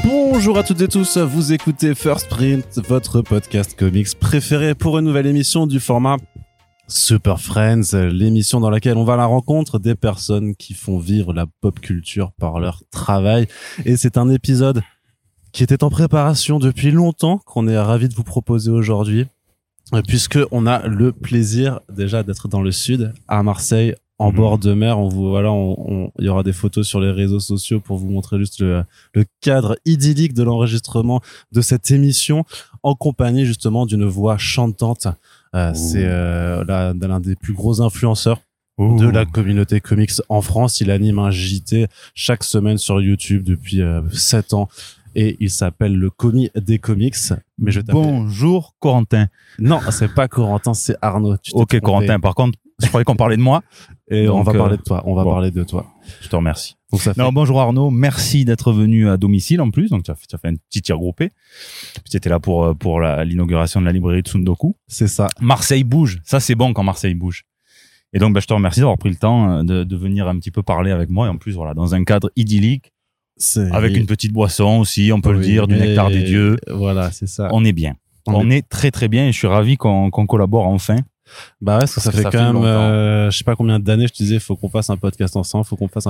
Bonjour à toutes et tous, vous écoutez First Print, votre podcast comics préféré pour une nouvelle émission du format Super Friends, l'émission dans laquelle on va à la rencontre des personnes qui font vivre la pop culture par leur travail. Et c'est un épisode qui était en préparation depuis longtemps, qu'on est ravis de vous proposer aujourd'hui, puisque on a le plaisir déjà d'être dans le sud, à Marseille, en bord de mer. Il y aura des photos sur les réseaux sociaux pour vous montrer juste le cadre idyllique de l'enregistrement de cette émission, en compagnie justement d'une voix chantante. C'est l'un des plus gros influenceurs de la communauté comics en France. Il anime un JT chaque semaine sur YouTube depuis 7 ans. Et il s'appelle le Commis des Comics. Mais Bonjour Corentin. Non, c'est pas Corentin, c'est Arnaud. Ok Corentin, par contre, je croyais qu'on parlait de moi. Et donc, on va parler de toi. On va parler de toi. Je te remercie. Donc, bonjour Arnaud, merci d'être venu à domicile en plus. Donc tu as fait un petit tir groupé. Tu étais là pour l'inauguration de la librairie de Sundoku. C'est ça. Marseille bouge. Ça c'est bon quand Marseille bouge. Et donc je te remercie d'avoir pris le temps de venir un petit peu parler avec moi. Et en plus voilà, dans un cadre idyllique. Avec une petite boisson aussi, on peut le dire, du nectar des dieux. Voilà, c'est ça. On est bien. On est très très bien et je suis ravi qu'on collabore enfin. Bah ouais, parce que ça fait quand même, je sais pas combien d'années je te disais, faut qu'on fasse un podcast ensemble,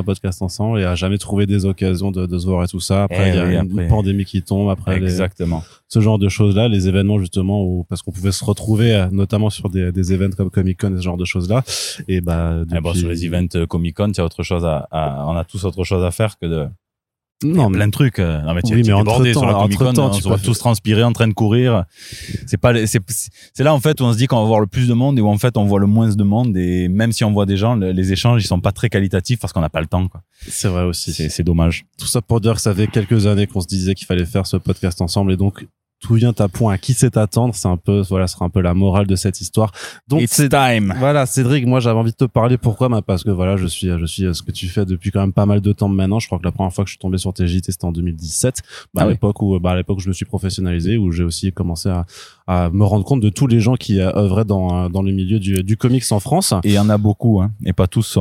et à jamais trouver des occasions de se voir et tout ça. Après, il y a une pandémie qui tombe, après exactement. Ce genre de choses-là, les événements justement parce qu'on pouvait se retrouver, notamment sur des événements comme Comic-Con et ce genre de choses-là. Et sur les events Comic-Con, il y a autre chose on a tous autre chose à faire que de... Non, plein de trucs. Non, mais oui, mais entre-temps, on va tous transpirer en train de courir. C'est là, en fait, où on se dit qu'on va voir le plus de monde et où, en fait, on voit le moins de monde. Et même si on voit des gens, les échanges, ils sont pas très qualitatifs parce qu'on n'a pas le temps, quoi. C'est vrai aussi. C'est dommage. Tout ça pour dire que ça fait quelques années qu'on se disait qu'il fallait faire ce podcast ensemble, et donc, tout vient à point. À qui c'est attendre, c'est un peu, voilà, sera un peu la morale de cette histoire. Donc, it's time. Voilà, Cédric, moi, j'avais envie de te parler. Pourquoi? Parce que voilà, je suis ce que tu fais depuis quand même pas mal de temps maintenant. Je crois que la première fois que je suis tombé sur tes JT, c'était en 2017. À l'époque où je me suis professionnalisé, où j'ai aussi commencé à me rendre compte de tous les gens qui œuvraient dans le milieu du comics en France. Et il y en a beaucoup, hein. Et pas tous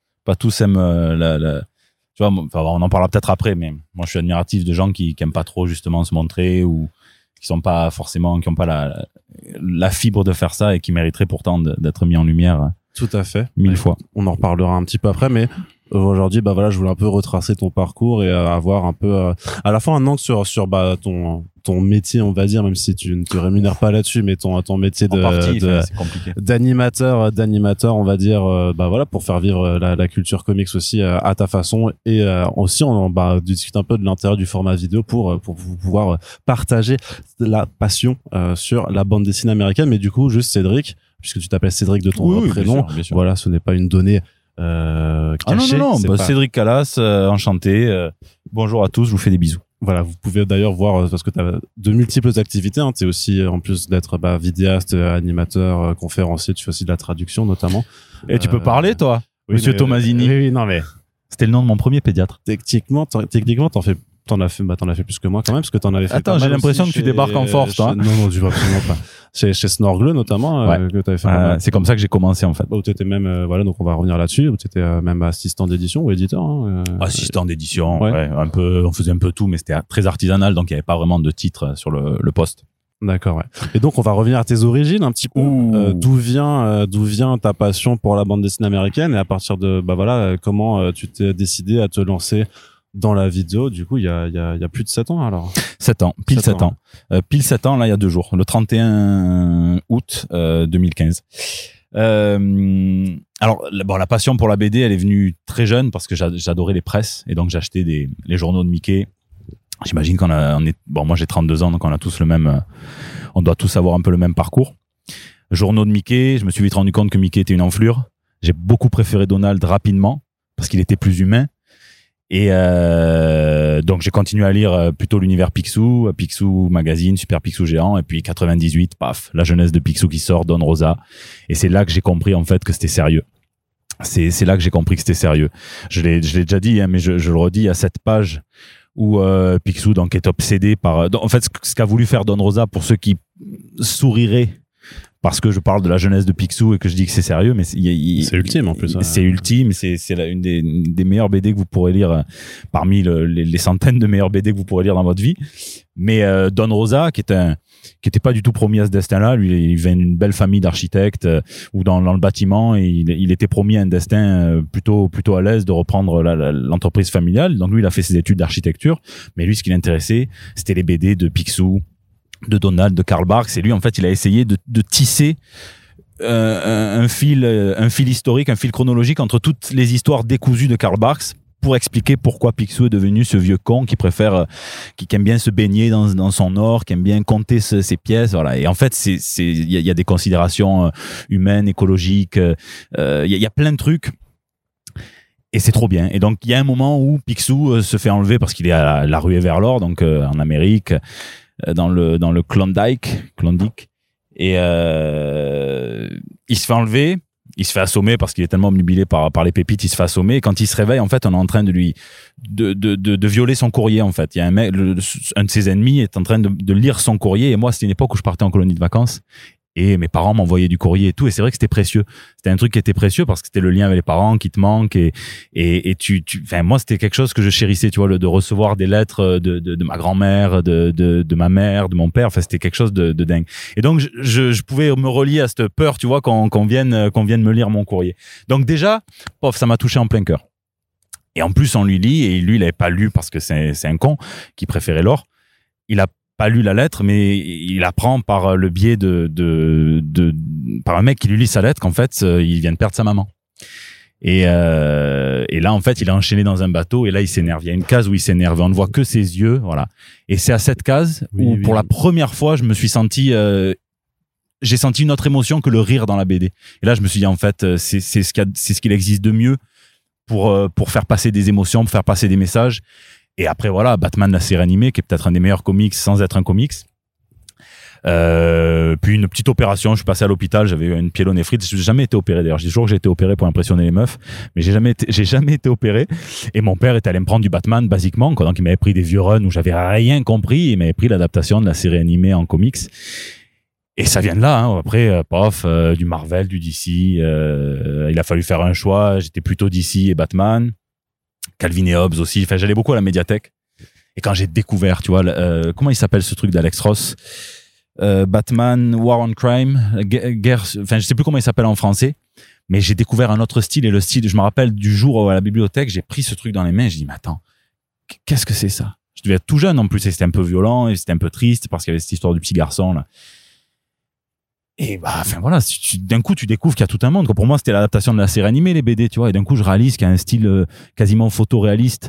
aiment tu vois, on en parlera peut-être après, mais moi, je suis admiratif de gens qui aiment pas trop, justement, se montrer ou qui ont pas la fibre de faire ça et qui mériteraient pourtant d'être mis en lumière. Tout à fait. 1000 fois. On en reparlera un petit peu après, mais aujourd'hui, je voulais un peu retracer ton parcours et avoir un peu, à la fois un angle sur ton métier, on va dire, même si tu ne te rémunères pas là-dessus, mais ton métier d'animateur, on va dire, pour faire vivre la culture comics aussi à ta façon, et aussi on discute un peu de l'intérêt du format vidéo pour pouvoir partager la passion sur la bande dessinée américaine. Mais du coup, juste Cédric, puisque tu t'appelles Cédric de ton prénom, bien sûr. Voilà, ce n'est pas une donnée cachée. Non. Cédric Callas, enchanté. Bonjour à tous, je vous fais des bisous. Voilà, vous pouvez d'ailleurs voir, parce que tu as de multiples activités, hein. Tu es aussi, en plus d'être vidéaste, animateur, conférencier, tu fais aussi de la traduction notamment. Et tu peux parler, toi, Monsieur Tomasini. Oui, non mais... C'était le nom de mon premier pédiatre. Techniquement, t'en as fait plus que moi quand même, parce que t'en avais fait. Attends, j'ai l'impression que tu débarques en force, toi. Non, tu vois absolument pas. Chez Snorgle notamment, que t'avais fait. C'est comme ça que j'ai commencé en fait. Où t'étais même, donc on va revenir là-dessus, où t'étais même assistant d'édition ou éditeur. Assistant d'édition, un peu, on faisait un peu tout, mais c'était très artisanal, donc il y avait pas vraiment de titre sur le poste. D'accord, ouais. Et donc on va revenir à tes origines un petit peu. D'où vient ta passion pour la bande dessinée américaine, et à partir de comment tu t'es décidé à te lancer dans la vidéo, du coup, il y a plus de 7 ans, alors. 7 ans, pile 7 ans. Pile 7 ans, là, il y a 2 jours. Le 31 août 2015. Alors, la passion pour la BD, elle est venue très jeune parce que j'adorais les presses, et donc j'achetais les journaux de Mickey. J'imagine moi j'ai 32 ans, donc on a tous on doit tous avoir un peu le même parcours. Journaux de Mickey, je me suis vite rendu compte que Mickey était une enflure. J'ai beaucoup préféré Donald rapidement, parce qu'il était plus humain. Et donc j'ai continué à lire plutôt l'univers Picsou Magazine, Super Picsou Géant, et puis 98, paf, la jeunesse de Picsou qui sort, Don Rosa. Et c'est là que j'ai compris en fait que c'était sérieux. C'est là que j'ai compris que c'était sérieux. Je l'ai déjà dit, hein, mais je le redis, à cette page où Picsou donc est obsédé par... En fait, ce qu'a voulu faire Don Rosa, pour ceux qui souriraient parce que je parle de la jeunesse de Picsou et que je dis que c'est sérieux, mais c'est ultime en plus. C'est ultime, c'est une des meilleures BD que vous pourrez lire parmi les centaines de meilleures BD que vous pourrez lire dans votre vie. Mais Don Rosa, qui était pas du tout promis à ce destin-là, lui, il vient d'une belle famille d'architectes ou dans le bâtiment, et il était promis à un destin plutôt à l'aise de reprendre l'entreprise familiale. Donc lui, il a fait ses études d'architecture, mais lui, ce qui l'intéressait, c'était les BD de Picsou, de Donald, de Karl Barks. Et lui, en fait, il a essayé de tisser un fil historique, un fil chronologique entre toutes les histoires décousues de Karl Barks pour expliquer pourquoi Picsou est devenu ce vieux con qui aime bien se baigner dans son or, qui aime bien compter ses pièces, voilà. Et en fait, il y a des considérations humaines, écologiques, il y a plein de trucs. Et c'est trop bien. Et donc, il y a un moment où Picsou se fait enlever parce qu'il est à la ruée vers l'or, donc en Amérique, dans le Klondike. Et il se fait enlever. Il se fait assommer parce qu'il est tellement obnubilé par les pépites, il se fait assommer. Et quand il se réveille, en fait, on est en train de violer son courrier, en fait. Il y a un mec, un de ses ennemis est en train de lire son courrier. Et moi, c'était une époque où je partais en colonie de vacances. Et mes parents m'envoyaient du courrier et tout. Et c'est vrai que c'était précieux. C'était un truc qui était précieux parce que c'était le lien avec les parents qui te manque. Enfin, moi, c'était quelque chose que je chérissais, tu vois, de recevoir des lettres de ma grand-mère, de ma mère, de mon père. Enfin, c'était quelque chose de dingue. Et donc, je pouvais me relier à cette peur, tu vois, qu'on vienne me lire mon courrier. Donc déjà, ça m'a touché en plein cœur. Et en plus, on lui lit, et lui, il avait pas lu parce que c'est un con qui préférait l'or. Il a pas lu la lettre, mais il apprend par le biais par un mec qui lui lit sa lettre qu'en fait il vient de perdre sa maman. Et là en fait il est enchaîné dans un bateau, et là il s'énerve. Il y a une case où il s'énerve, on ne voit que ses yeux, voilà. Et c'est à cette case où pour la première fois je me suis senti j'ai senti une autre émotion que le rire dans la BD. Et là je me suis dit en fait c'est ce qu'il existe de mieux pour faire passer des émotions, pour faire passer des messages. Et après, voilà, Batman, la série animée, qui est peut-être un des meilleurs comics sans être un comics. Puis une petite opération, je suis passé à l'hôpital, j'avais eu une pyélonéphrite. Je n'ai jamais été opéré d'ailleurs. Je dis toujours que j'ai été opéré pour impressionner les meufs, mais j'ai jamais été opéré. Et mon père était allé me prendre du Batman, basiquement, quoi. Donc il m'avait pris des vieux runs où j'avais rien compris. Il m'avait pris l'adaptation de la série animée en comics. Et ça vient de là, hein. Après, du Marvel, du DC. Il a fallu faire un choix. J'étais plutôt DC et Batman. Calvin et Hobbes aussi. Enfin, j'allais beaucoup à la médiathèque. Et quand j'ai découvert, tu vois, comment il s'appelle ce truc d'Alex Ross, Batman, War on Crime, guerre, enfin, je sais plus comment il s'appelle en français, mais j'ai découvert un autre style. Et le style, je me rappelle du jour où à la bibliothèque, j'ai pris ce truc dans les mains et j'ai dit, mais attends, qu'est-ce que c'est ça? Je devais être tout jeune en plus, et c'était un peu violent, et c'était un peu triste parce qu'il y avait cette histoire du petit garçon, là. Et enfin voilà, d'un coup tu découvres qu'il y a tout un monde. Pour moi, c'était l'adaptation de la série animée, les BD, tu vois. Et d'un coup, je réalise qu'il y a un style quasiment photoréaliste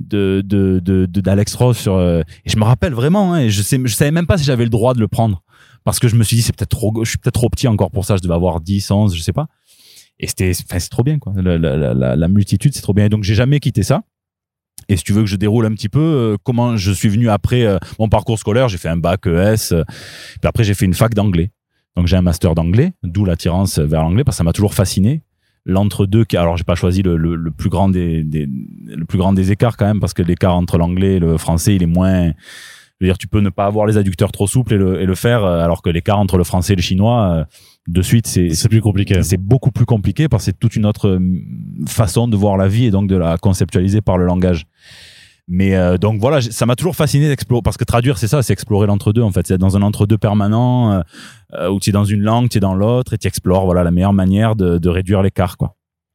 d'Alex Ross et je me rappelle vraiment, hein, et je savais même pas si j'avais le droit de le prendre parce que je me suis dit je suis peut-être trop petit encore pour ça. Je devais avoir 10, 11, je sais pas. Et c'est trop bien, quoi. La multitude, c'est trop bien. Et donc j'ai jamais quitté ça. Et si tu veux que je déroule un petit peu comment je suis venu après mon parcours scolaire, j'ai fait un bac ES, puis après j'ai fait une fac d'anglais. Donc j'ai un master d'anglais, d'où l'attirance vers l'anglais parce que ça m'a toujours fasciné. L'entre-deux, alors j'ai pas choisi le plus grand des écarts quand même, parce que l'écart entre l'anglais et le français, il est moins. Je veux dire, tu peux ne pas avoir les adducteurs trop souples et le faire, alors que l'écart entre le français et le chinois, de suite, c'est plus compliqué. C'est beaucoup plus compliqué parce que c'est toute une autre façon de voir la vie et donc de la conceptualiser par le langage. Mais donc voilà, ça m'a toujours fasciné d'explorer, parce que traduire, c'est ça, c'est explorer l'entre-deux en fait. C'est dans un entre-deux permanent où tu es dans une langue, tu es dans l'autre et tu explores, voilà, la meilleure manière de réduire l'écart, quoi.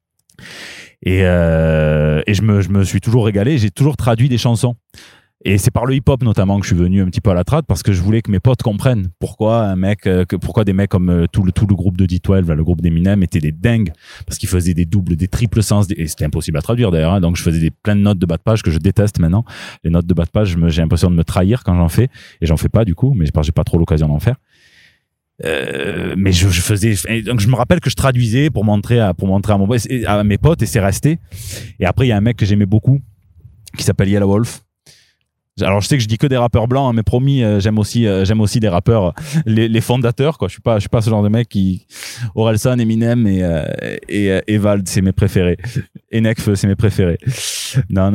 Et je me suis toujours régalé. J'ai toujours traduit des chansons. Et c'est par le hip-hop notamment que je suis venu un petit peu à la trad, parce que je voulais que mes potes comprennent pourquoi des mecs comme tout le groupe de D12, le groupe d'Eminem, étaient des dingues, parce qu'ils faisaient des doubles, des triples sens, et c'était impossible à traduire d'ailleurs, hein. Donc je faisais plein de notes de bas de page que je déteste maintenant. Les notes de bas de page, j'ai l'impression de me trahir quand j'en fais, et j'en fais pas du coup, mais j'ai pas trop l'occasion d'en faire. Mais je faisais, donc je me rappelle que je traduisais pour montrer à mes potes, et c'est resté. Et après il y a un mec que j'aimais beaucoup qui s'appelle Yellow Wolf. Alors je sais que je dis que des rappeurs blancs, hein, mais promis, j'aime aussi des rappeurs, les fondateurs, quoi. Je suis pas ce genre de mec qui Orelsan, Eminem et Vald, c'est mes préférés. Et Nekfeu, c'est mes préférés. Non,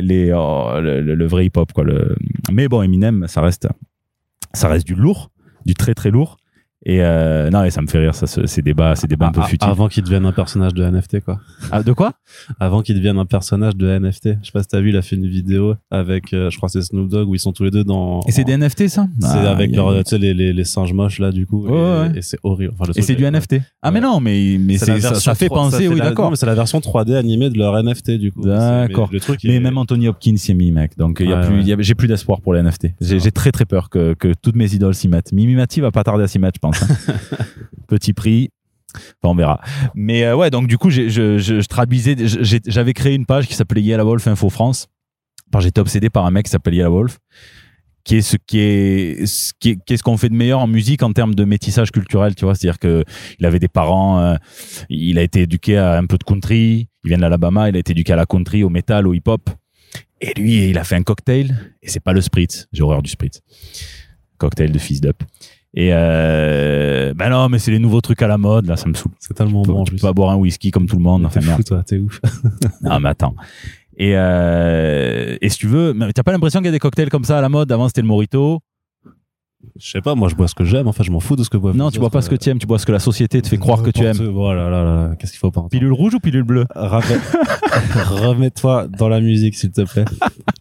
le vrai hip hop, quoi. Mais bon, Eminem, ça reste du lourd, du très très lourd. Et non, et ça me fait rire, ça, ces débats un peu futiles. Avant qu'il devienne un personnage de NFT, quoi. Ah, de quoi? Avant qu'il devienne un personnage de NFT. Je sais pas si t'as vu, il a fait une vidéo avec, je crois que c'est Snoop Dogg, où ils sont tous les deux dans... Et c'est des NFT, ça? C'est avec tu sais, les singes moches, là, du coup. Et c'est horrible. Enfin, et c'est du NFT. Ah, mais non, mais ça fait penser, oui, d'accord. Non, mais c'est la version 3D animée de leur NFT, du coup. D'accord. Le truc, mais même Anthony Hopkins s'y est mis, mec. Donc, j'ai plus d'espoir pour les NFT. J'ai très très peur que toutes mes idoles s'y mettent. Mimi Mati va pas tarder à s'y mettre, je pense. Hein. Petit prix. Enfin, on verra. Mais ouais, donc du coup, je traduisais. J'avais créé une page qui s'appelait Yellow Wolf Info France. J'étais obsédé par un mec qui s'appelle Yellow Wolf, qui est ce qu'on fait de meilleur en musique en termes de métissage culturel, tu vois. C'est-à-dire que il avait des parents, il a été éduqué à un peu de country. Il vient de l'Alabama. Il a été éduqué à la country, au metal, au hip-hop. Et lui, il a fait un cocktail. Et c'est pas le spritz. J'ai horreur du spritz. Cocktail de Fizz Up. Et ben non, mais c'est les nouveaux trucs à la mode, là, ça me saoule. C'est tellement bon. Tu peux pas boire un whisky comme tout le monde. T'es fou, toi, t'es ouf. Non, mais attends. Et si tu veux, mais t'as pas l'impression qu'il y a des cocktails comme ça à la mode? Avant, c'était le Mojito. Je sais pas, moi, je bois ce que j'aime. En fait, je m'en fous de ce que bois. Non, tu bois pas ce que tu aimes, tu bois ce que la société te fait croire que tu aimes. Voilà, là, qu'est-ce qu'il faut pas entendre. Pilule rouge ou pilule bleue? Remets-toi dans la musique, s'il te plaît.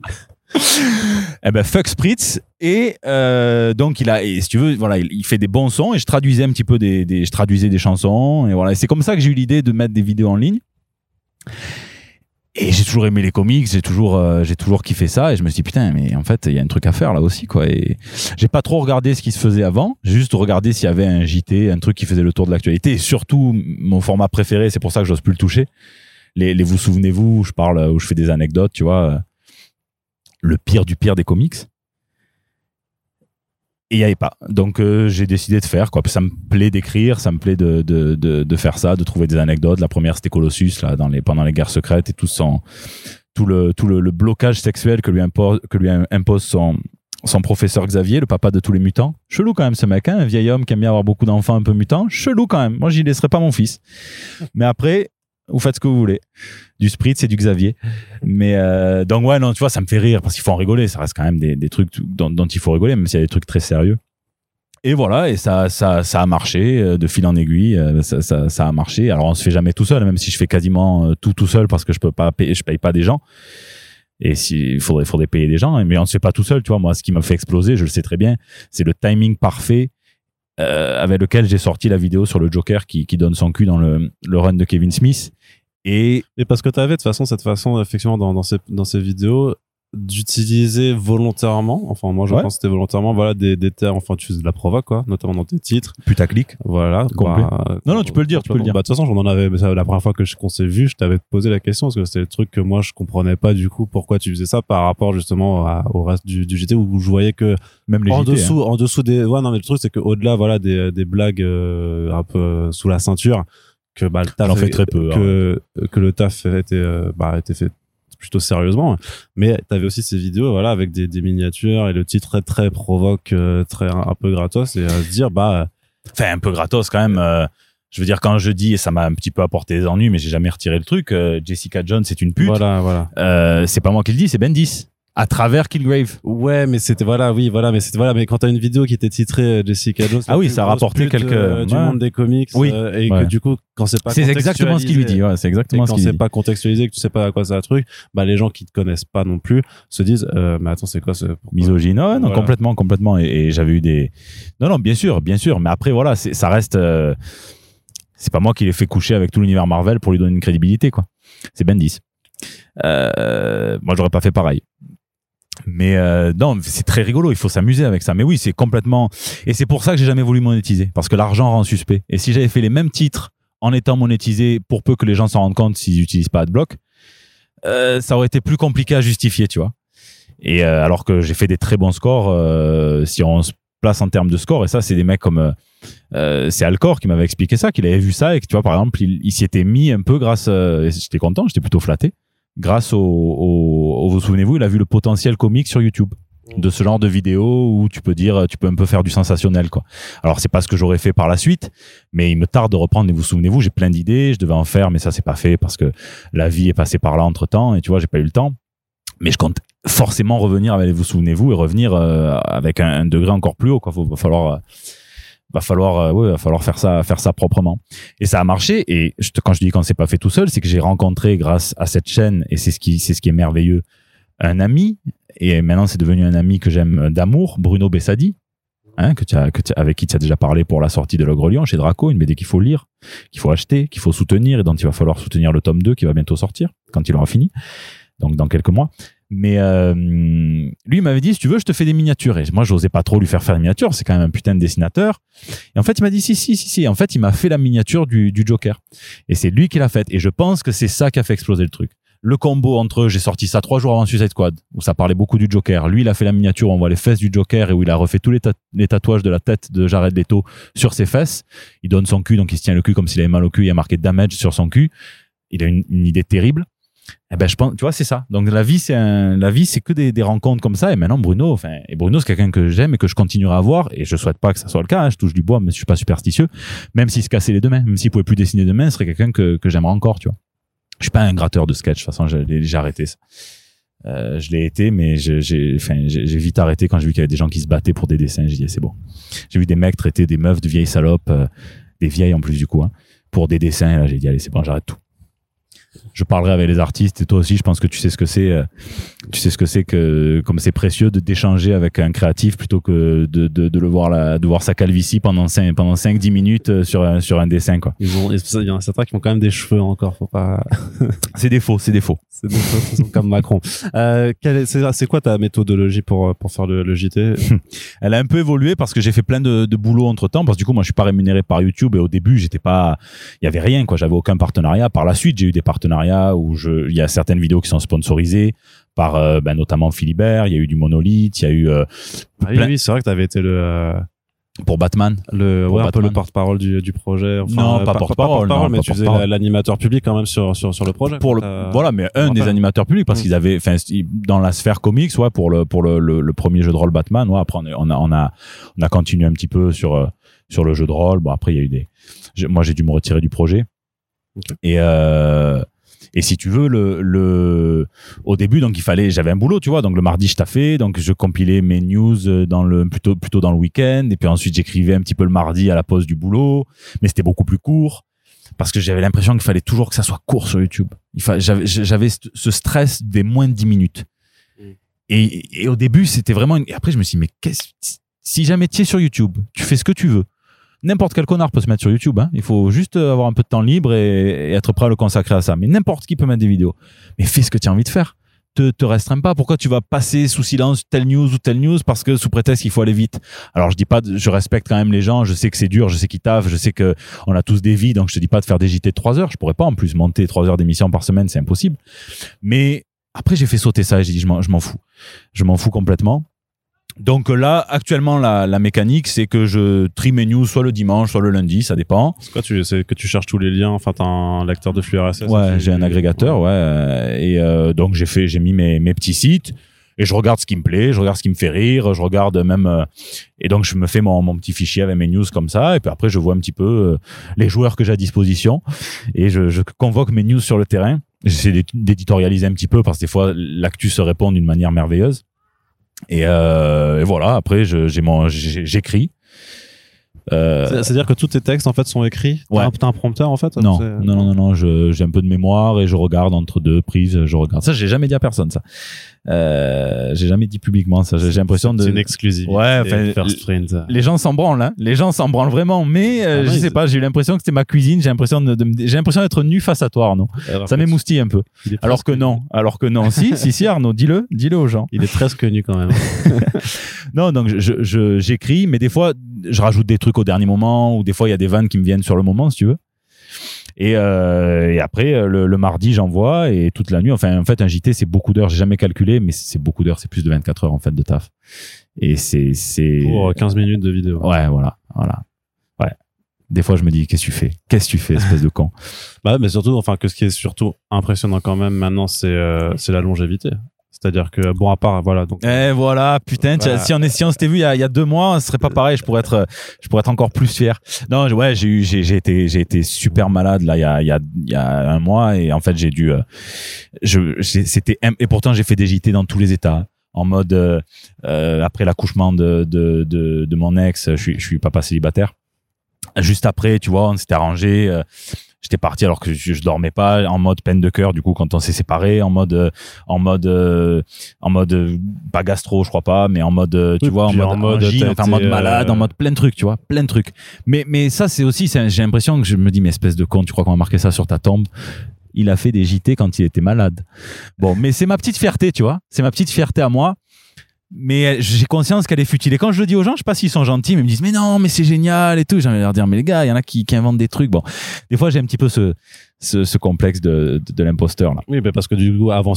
Eh ben fuck Spritz. Et donc et si tu veux, voilà, il fait des bons sons, et je traduisais un petit peu je traduisais des chansons, et voilà, et c'est comme ça que j'ai eu l'idée de mettre des vidéos en ligne. Et j'ai toujours aimé les comics, j'ai toujours kiffé ça, et je me suis dit putain, mais en fait il y a un truc à faire là aussi, quoi. Et j'ai pas trop regardé ce qui se faisait avant, j'ai juste regardé s'il y avait un JT, un truc qui faisait le tour de l'actualité. Et surtout, mon format préféré, c'est pour ça que j'ose plus le toucher, les vous souvenez-vous, où je fais des anecdotes, tu vois, le pire du pire des comics. Et il n'y avait pas. Donc, j'ai décidé de faire, quoi. Ça me plaît d'écrire, ça me plaît de faire ça, de trouver des anecdotes. La première, c'était Colossus, là, pendant les guerres secrètes, et tout le blocage sexuel que lui impose son professeur Xavier, le papa de tous les mutants. Chelou quand même, ce mec, hein, un vieil homme qui aime bien avoir beaucoup d'enfants un peu mutants. Chelou quand même. Moi, j'y laisserai pas mon fils. Mais après, vous faites ce que vous voulez. Du Spritz et du Xavier. Mais donc ouais, non, tu vois, ça me fait rire parce qu'il faut en rigoler. Ça reste quand même des trucs dont il faut rigoler, même s'il y a des trucs très sérieux. Et voilà, et ça a marché de fil en aiguille. Ça a marché. Alors on se fait jamais tout seul, même si je fais quasiment tout seul parce que je paye pas des gens. Et il faudrait payer des gens, mais on se fait pas tout seul. Tu vois, moi, ce qui m'a fait exploser, je le sais très bien, c'est le timing parfait avec lequel j'ai sorti la vidéo sur le Joker qui donne son cul dans le run de Kevin Smith. Et parce que tu avais de toute façon cette façon, effectivement, dans ces vidéos, d'utiliser volontairement, enfin moi je pense que c'était volontairement, voilà, des termes, enfin tu faisais de la provoque, quoi, notamment dans tes titres. Putaclic. Voilà. Non, tu peux le dire, Bah, de toute façon, j'en avais, la première fois qu'on s'est vu, je t'avais posé la question parce que c'était le truc que moi je comprenais pas du coup pourquoi tu faisais ça par rapport justement au reste du JT, où je voyais que même les en JT, dessous des, ouais, non, mais le truc c'est que au-delà, voilà, des blagues un peu sous la ceinture, que bah le taf j'en fais très peu, que le taf était fait plutôt sérieusement, mais t'avais aussi ces vidéos, voilà, avec des miniatures et le titre très très provoque, très un peu gratos, et à se dire enfin un peu gratos quand même. Je veux dire, quand je dis, et ça m'a un petit peu apporté des ennuis, mais j'ai jamais retiré le truc, Jessica Jones c'est une pute. Voilà. C'est pas moi qui le dis, c'est Bendis. À travers Killgrave. Ouais, mais c'était mais quand t'as une vidéo qui était titrée Jessica Jones, ah oui, ça a rapporté quelques du monde des comics, oui, et que du coup quand c'est pas c'est exactement ce qu'il lui dit, ouais, c'est exactement ce qu'il dit. Quand c'est pas contextualisé, que tu sais pas à quoi ça a truc, bah les gens qui te connaissent pas non plus se disent mais attends, c'est quoi ce misogyne? Non, voilà. complètement, et j'avais eu des non, bien sûr, mais après voilà, ça reste c'est pas moi qui l'ai fait coucher avec tout l'univers Marvel pour lui donner une crédibilité, quoi. C'est Bendis. Moi j'aurais pas fait pareil. Mais non, c'est très rigolo, il faut s'amuser avec ça. Mais oui, c'est complètement... Et c'est pour ça que j'ai jamais voulu monétiser, parce que l'argent rend suspect. Et si j'avais fait les mêmes titres en étant monétisé, pour peu que les gens s'en rendent compte s'ils n'utilisent pas AdBlock, ça aurait été plus compliqué à justifier, tu vois. Et alors que j'ai fait des très bons scores, si on se place en termes de score, et ça, c'est des mecs comme... c'est Alcor qui m'avait expliqué ça, qu'il avait vu ça, et que tu vois, par exemple, il s'y était mis un peu grâce... et j'étais content, j'étais plutôt flatté. Grâce vous souvenez-vous, il a vu le potentiel comique sur YouTube de ce genre de vidéo où tu peux un peu faire du sensationnel, quoi. Alors c'est pas ce que j'aurais fait par la suite, mais il me tarde de reprendre. Et vous souvenez-vous, j'ai plein d'idées, je devais en faire, mais ça c'est pas fait parce que la vie est passée par là entre temps, et tu vois, j'ai pas eu le temps. Mais je compte forcément revenir avec vous souvenez-vous, et revenir avec un degré encore plus haut, quoi. Va va falloir faire ça proprement. Et ça a marché. Et quand je dis qu'on s'est pas fait tout seul, c'est que j'ai rencontré grâce à cette chaîne, et c'est ce qui est merveilleux, un ami. Et maintenant, c'est devenu un ami que j'aime d'amour, Bruno Bessadi, avec qui tu as déjà parlé pour la sortie de l'Ogre Lion chez Draco, une BD qu'il faut lire, qu'il faut acheter, qu'il faut soutenir, et dont il va falloir soutenir le tome 2 qui va bientôt sortir, quand il aura fini, donc dans quelques mois. Mais lui, il m'avait dit, si tu veux, je te fais des miniatures. Et moi, j'osais pas trop lui faire des miniatures, c'est quand même un putain de dessinateur. Et en fait, il m'a dit, si. En fait, il m'a fait la miniature du Joker. Et c'est lui qui l'a faite. Et je pense que c'est ça qui a fait exploser le truc. Le combo entre, j'ai sorti ça 3 jours avant Suicide Squad, où ça parlait beaucoup du Joker. Lui, il a fait la miniature où on voit les fesses du Joker et où il a refait tous les tatouages de la tête de Jared Leto sur ses fesses. Il donne son cul, donc il se tient le cul comme s'il avait mal au cul. Il y a marqué damage sur son cul. Il a une idée terrible. Eh ben, je pense, tu vois, c'est ça. Donc, la vie, c'est que des rencontres comme ça. Et maintenant, Bruno, c'est quelqu'un que j'aime et que je continuerai à voir. Et je souhaite pas que ça soit le cas, hein. Je touche du bois, mais je suis pas superstitieux. Même s'il se cassait les deux mains, même s'il pouvait plus dessiner de main, ce serait quelqu'un que j'aimerais encore, tu vois. Je suis pas un gratteur de sketch. De toute façon, j'ai arrêté ça. Je l'ai été, mais j'ai vite arrêté quand j'ai vu qu'il y avait des gens qui se battaient pour des dessins. J'ai dit, c'est bon. J'ai vu des mecs traiter des meufs de vieilles salopes, des vieilles en plus du coup, hein, pour des dessins. Et là, j'ai dit, allez, c'est bon, j'arrête tout. Je parlerai avec les artistes, et toi aussi, je pense que tu sais ce que c'est que comme c'est précieux d'échanger avec un créatif plutôt que de voir sa calvitie pendant 5-10 minutes sur un dessin, quoi. Il y en a certains qui ont quand même des cheveux encore, faut pas. C'est des faux. C'est des faux, ils sont comme Macron. C'est quoi ta méthodologie pour faire le JT? Elle a un peu évolué parce que j'ai fait plein de boulot entre temps, parce que du coup, moi, je suis pas rémunéré par YouTube, et au début, il y avait rien, quoi. J'avais aucun partenariat. Par la suite, j'ai eu des partenariats où il y a certaines vidéos qui sont sponsorisées par notamment Philibert. Il y a eu du Monolith, il y a eu oui, c'est vrai que t'avais été pour Batman, un peu le porte-parole du projet. Enfin, non, pas porte-parole, mais tu faisais l'animateur public quand même sur le projet. Voilà, mais un des animateurs publics, parce qu'ils avaient, dans la sphère comics, pour le premier jeu de rôle Batman, après on a continué un petit peu sur le jeu de rôle. Bon, après il y a eu moi j'ai dû me retirer du projet. Okay. Et si tu veux, au début, donc j'avais un boulot, tu vois. Donc le mardi, je taffais, donc je compilais mes news plutôt dans le week-end, et puis ensuite j'écrivais un petit peu le mardi à la pause du boulot, mais c'était beaucoup plus court parce que j'avais l'impression qu'il fallait toujours que ça soit court sur YouTube. J'avais ce stress des moins de 10 minutes. Et au début, c'était vraiment. Et après, je me suis dit, mais si jamais tu es sur YouTube, tu fais ce que tu veux. N'importe quel connard peut se mettre sur YouTube, hein. Il faut juste avoir un peu de temps libre et être prêt à le consacrer à ça. Mais n'importe qui peut mettre des vidéos. Mais fais ce que tu as envie de faire. Te restreins pas. Pourquoi tu vas passer sous silence telle news parce que sous prétexte qu'il faut aller vite? Alors je dis pas, je respecte quand même les gens. Je sais que c'est dur, je sais qu'ils taffent, je sais que on a tous des vies, donc je te dis pas de faire des JT de 3 heures. Je pourrais pas en plus monter 3 heures d'émission par semaine, c'est impossible. Mais après j'ai fait sauter ça et j'ai dit je m'en fous. Je m'en fous complètement. Donc là, actuellement, la mécanique, c'est que je trie mes news soit le dimanche, soit le lundi, ça dépend. C'est quoi, c'est que tu cherches tous les liens, enfin, t'as un lecteur de flux RSS? Ouais, j'ai un agrégateur, ouais. Et donc, j'ai mis mes petits sites, et je regarde ce qui me plaît, je regarde ce qui me fait rire, je regarde même... et donc, je me fais mon petit fichier avec mes news comme ça, et puis après, je vois un petit peu les joueurs que j'ai à disposition, et je convoque mes news sur le terrain. J'essaie d'éditorialiser un petit peu, parce que des fois, l'actu se répond d'une manière merveilleuse. Et voilà, après j'écris. C'est-à-dire que tous tes textes en fait sont écrits. Ouais. T'as un prompteur en fait? Non. J'ai un peu de mémoire et je regarde entre deux prises. Je regarde. Ça, j'ai jamais dit à personne ça. J'ai jamais dit publiquement ça. J'ai l'impression c'est une exclusivité. Ouais. First Print. Les gens s'en branlent, hein. Les gens s'en branlent vraiment. Mais je sais pas. J'ai eu l'impression que c'était ma cuisine. J'ai l'impression d'être nu face à toi, Arnaud. Ça m'émoustille un peu. Alors que non. Si Arnaud, dis-le aux gens. Il est presque nu quand même. Non, donc j'écris, mais des fois je rajoute des trucs au dernier moment, ou des fois il y a des vannes qui me viennent sur le moment, si tu veux. Et après le mardi j'envoie, et toute la nuit. Enfin, en fait, un JT c'est beaucoup d'heures. J'ai jamais calculé, mais c'est beaucoup d'heures. C'est plus de 24 heures en fait de taf. Et c'est pour 15 minutes de vidéo. Ouais, voilà. Ouais. Des fois je me dis qu'est-ce que tu fais, espèce de con. Bah, mais surtout, enfin, que ce qui est surtout impressionnant quand même maintenant, c'est la longévité. C'est-à-dire que, bon, à part, voilà. Donc, voilà, putain, voilà. Si on s'était vu il y a 2 mois, ce serait pas pareil. Je pourrais être encore plus fier. Non, ouais, j'ai été super malade, là, il y a 1 mois, et en fait, j'ai dû, et pourtant, j'ai fait des JT dans tous les états. En mode, après l'accouchement de mon ex, je suis papa célibataire. juste après, tu vois, on s'était arrangé. J'étais parti alors que je dormais pas, en mode peine de cœur, du coup, quand on s'est séparés, en mode pas gastro, je crois pas, mais en mode, tu vois, en mode angine, en mode malade, en mode plein de trucs, tu vois, plein de trucs. Mais ça, c'est aussi, j'ai l'impression que je me dis, mais espèce de con, tu crois qu'on va marquer ça sur ta tombe? Il a fait des JT quand il était malade. Bon, mais c'est ma petite fierté, tu vois, c'est ma petite fierté à moi. Mais j'ai conscience qu'elle est futile. Et quand je le dis aux gens, je sais pas s'ils sont gentils, mais ils me disent, mais non, mais c'est génial et tout. J'ai envie de leur dire, mais les gars, il y en a qui inventent des trucs. Bon, des fois, j'ai un petit peu ce complexe de l'imposteur, là. Oui, mais parce que du coup, avant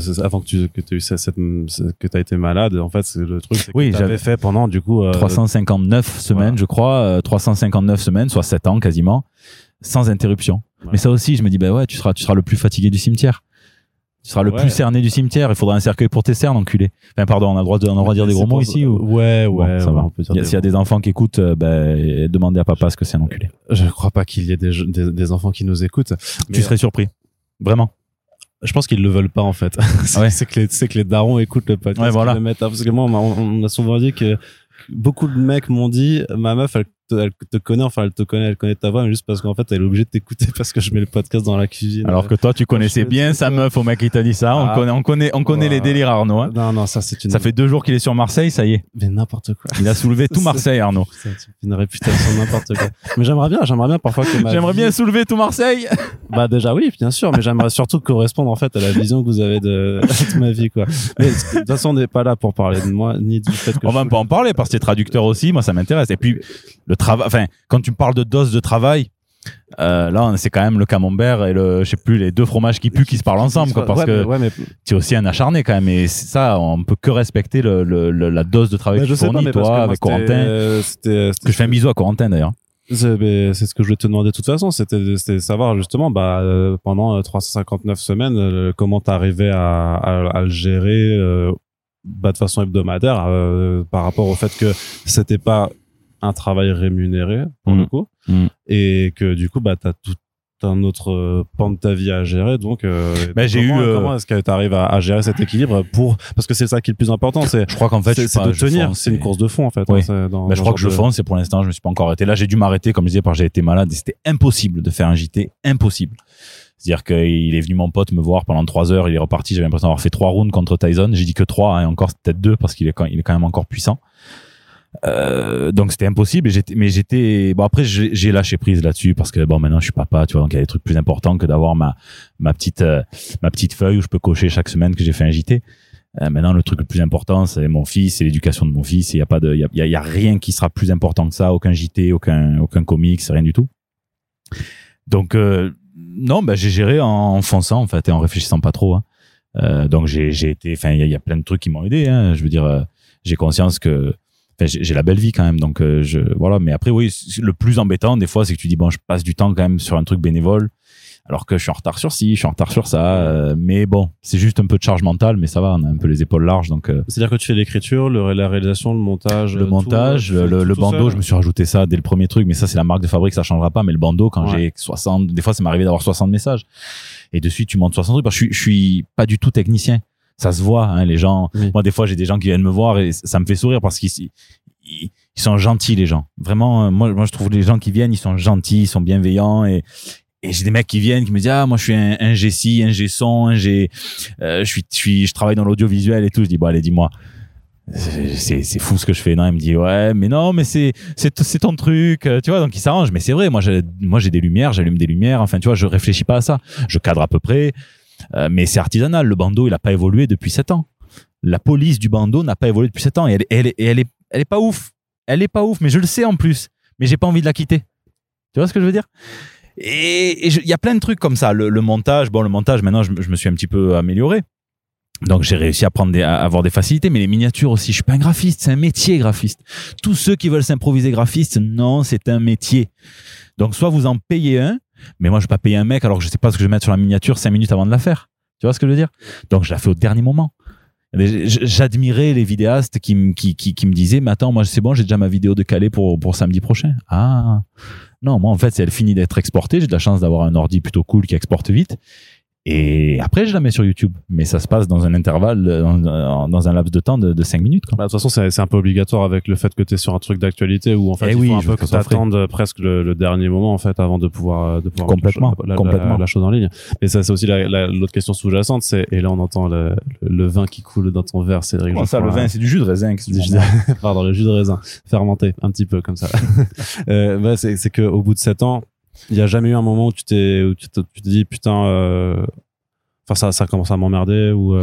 que t'as été malade, en fait, c'est le truc, c'est que t'avais fait pendant, du coup, 359 semaines, voilà. Je crois, 359 semaines, soit 7 ans quasiment, sans interruption. Ouais. Mais ça aussi, je me dis, bah ouais, tu seras le plus fatigué du cimetière. Tu seras le plus cerné du cimetière. Il faudra un cercueil pour tes cernes, enculé. Enfin, pardon, on a le droit de dire des gros mots ici ou... Ouais, bon, ça va. S'il y a des enfants qui écoutent, demandez à papa ce que c'est un enculé. Je crois pas qu'il y ait des enfants qui nous écoutent. Mais tu serais surpris. Vraiment. Je pense qu'ils le veulent pas, en fait. C'est que les darons écoutent le podcast. Ouais, voilà. Le mettent, parce que moi, on a souvent dit que beaucoup de mecs m'ont dit, ma meuf, elle te connaît, enfin elle connaît ta voix, mais juste parce qu'en fait elle est obligée de t'écouter parce que je mets le podcast dans la cuisine. Alors que toi tu connaissais bien sa meuf au mec qui t'a dit ça. On connaît les délires Arnaud. Hein. Non, ça fait 2 jours qu'il est sur Marseille, ça y est. Mais n'importe quoi. Il a soulevé tout Marseille, Arnaud. C'est une réputation n'importe quoi. Mais j'aimerais bien parfois que J'aimerais bien soulever tout Marseille. Bah déjà oui, bien sûr, mais j'aimerais surtout correspondre en fait à la vision que vous avez de ma vie, quoi. Mais de toute façon on n'est pas là pour parler de moi ni du fait que on va pas en parler parce que t'es traducteur aussi, moi ça m'intéresse. Et puis le travail, enfin quand tu me parles de dose de travail, là c'est quand même le camembert et je sais plus, les 2 fromages qui puent qui se parlent ensemble, quoi, parce que tu es aussi un acharné quand même, et ça on peut que respecter la dose de travail que tu fournis, toi avec Corentin, que je fais un bisou à Corentin d'ailleurs. C'est ce que je voulais te demander de toute façon, c'était savoir justement pendant 359 semaines comment t'arrivais à le gérer de façon hebdomadaire par rapport au fait que c'était pas un travail rémunéré pour le coup et que du coup t'as tout un autre pan de ta vie à gérer, donc comment est-ce que tu arrives à gérer cet équilibre parce que c'est ça qui est le plus important, je crois qu'en fait c'est de tenir, c'est une course de fond en fait. Oui. Je crois que je fonce, et pour l'instant je me suis pas encore arrêté. Là j'ai dû m'arrêter comme je disais parce que j'ai été malade et c'était impossible de faire un JT, impossible. C'est-à-dire qu'il est venu mon pote me voir pendant 3 heures, il est reparti, j'avais l'impression d'avoir fait 3 rounds contre Tyson, j'ai dit que 3 et encore peut-être 2 parce qu'il est quand même encore puissant. Donc c'était impossible, bon après j'ai lâché prise là-dessus parce que maintenant je suis papa, tu vois, donc il y a des trucs plus importants que d'avoir ma petite feuille où je peux cocher chaque semaine que j'ai fait un JT. Maintenant le truc le plus important c'est mon fils, c'est l'éducation de mon fils, il y a rien qui sera plus important que ça, aucun JT, aucun comics, rien du tout. Donc non, j'ai géré en fonçant en fait et en réfléchissant pas trop, hein. Donc j'ai été, enfin il y a plein de trucs qui m'ont aidé, hein. Je veux dire, j'ai conscience que j'ai la belle vie quand même, donc voilà. Mais après oui, le plus embêtant des fois c'est que tu dis je passe du temps quand même sur un truc bénévole alors que je suis en retard sur ci, je suis en retard sur ça, mais bon, c'est juste un peu de charge mentale, mais ça va, on a un peu les épaules larges, donc c'est-à-dire que tu fais l'écriture, la réalisation, le montage, le bandeau, je me suis rajouté ça dès le premier truc, mais ça c'est la marque de fabrique, ça changera pas, mais le bandeau quand j'ai 60, des fois ça m'est arrivé d'avoir 60 messages et de suite tu montes 60 trucs parce que je suis pas du tout technicien. Ça se voit, hein, les gens. Oui. Moi, des fois, j'ai des gens qui viennent me voir et ça me fait sourire parce qu'ils sont gentils, les gens. Vraiment, moi, je trouve les gens qui viennent, ils sont gentils, ils sont bienveillants et j'ai des mecs qui viennent qui me disent moi, je suis un G-ci, un G-son, je travaille dans l'audiovisuel et tout. Je dis allez, dis-moi. C'est fou ce que je fais. Non, il me dit ouais, mais non, mais c'est ton truc, tu vois. Donc il s'arrange. Mais c'est vrai, moi j'ai des lumières, j'allume des lumières. Enfin, tu vois, je réfléchis pas à ça. Je cadre à peu près. Mais c'est artisanal. Le bandeau, il a pas évolué depuis 7 ans. La police du bandeau n'a pas évolué depuis 7 ans. Et elle est pas ouf. Elle est pas ouf, mais je le sais en plus. Mais j'ai pas envie de la quitter. Tu vois ce que je veux dire? Et il y a plein de trucs comme ça. Le montage, maintenant, je me suis un petit peu amélioré. Donc j'ai réussi à avoir des facilités. Mais les miniatures aussi, je suis pas un graphiste. C'est un métier, graphiste. Tous ceux qui veulent s'improviser graphiste, non, c'est un métier. Donc soit vous en payez un, mais moi je vais pas payer un mec alors que je sais pas ce que je vais mettre sur la miniature 5 minutes avant de la faire. Tu vois ce que je veux dire? Donc je la fais au dernier moment. J'admirais les vidéastes qui me disaient mais attends, moi c'est bon, j'ai déjà ma vidéo de calée pour samedi prochain. Ah non, moi en fait si elle finit d'être exportée, j'ai de la chance d'avoir un ordi plutôt cool qui exporte vite, Et après, je la mets sur YouTube. Mais ça se passe dans un intervalle, dans un laps de temps de 5 minutes. Quoi. Bah, de toute façon, c'est un peu obligatoire avec le fait que tu es sur un truc d'actualité où en fait, il faut un peu que tu attendes presque le dernier moment en fait avant de pouvoir complètement la chose en ligne. Mais ça, c'est aussi l'autre question sous-jacente, c'est et là on entend le vin qui coule dans ton verre, Cédric. Comment ça, le vin, c'est du jus de raisin. Pardon, le jus de raisin fermenté un petit peu comme ça. Bah, c'est que au bout de 7 ans, il y a jamais eu un moment où tu te dis putain ça commence à m'emmerder ou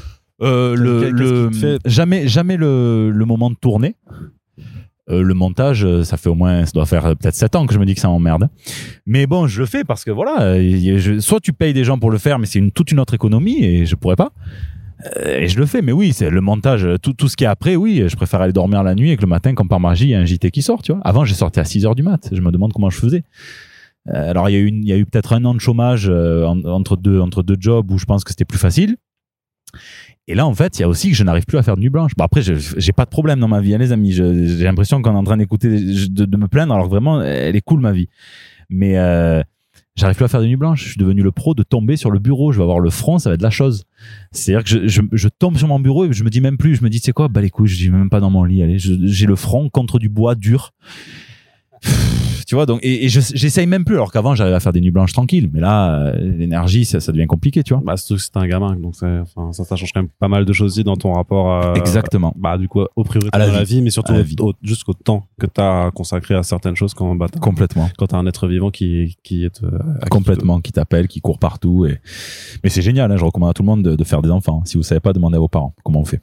jamais le moment de tourner. Le montage, ça doit faire peut-être 7 ans que je me dis que ça m'emmerde. Mais bon, je le fais parce que voilà, soit tu payes des gens pour le faire, mais c'est toute une autre économie et je pourrais pas. Et je le fais, mais oui, c'est le montage, tout ce qui est après, oui, je préfère aller dormir la nuit et que le matin, comme par magie, il y a un JT qui sort, tu vois. Avant, j'ai sorti à 6h du mat. Je me demande comment je faisais. Alors, il y a eu peut-être 1 an de chômage entre deux jobs où je pense que c'était plus facile. Et là, en fait, il y a aussi que je n'arrive plus à faire de nuit blanche. Bon, après, j'ai pas de problème dans ma vie, hein, les amis. J'ai l'impression qu'on est en train d'écouter, de me plaindre, alors que vraiment, elle est cool, ma vie. Mais j'arrive plus à faire de nuit blanche. Je suis devenu le pro de tomber sur le bureau. Je vais avoir le front, ça va être de la chose. C'est-à-dire que je tombe sur mon bureau et je me dis même plus. Je me dis, tu sais quoi, bah les couilles, je dis même pas dans mon lit. Allez, j'ai le front contre du bois dur. Tu vois, donc j'essaye même plus, alors qu'avant j'arrivais à faire des nuits blanches tranquilles, mais là l'énergie ça devient compliqué, tu vois. Bah surtout que c'était un gamin, donc ça change quand même pas mal de choses aussi dans ton rapport exactement, bah du coup aux priorités de la vie, mais surtout jusqu'au temps que t'as consacré à certaines choses quand complètement, quand t'as un être vivant qui est complètement, qui t'appelle, qui court partout mais c'est génial, hein, je recommande à tout le monde de faire des enfants. Si vous savez pas, demandez à vos parents comment on fait.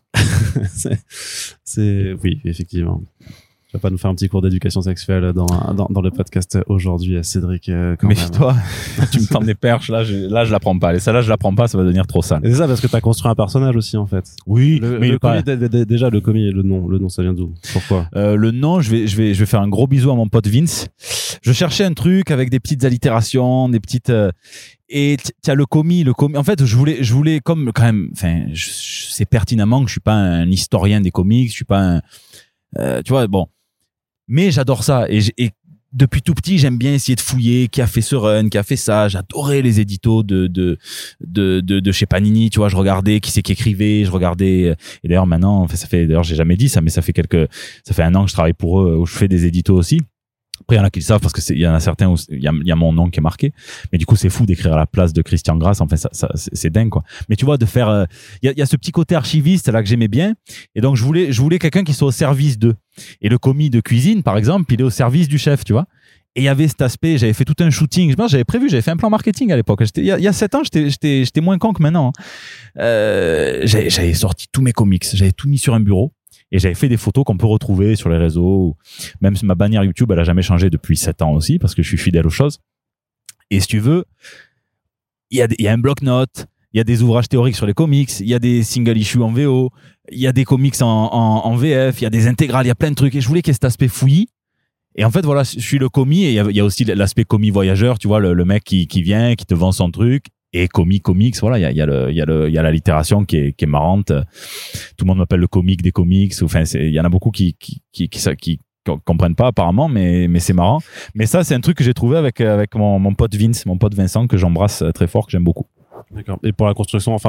Oui, effectivement. Tu vas pas nous faire un petit cours d'éducation sexuelle dans le podcast aujourd'hui, Cédric. Méfie-toi, tu me tends des perches. Là, je la prends pas. Celle-là, je la prends pas, ça va devenir trop sale. Et c'est ça parce que t'as construit un personnage aussi, en fait. Oui, mais le commis, déjà le commis, le nom, ça vient d'où? Pourquoi? Le nom, je vais faire un gros bisou à mon pote Vince. Je cherchais un truc avec des petites allitérations, des petites. Et tiens, le commis. En fait, je voulais comme quand même. Enfin, je sais pertinemment que je suis pas un historien des comics, je suis pas un. Tu vois, bon. Mais j'adore ça et depuis tout petit j'aime bien essayer de fouiller qui a fait ce run, qui a fait ça. J'adorais les éditos de chez Panini, tu vois. Je regardais qui c'est qui écrivait, je regardais. Et d'ailleurs maintenant, enfin, d'ailleurs j'ai jamais dit ça, mais ça fait 1 an que je travaille pour eux où je fais des éditos aussi. Après, il y en a qui le savent parce que il y en a certains où il y a mon nom qui est marqué. Mais du coup, c'est fou d'écrire à la place de Christian Grasse. Enfin, ça c'est dingue, quoi. Mais tu vois, de faire, il y a ce petit côté archiviste là que j'aimais bien. Et donc, je voulais quelqu'un qui soit au service d'eux. Et le commis de cuisine, par exemple, il est au service du chef, tu vois. Et il y avait cet aspect, j'avais fait tout un shooting. Je pense, j'avais fait un plan marketing à l'époque. Il y a 7 ans, j'étais moins con que maintenant. J'avais sorti tous mes comics. J'avais tout mis sur un bureau. Et j'avais fait des photos qu'on peut retrouver sur les réseaux. Même ma bannière YouTube, elle a jamais changé depuis 7 ans aussi, parce que je suis fidèle aux choses. Et si tu veux, il y a un bloc-notes, il y a des ouvrages théoriques sur les comics, il y a des single issues en VO, il y a des comics en VF, il y a des intégrales, il y a plein de trucs. Et je voulais qu'il y ait cet aspect fouillis. Et en fait, voilà, je suis le commis et il y a aussi l'aspect commis voyageur, tu vois, le mec qui vient, qui te vend son truc. Et comics, voilà, il y a l'allitération qui est marrante. Tout le monde m'appelle le comique des comics. Enfin, il y en a beaucoup qui comprennent pas apparemment, mais c'est marrant. Mais ça, c'est un truc que j'ai trouvé avec mon pote Vince, mon pote Vincent, que j'embrasse très fort, que j'aime beaucoup. D'accord. Et pour la construction, enfin,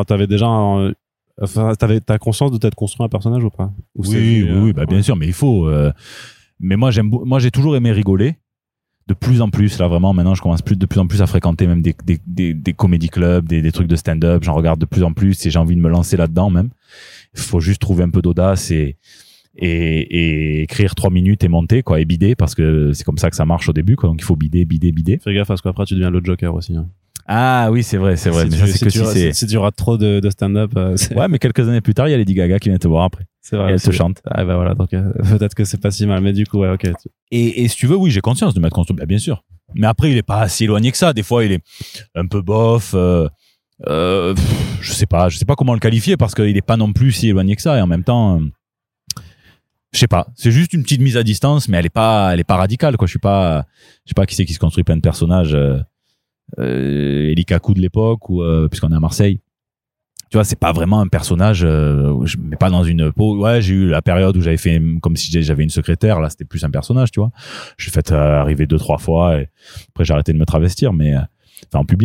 t'as conscience de t'être construit un personnage ou pas? Oui, bah, bien sûr, mais il faut. Mais moi, j'ai toujours aimé rigoler. De plus en plus, là vraiment, maintenant je commence de plus en plus à fréquenter même des comédie clubs, des trucs de stand-up. J'en regarde de plus en plus et j'ai envie de me lancer là-dedans même. Il faut juste trouver un peu d'audace et écrire 3 minutes et monter, quoi, et bider, parce que c'est comme ça que ça marche au début, quoi. Donc il faut bider. Fais gaffe parce qu'après tu deviens le Joker aussi. Hein. Ah oui, c'est vrai. Si tu rates trop de stand-up. Ouais, mais quelques années plus tard, il y a Lady Gaga qui vient te voir après. C'est vrai. Et elle te chante. Ah bah voilà, donc peut-être que c'est pas si mal, mais du coup, ouais, ok. Et si tu veux, oui, j'ai conscience de m'être construit, bien sûr. Mais après, il est pas si éloigné que ça. Des fois, il est un peu bof. Je sais pas comment le qualifier parce qu'il est pas non plus si éloigné que ça. Et en même temps, je sais pas. C'est juste une petite mise à distance, mais elle est pas radicale, quoi. Je sais pas qui c'est qui se construit plein de personnages. Eli Kaku de l'époque ou puisqu'on est à Marseille, tu vois, c'est pas vraiment un personnage, je me mets pas dans une peau. Ouais, j'ai eu la période où j'avais fait comme si j'avais une secrétaire, là c'était plus un personnage, tu vois. J'ai fait arriver 2-3 fois et après j'ai arrêté de me travestir, mais enfin en public,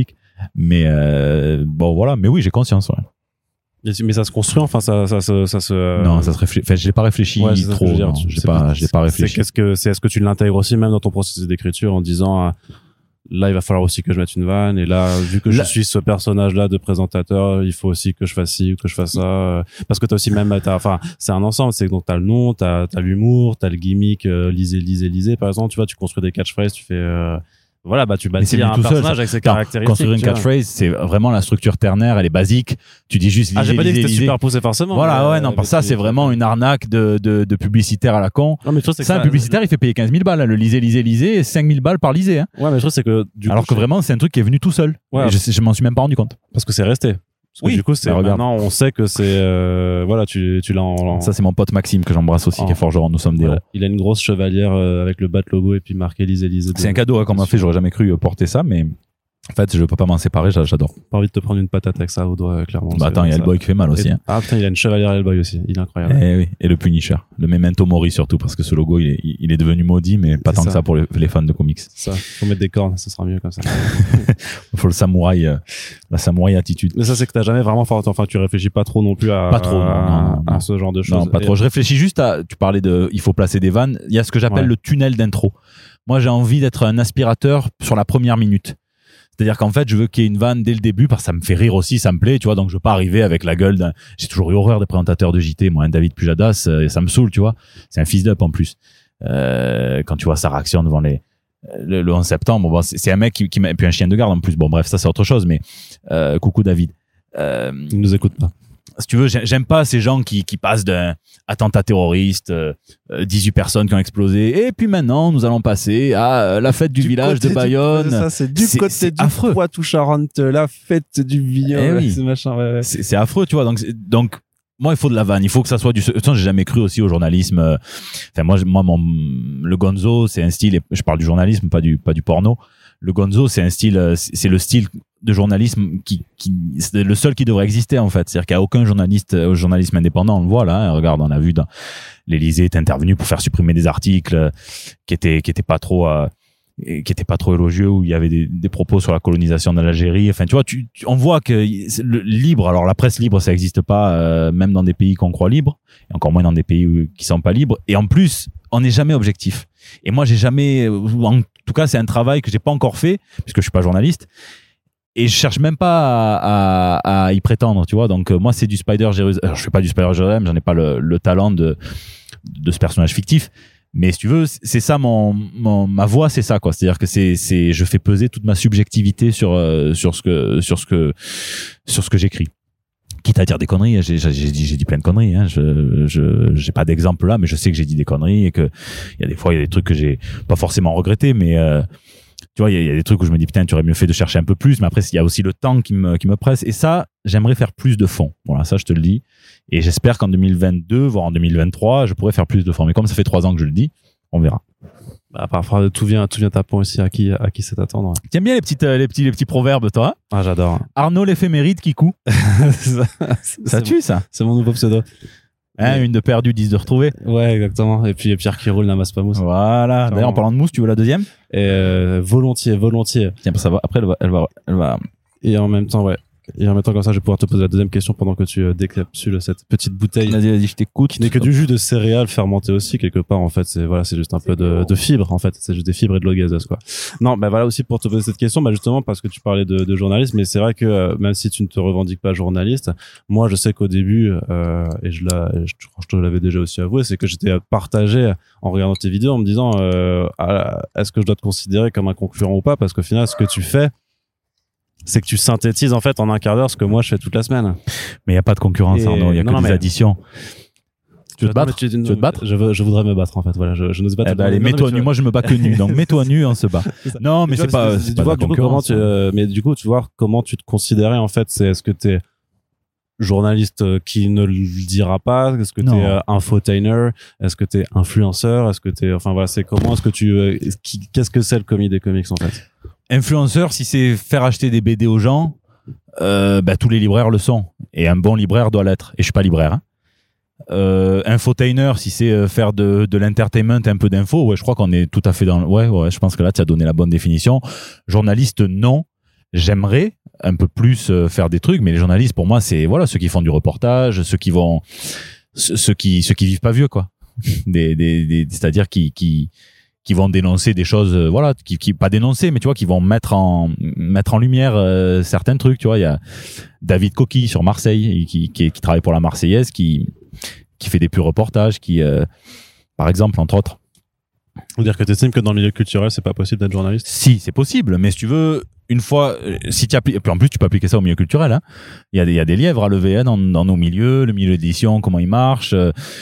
Mais bon, voilà. Mais oui, j'ai conscience. Ouais. Mais ça se construit, enfin, ça se. Non, ça se réfléchit. Enfin, je l'ai pas réfléchi trop. Je l'ai pas réfléchi. Est-ce que tu l'intègres aussi même dans ton processus d'écriture en disant là, il va falloir aussi que je mette une vanne, et là, vu que je suis ce personnage-là de présentateur, il faut aussi que je fasse ci ou que je fasse ça, parce que t'as aussi même, enfin, c'est un ensemble, c'est donc t'as le nom, t'as l'humour, t'as le gimmick, lisez, par exemple, tu vois, tu construis des catchphrases, tu fais, voilà, bah tu bâtis un personnage avec ses caractéristiques. Construire une catchphrase, c'est vraiment la structure ternaire, elle est basique. Tu dis juste j'ai pas dit que c'était super poussé forcément. Voilà, ouais, non, parce que ça, c'est vraiment une arnaque de publicitaire à la con. Non, mais je trouve c'est ça, un publicitaire, il fait payer 15 000 balles, hein, le lisez, et 5 000 balles par lisez. Hein. Ouais, mais je trouve c'est que alors que vraiment, c'est un truc qui est venu tout seul. Ouais. Et je m'en suis même pas rendu compte. Parce que c'est resté. Parce que du coup, c'est maintenant, on sait que c'est voilà, tu l'as en. Ça, c'est mon pote Maxime que j'embrasse aussi, qui est forgeron. Nous sommes des héros. Il a une grosse chevalière avec le bat logo et puis marqué lisez. C'est un cadeau qu'on m'a fait. J'aurais jamais cru porter ça, mais en fait, je peux pas m'en séparer. J'adore. Pas envie de te prendre une patate avec ça au doigt, clairement. Bah attends, il y a Hellboy qui fait mal aussi. Ah putain, il a une chevalière Hellboy aussi. Il est incroyable. Et oui. Et le Punisher, le Memento Mori surtout, parce que ce logo, il est devenu maudit, mais pas tant que ça pour les fans de comics. Ça, faut mettre des cornes, ça sera mieux comme ça. Faut le samouraï, la samouraï attitude. Mais ça, c'est que t'as jamais vraiment enfin, tu réfléchis pas trop non plus à ce genre de choses. Non, pas trop. Je réfléchis juste tu parlais il faut placer des vannes. Il y a ce que j'appelle le tunnel d'intro. Moi, j'ai envie d'être un aspirateur sur la première minute. C'est-à-dire qu'en fait, je veux qu'il y ait une vanne dès le début parce que ça me fait rire aussi, ça me plaît, tu vois. Donc, je veux pas arriver avec la gueule d'un. J'ai toujours eu horreur des présentateurs de JT, moi, David Pujadas, ça me saoule, tu vois. C'est un fils d'up en plus. Quand tu vois sa réaction devant le 11 septembre, bon, c'est un mec qui m'a. Et puis un chien de garde en plus. Bon, bref, ça c'est autre chose, mais coucou David. Il nous écoute pas. Si tu veux, j'aime pas ces gens qui passent d'un attentat terroriste, 18 personnes qui ont explosé, et puis maintenant nous allons passer à la fête du village de Bayonne. Ça, c'est du côté du Poitou-Charentes, la fête du village. Oui. C'est affreux, tu vois. Donc moi, il faut de la vanne. Il faut que ça soit du. J'ai jamais cru aussi au journalisme. Enfin, moi, le gonzo, c'est un style. Je parle du journalisme, pas du porno. Le gonzo, c'est un style. C'est le style de journalisme qui c'est le seul qui devrait exister en fait. C'est-à-dire qu'il n'y a aucun journalisme indépendant. On le voit là. Hein. Regarde, on a vu dans l'Élysée est intervenu pour faire supprimer des articles qui étaient pas trop élogieux, où il y avait des propos sur la colonisation de l'Algérie. Enfin, tu vois, on voit que le libre. Alors la presse libre, ça n'existe pas, même dans des pays qu'on croit libres, et encore moins dans des pays qui sont pas libres. Et en plus, on n'est jamais objectif. Et moi, j'ai jamais, en tout cas, c'est un travail que j'ai pas encore fait puisque je suis pas journaliste. Et je cherche même pas à y prétendre, tu vois. Donc moi, c'est du Spider Jérusalem. Alors, je fais pas du Spider Jérusalem, j'en ai pas le talent de ce personnage fictif. Mais si tu veux, c'est ça ma voix, c'est ça quoi. C'est-à-dire que je fais peser toute ma subjectivité sur ce que j'écris. Quitte à dire des conneries, j'ai dit plein de conneries. Hein. J'ai pas d'exemple là, mais je sais que j'ai dit des conneries et que il y a des fois il y a des trucs que j'ai pas forcément regretté, mais tu vois, il y a des trucs où je me dis putain, tu aurais mieux fait de chercher un peu plus, mais après il y a aussi le temps qui me presse, et ça, j'aimerais faire plus de fond. Voilà, ça je te le dis, et j'espère qu'en 2022 voire en 2023 je pourrais faire plus de fond, mais comme ça fait 3 ans que je le dis, on verra. Bah, parfois tout vient tapant aussi à qui c'est attendre. Ouais. T'aimes bien les petits proverbes, toi? Ah, j'adore. Arnaud l'éphéméride qui coud. ça tue, ça. C'est mon nouveau pseudo. Hein, ouais. Une de perdue, 10 de retrouvée. Ouais, exactement. Et puis Pierre qui roule n'amasse pas mousse. Voilà. D'ailleurs, en parlant de mousse, tu veux la deuxième? Volontiers. Tiens, ça va. Après, elle va. Et en même temps, ouais. Et en même temps, comme ça, je vais pouvoir te poser la deuxième question pendant que tu décapsules cette petite bouteille. Vas-y, je t'écoute. Qui n'est que du jus de céréales fermenté aussi, quelque part, en fait. C'est juste un peu de fibres, en fait. C'est juste des fibres et de l'eau gazeuse, quoi. Non, bah voilà aussi pour te poser cette question, bah justement, parce que tu parlais de journalisme, mais c'est vrai que, même si tu ne te revendiques pas journaliste, moi, je sais qu'au début, et je te l'avais déjà aussi avoué, c'est que j'étais partagé en regardant tes vidéos en me disant, est-ce que je dois te considérer comme un concurrent ou pas? Parce qu'au final, ce que tu fais, c'est que tu synthétises en fait en un quart d'heure ce que moi je fais toute la semaine. Mais il n'y a pas de concurrence, Arnaud, il y a que des additions. Tu veux te battre? Je voudrais me battre en fait. Voilà, je n'ose pas. Allez, mets-toi nu. Moi, je me bats que nu. Donc, mets-toi nu, on se bat. Non, mais c'est pas la concurrence. Mais du coup, tu vois comment tu te considérais en fait. Est-ce que t'es journaliste qui ne le dira pas? Est-ce que t'es infotainer? Est-ce que t'es influenceur? Est-ce que t'es, enfin voilà, c'est comment? Est-ce que qu'est-ce que c'est le commis des comics en fait? Influenceur, si c'est faire acheter des BD aux gens, tous les libraires le sont. Et un bon libraire doit l'être. Et je suis pas libraire. Hein. Infotainer, si c'est faire de l'entertainment, un peu d'info, ouais, je crois qu'on est tout à fait dans. Ouais, je pense que là, tu as donné la bonne définition. Journaliste, non. j'aimerais un peu plus faire des trucs, mais les journalistes, pour moi, c'est voilà ceux qui font du reportage, ceux qui vivent pas vieux, quoi. C'est-à-dire qui vont dénoncer des choses, voilà, qui pas dénoncer, mais tu vois, qui vont mettre en lumière certains trucs, tu vois. Il y a David Coquille sur Marseille, qui travaille pour la Marseillaise, qui fait des purs reportages, par exemple, entre autres. Dire que tu estimes que dans le milieu culturel, c'est pas possible d'être journaliste? Si, c'est possible, mais si tu veux, une fois, si tu appliques, en plus tu peux appliquer ça au milieu culturel, hein. Il y a des lièvres à lever, hein, dans nos milieux, le milieu d'édition, comment il marche,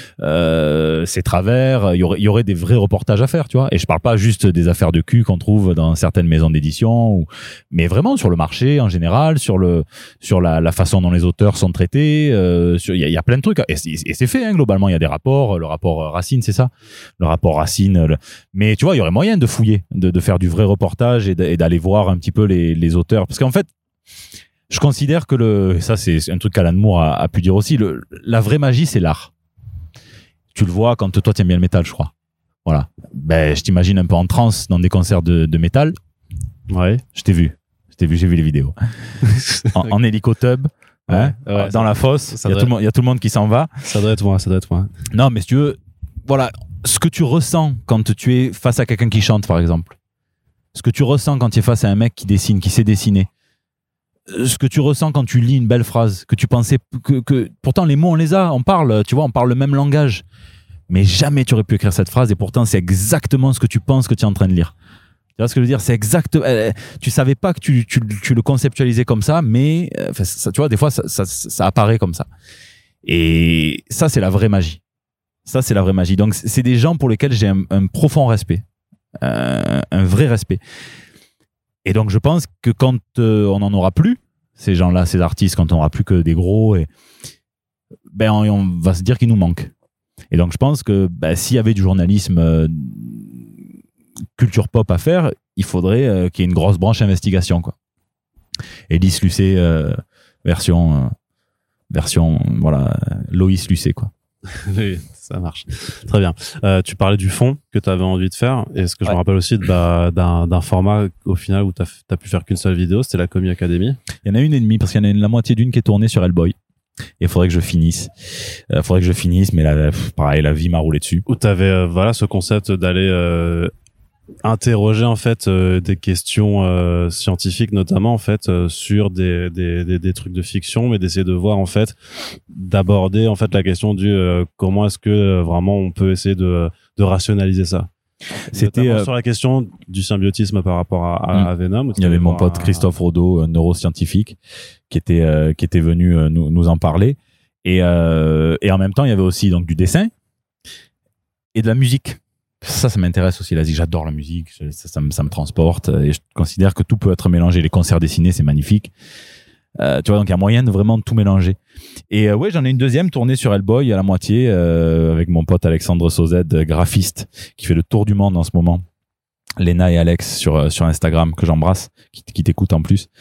ses travers. Il y aurait des vrais reportages à faire, tu vois. Et je parle pas juste des affaires de cul qu'on trouve dans certaines maisons d'édition, mais vraiment sur le marché en général, sur la façon dont les auteurs sont traités. Il y a plein de trucs, et c'est fait, hein, globalement. Il y a des rapports, le rapport Racine, c'est ça, le rapport Racine. Mais tu vois, il y aurait moyen de fouiller, de faire du vrai reportage et d'aller voir un petit peu les auteurs, parce qu'en fait, je considère que ça c'est un truc qu'Alan Moore a pu dire aussi, la vraie magie, c'est l'art. Tu le vois quand toi tu aimes bien le métal, je crois. Voilà. Ben, je t'imagine un peu en transe dans des concerts de métal. Ouais. Je t'ai vu, j'ai vu les vidéos. en hélicotub, hein, ouais, dans la fosse, il y a tout le monde qui s'en va. Ça doit être moi. Non, mais si tu veux, voilà, ce que tu ressens quand tu es face à quelqu'un qui chante, par exemple. Ce que tu ressens quand tu es face à un mec qui dessine, qui sait dessiner. Ce que tu ressens quand tu lis une belle phrase, que tu pensais que pourtant les mots on les a, on parle, tu vois, on parle le même langage, mais jamais tu aurais pu écrire cette phrase, et pourtant c'est exactement ce que tu penses que tu es en train de lire. Tu vois ce que je veux dire? C'est exactement. Tu savais pas que tu le conceptualisais comme ça, mais ça, tu vois, des fois ça apparaît comme ça. Et ça, c'est la vraie magie. Donc c'est des gens pour lesquels j'ai un profond respect. Un vrai respect. Et donc je pense que quand on n'en aura plus, ces gens-là, ces artistes, quand on n'aura plus que des gros, on va se dire qu'ils nous manquent. Et donc je pense que s'il y avait du journalisme culture pop à faire, il faudrait qu'il y ait une grosse branche investigation, quoi. Et Lys Lucet version voilà, Loïs Lucet, quoi. Oui, ça marche. Très bien. Tu parlais du fond que tu avais envie de faire. Et ce que je me rappelle aussi d'un format au final où t'as pu faire qu'une seule vidéo, c'était la Comic Academy. Il y en a une et demie, parce qu'il y en a la moitié d'une qui est tournée sur Hellboy. Et il faudrait que je finisse. Mais là, pareil, la vie m'a roulé dessus. Où t'avais ce concept d'aller interroger en fait des questions scientifiques, notamment en fait sur des trucs de fiction, mais d'essayer de voir en fait, d'aborder en fait la question du comment est-ce que vraiment on peut essayer de rationaliser ça. C'était sur la question du symbiotisme par rapport à Venom. Il y avait mon pote Christophe Rodeau, neuroscientifique, qui était venu nous en parler, et en même temps il y avait aussi donc du dessin et de la musique. Ça m'intéresse aussi, l'Asie. J'adore la musique, ça me transporte, et je considère que tout peut être mélangé. Les concerts dessinés, c'est magnifique. Tu vois, donc il y a moyen de vraiment tout mélanger. Et ouais, j'en ai une deuxième tournée sur Hellboy à la moitié, avec mon pote Alexandre Sauzet, graphiste, qui fait le tour du monde en ce moment. Léna et Alex sur Instagram, que j'embrasse, qui t'écoutent en plus,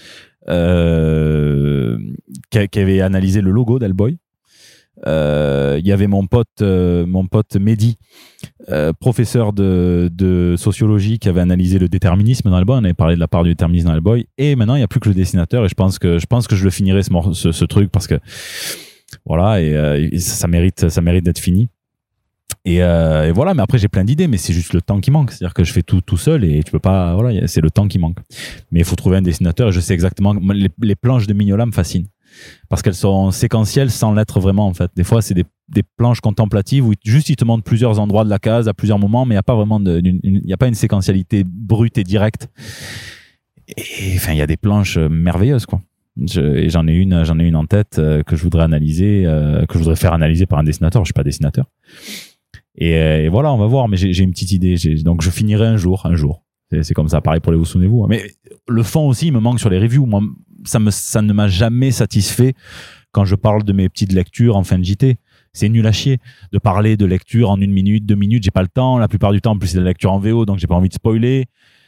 qui avait analysé le logo d'Hellboy. Il y avait mon pote Mehdi, professeur de sociologie, qui avait analysé le déterminisme dans Hellboy. On avait parlé de la part du déterminisme dans Hellboy, et maintenant il n'y a plus que le dessinateur, et je pense que je le finirai ce truc, parce que voilà, et ça mérite d'être fini. Et voilà, mais après j'ai plein d'idées, mais c'est juste le temps qui manque. C'est-à-dire que je fais tout seul, et tu peux pas, voilà, c'est le temps qui manque. Mais il faut trouver un dessinateur, et je sais exactement, les planches de Mignola me fascinent, parce qu'elles sont séquentielles sans l'être vraiment, en fait. Des fois, c'est des planches contemplatives où juste ils te montrent plusieurs endroits de la case à plusieurs moments, mais il n'y a pas vraiment une séquentialité brute et directe. Et enfin, il y a des planches merveilleuses, quoi. Et j'en ai une en tête que je voudrais analyser, que je voudrais faire analyser par un dessinateur. Je suis pas dessinateur. Et voilà, on va voir, mais j'ai une petite idée. Donc je finirai un jour. C'est comme ça, pareil pour les vous souvenez-vous. Mais le fond aussi, il me manque sur les reviews. Moi, ça ne m'a jamais satisfait quand je parle de mes petites lectures en fin de JT. C'est nul à chier de parler de lecture en 1 minute, 2 minutes. J'ai pas le temps. La plupart du temps, en plus, c'est de la lecture en VO, donc j'ai pas envie de spoiler.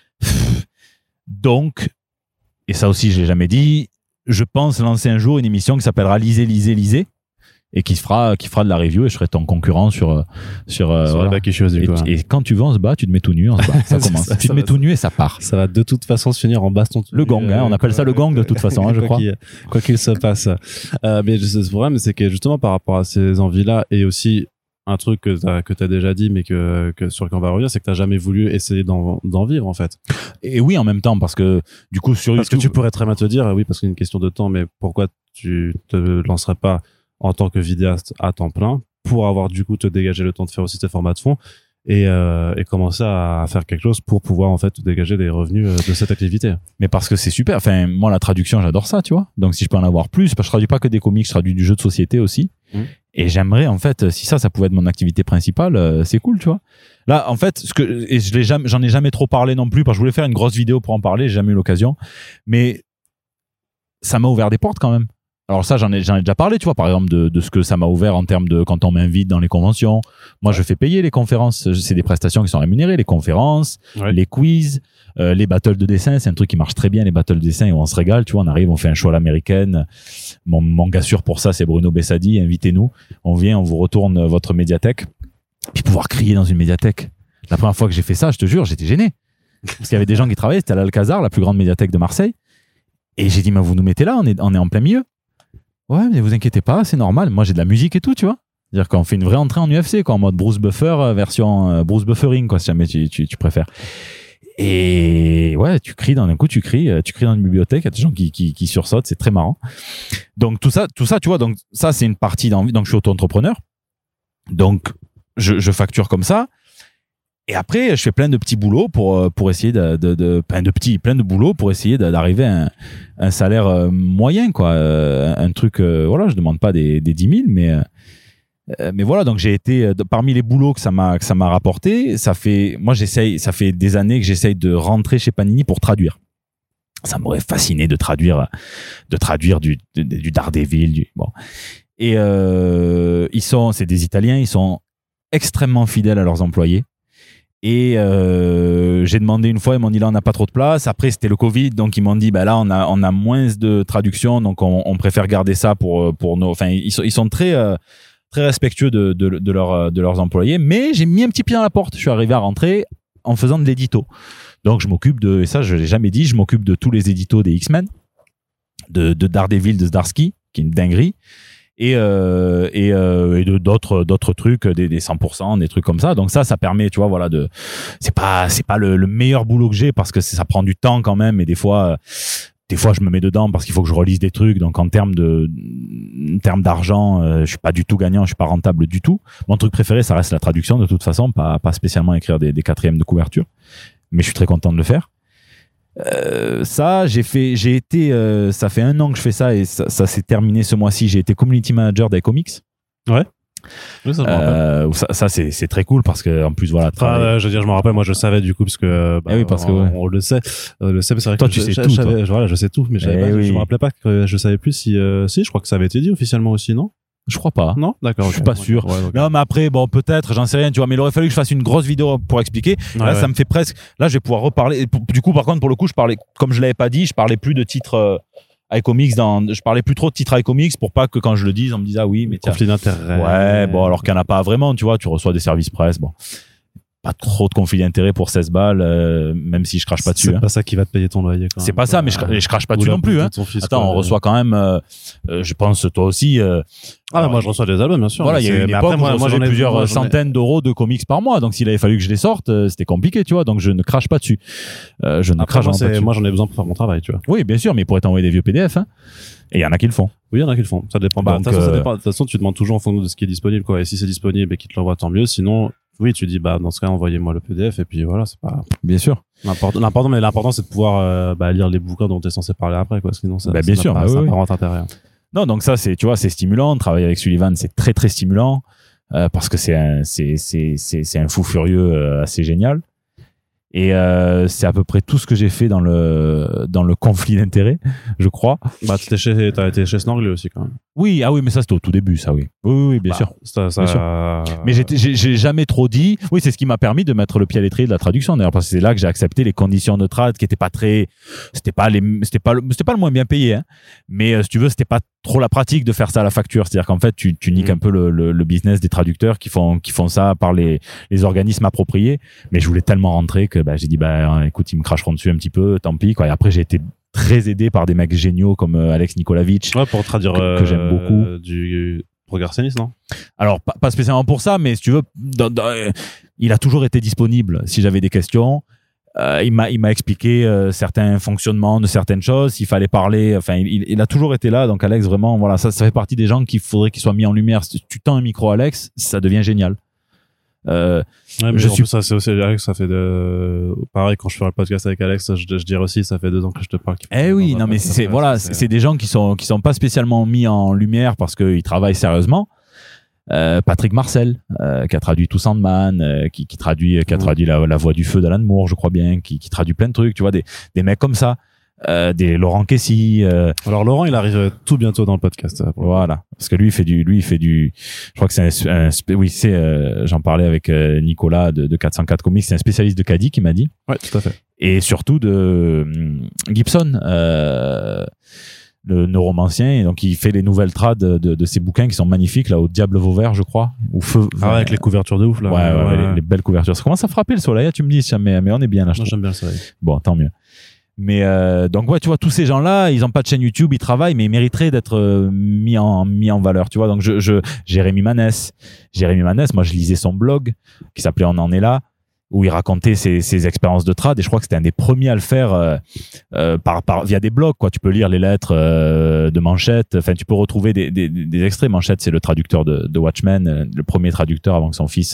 Donc, et ça aussi, je l'ai jamais dit, je pense lancer un jour une émission qui s'appellera Lisez, lisez, lisez, et qui fera de la review et je serai ton concurrent sur voilà. Et quand tu veux on se bat, tu te mets tout nu, on se bat. Ça commence. Tu te mets tout nu et ça part. Ça va de toute façon se finir en baston. Le gang, on appelle ça le gang de toute façon, je crois. Quoi qu'il se passe. Mais le problème, c'est que justement par rapport à ces envies-là et aussi un truc que t'as déjà dit, mais que sur lequel on va revenir, c'est que t'as jamais voulu essayer d'en vivre en fait. Et oui, en même temps, parce que du coup sur parce que tu pourrais très bien te dire, oui, parce qu'il y a une question de temps, mais pourquoi tu te lancerais pas en tant que vidéaste à temps plein pour avoir du coup te dégager le temps de faire aussi tes formats de fond et commencer à faire quelque chose pour pouvoir en fait dégager des revenus de cette activité. Mais parce que c'est super. Enfin, moi la traduction, j'adore ça, tu vois. Donc si je peux en avoir plus, parce que je traduis pas que des comics, je traduis du jeu de société aussi. Et j'aimerais en fait, si ça pouvait être mon activité principale, c'est cool, tu vois. Là, en fait, j'en ai jamais trop parlé non plus, parce que je voulais faire une grosse vidéo pour en parler, j'ai jamais eu l'occasion. Mais ça m'a ouvert des portes quand même. Alors ça, j'en ai déjà parlé, tu vois, par exemple, de ce que ça m'a ouvert en termes de quand on m'invite dans les conventions. Moi, je fais payer les conférences. C'est des prestations qui sont rémunérées, les conférences, les quiz, les battles de dessin. C'est un truc qui marche très bien, les battles de dessin, et on se régale, tu vois. On arrive, on fait un show à l'américaine. Mon gars sûr pour ça, c'est Bruno Bessadi. Invitez-nous. On vient, on vous retourne votre médiathèque. Puis pouvoir crier dans une médiathèque. La première fois que j'ai fait ça, je te jure, j'étais gêné. Parce qu'il y avait des gens qui travaillaient. C'était à l'Alcazar, la plus grande médiathèque de Marseille. Et j'ai dit, mais vous nous mettez là, on est en plein milieu. Ouais, mais vous inquiétez pas, c'est normal. Moi, j'ai de la musique et tout, tu vois. C'est-à-dire qu'on fait une vraie entrée en UFC, quoi, en mode Bruce Buffer, version Bruce Buffering, quoi, si jamais tu préfères. Et ouais, tu cries dans un coup, tu cries dans une bibliothèque, il y a des gens qui sursautent, c'est très marrant. Donc tout ça, tu vois, donc ça, c'est une partie d'envie. Donc je suis auto-entrepreneur. Donc je facture comme ça. Et après, je fais plein de petits boulots pour essayer plein de boulots pour essayer d'arriver à un salaire moyen, quoi. Un truc, voilà, je demande pas des 10 000, mais voilà, donc j'ai été parmi les boulots que ça m'a rapporté. Ça fait des années que j'essaye de rentrer chez Panini pour traduire. Ça m'aurait fasciné de traduire du Daredevil, bon. Et c'est des Italiens, ils sont extrêmement fidèles à leurs employés. Et j'ai demandé une fois, ils m'ont dit là on n'a pas trop de place. Après c'était le Covid, donc ils m'ont dit bah là on a moins de traduction, donc on préfère garder ça pour nos. Enfin ils sont très très respectueux de leurs employés. Mais j'ai mis un petit pied dans la porte. Je suis arrivé à rentrer en faisant de l'édito. Donc je m'occupe et ça je l'ai jamais dit, je m'occupe de tous les éditos des X-Men, de Daredevil, de Zdarsky, qui est une dinguerie. Et de d'autres trucs, des 100%, des trucs comme ça. Donc ça permet, tu vois, voilà, c'est pas le meilleur boulot que j'ai parce que ça prend du temps quand même, et des fois je me mets dedans parce qu'il faut que je relise des trucs. Donc en termes d'argent, je suis pas du tout gagnant, je suis pas rentable du tout. Mon truc préféré, ça reste la traduction de toute façon, pas spécialement écrire des quatrièmes de couverture, mais je suis très content de le faire. Ça fait 1 an que je fais ça et ça s'est terminé ce mois-ci. J'ai été community manager d'iComics. Ouais. Oui, ça, je me rappelle. Ça c'est très cool parce que en plus voilà. Je veux dire, je me rappelle, moi je savais du coup parce que oui, parce que on le sait, mais c'est vrai toi que tu sais tout. Voilà, je sais tout, mais je me rappelais pas que je savais plus si je crois que ça avait été dit officiellement aussi, non? Je crois pas. Non, d'accord. Je suis pas sûr. Ouais, okay. Non, mais après, bon, peut-être, j'en sais rien, tu vois. Mais il aurait fallu que je fasse une grosse vidéo pour expliquer. Là, ça me fait presque. Là, je vais pouvoir reparler. Du coup, par contre, pour le coup, je parlais, comme je l'avais pas dit, je parlais plus de titres iComics je parlais plus trop de titres iComics pour pas que quand je le dise, on me dise ah oui, mais tiens. Conflit d'intérêt. Ouais, bon, alors qu'il n'y en a pas vraiment, tu vois. Tu reçois des services presse, bon. Pas trop de conflit d'intérêt pour 16 balles, même si je crache pas dessus. C'est pas ça qui va te payer ton loyer, quand même. C'est pas ça, mais je crache pas dessus non plus, hein. Attends, on reçoit quand même, je pense, toi aussi, moi, je reçois des albums, bien sûr. Voilà, il y a eu une époque où moi, j'ai plusieurs centaines d'euros de comics par mois. Donc, s'il avait fallu que je les sorte, c'était compliqué, tu vois. Donc, je ne crache pas dessus. Moi, j'en ai besoin pour faire mon travail, tu vois. Oui, bien sûr, mais ils pourraient t'envoyer des vieux PDF, hein. Et il y en a qui le font. Oui, il y en a qui le font. Ça dépend. Donc, ça dépend. De toute façon, tu demandes toujours en fonction de ce qui est disponible, quoi. Et si c'est disponible et qu'ils te l'envoient, tant mieux. Sinon, oui, tu dis, dans ce cas, envoyez-moi le PDF et puis voilà, c'est pas. Bien sûr. L'important, c'est de pouvoir, lire les bouquins dont tu es censé parler après, quoi. Sinon, ça, bien sûr, ça n'a pas grand intérêt. Non, donc ça, c'est, tu vois, c'est stimulant. Travailler avec Sullivan, c'est très, très stimulant, parce que c'est un fou furieux, assez génial. Et c'est à peu près tout ce que j'ai fait dans le conflit d'intérêts, je crois. T'as été chez Snorgle aussi, quand même. Oui, mais ça c'était au tout début, ça, oui. Oui, bien sûr. Bien sûr. Mais j'ai jamais trop dit. Oui, c'est ce qui m'a permis de mettre le pied à l'étrier de la traduction, d'ailleurs, parce que c'est là que j'ai accepté les conditions de trad qui étaient pas très, c'était pas le moins bien payé, hein. Mais si tu veux, c'était pas trop la pratique de faire ça à la facture. C'est-à-dire qu'en fait, tu niques un peu le business des traducteurs qui font ça par les organismes appropriés. Mais je voulais tellement rentrer que j'ai dit, écoute, ils me cracheront dessus un petit peu, tant pis, quoi. Et après, j'ai été très aidé par des mecs géniaux comme Alex Nikolaevich. Ouais, pour traduire que j'aime beaucoup. Du Progressioniste, non? Alors, pas spécialement pour ça, mais si tu veux, il a toujours été disponible si j'avais des questions. Il m'a expliqué certains fonctionnements de certaines choses, s'il fallait parler, enfin il a toujours été là. Donc Alex, vraiment, voilà, ça fait partie des gens qu'il faudrait qu'ils soient mis en lumière. Si tu tends un micro à Alex, ça devient génial. Ouais, mais ça c'est aussi Alex, ça fait pareil quand je ferai le podcast avec Alex, je dirais aussi ça fait 2 ans que je te parle. Oui, non mais c'est des gens qui sont pas spécialement mis en lumière parce qu'ils travaillent sérieusement. Patrick Marcel qui a traduit tout Sandman, qui a traduit la Voix du Feu d'Alan Moore, je crois bien, qui traduit plein de trucs, tu vois, des mecs comme ça. Des Laurent Kessy. Alors Laurent, il arrive tout bientôt dans le podcast. Voilà, parce que lui il fait du, je crois que c'est j'en parlais avec Nicolas de 404 Comics, c'est un spécialiste de Caddy qui m'a dit. Ouais, tout à fait. Et surtout de Gibson, le neuromancien, et donc il fait les nouvelles trades de ses bouquins qui sont magnifiques là, au Diable Vauvert, je crois, ou Feu. Avec les couvertures de ouf là. Ouais. Les belles couvertures. Ça commence à frapper le soleil, tu me dis, mais on est bien là. Moi j'aime bien le soleil. Bon, tant mieux. Mais donc ouais, tu vois, tous ces gens-là, ils ont pas de chaîne YouTube, ils travaillent, mais ils mériteraient d'être mis en valeur, tu vois. Donc Jérémy Manès, moi je lisais son blog qui s'appelait On en est là, où il racontait ses expériences de trad, et je crois que c'était un des premiers à le faire via des blogs, quoi. Tu peux lire les lettres de Manchette, enfin tu peux retrouver des extraits. Manchette, c'est le traducteur de Watchmen, le premier traducteur avant que son fils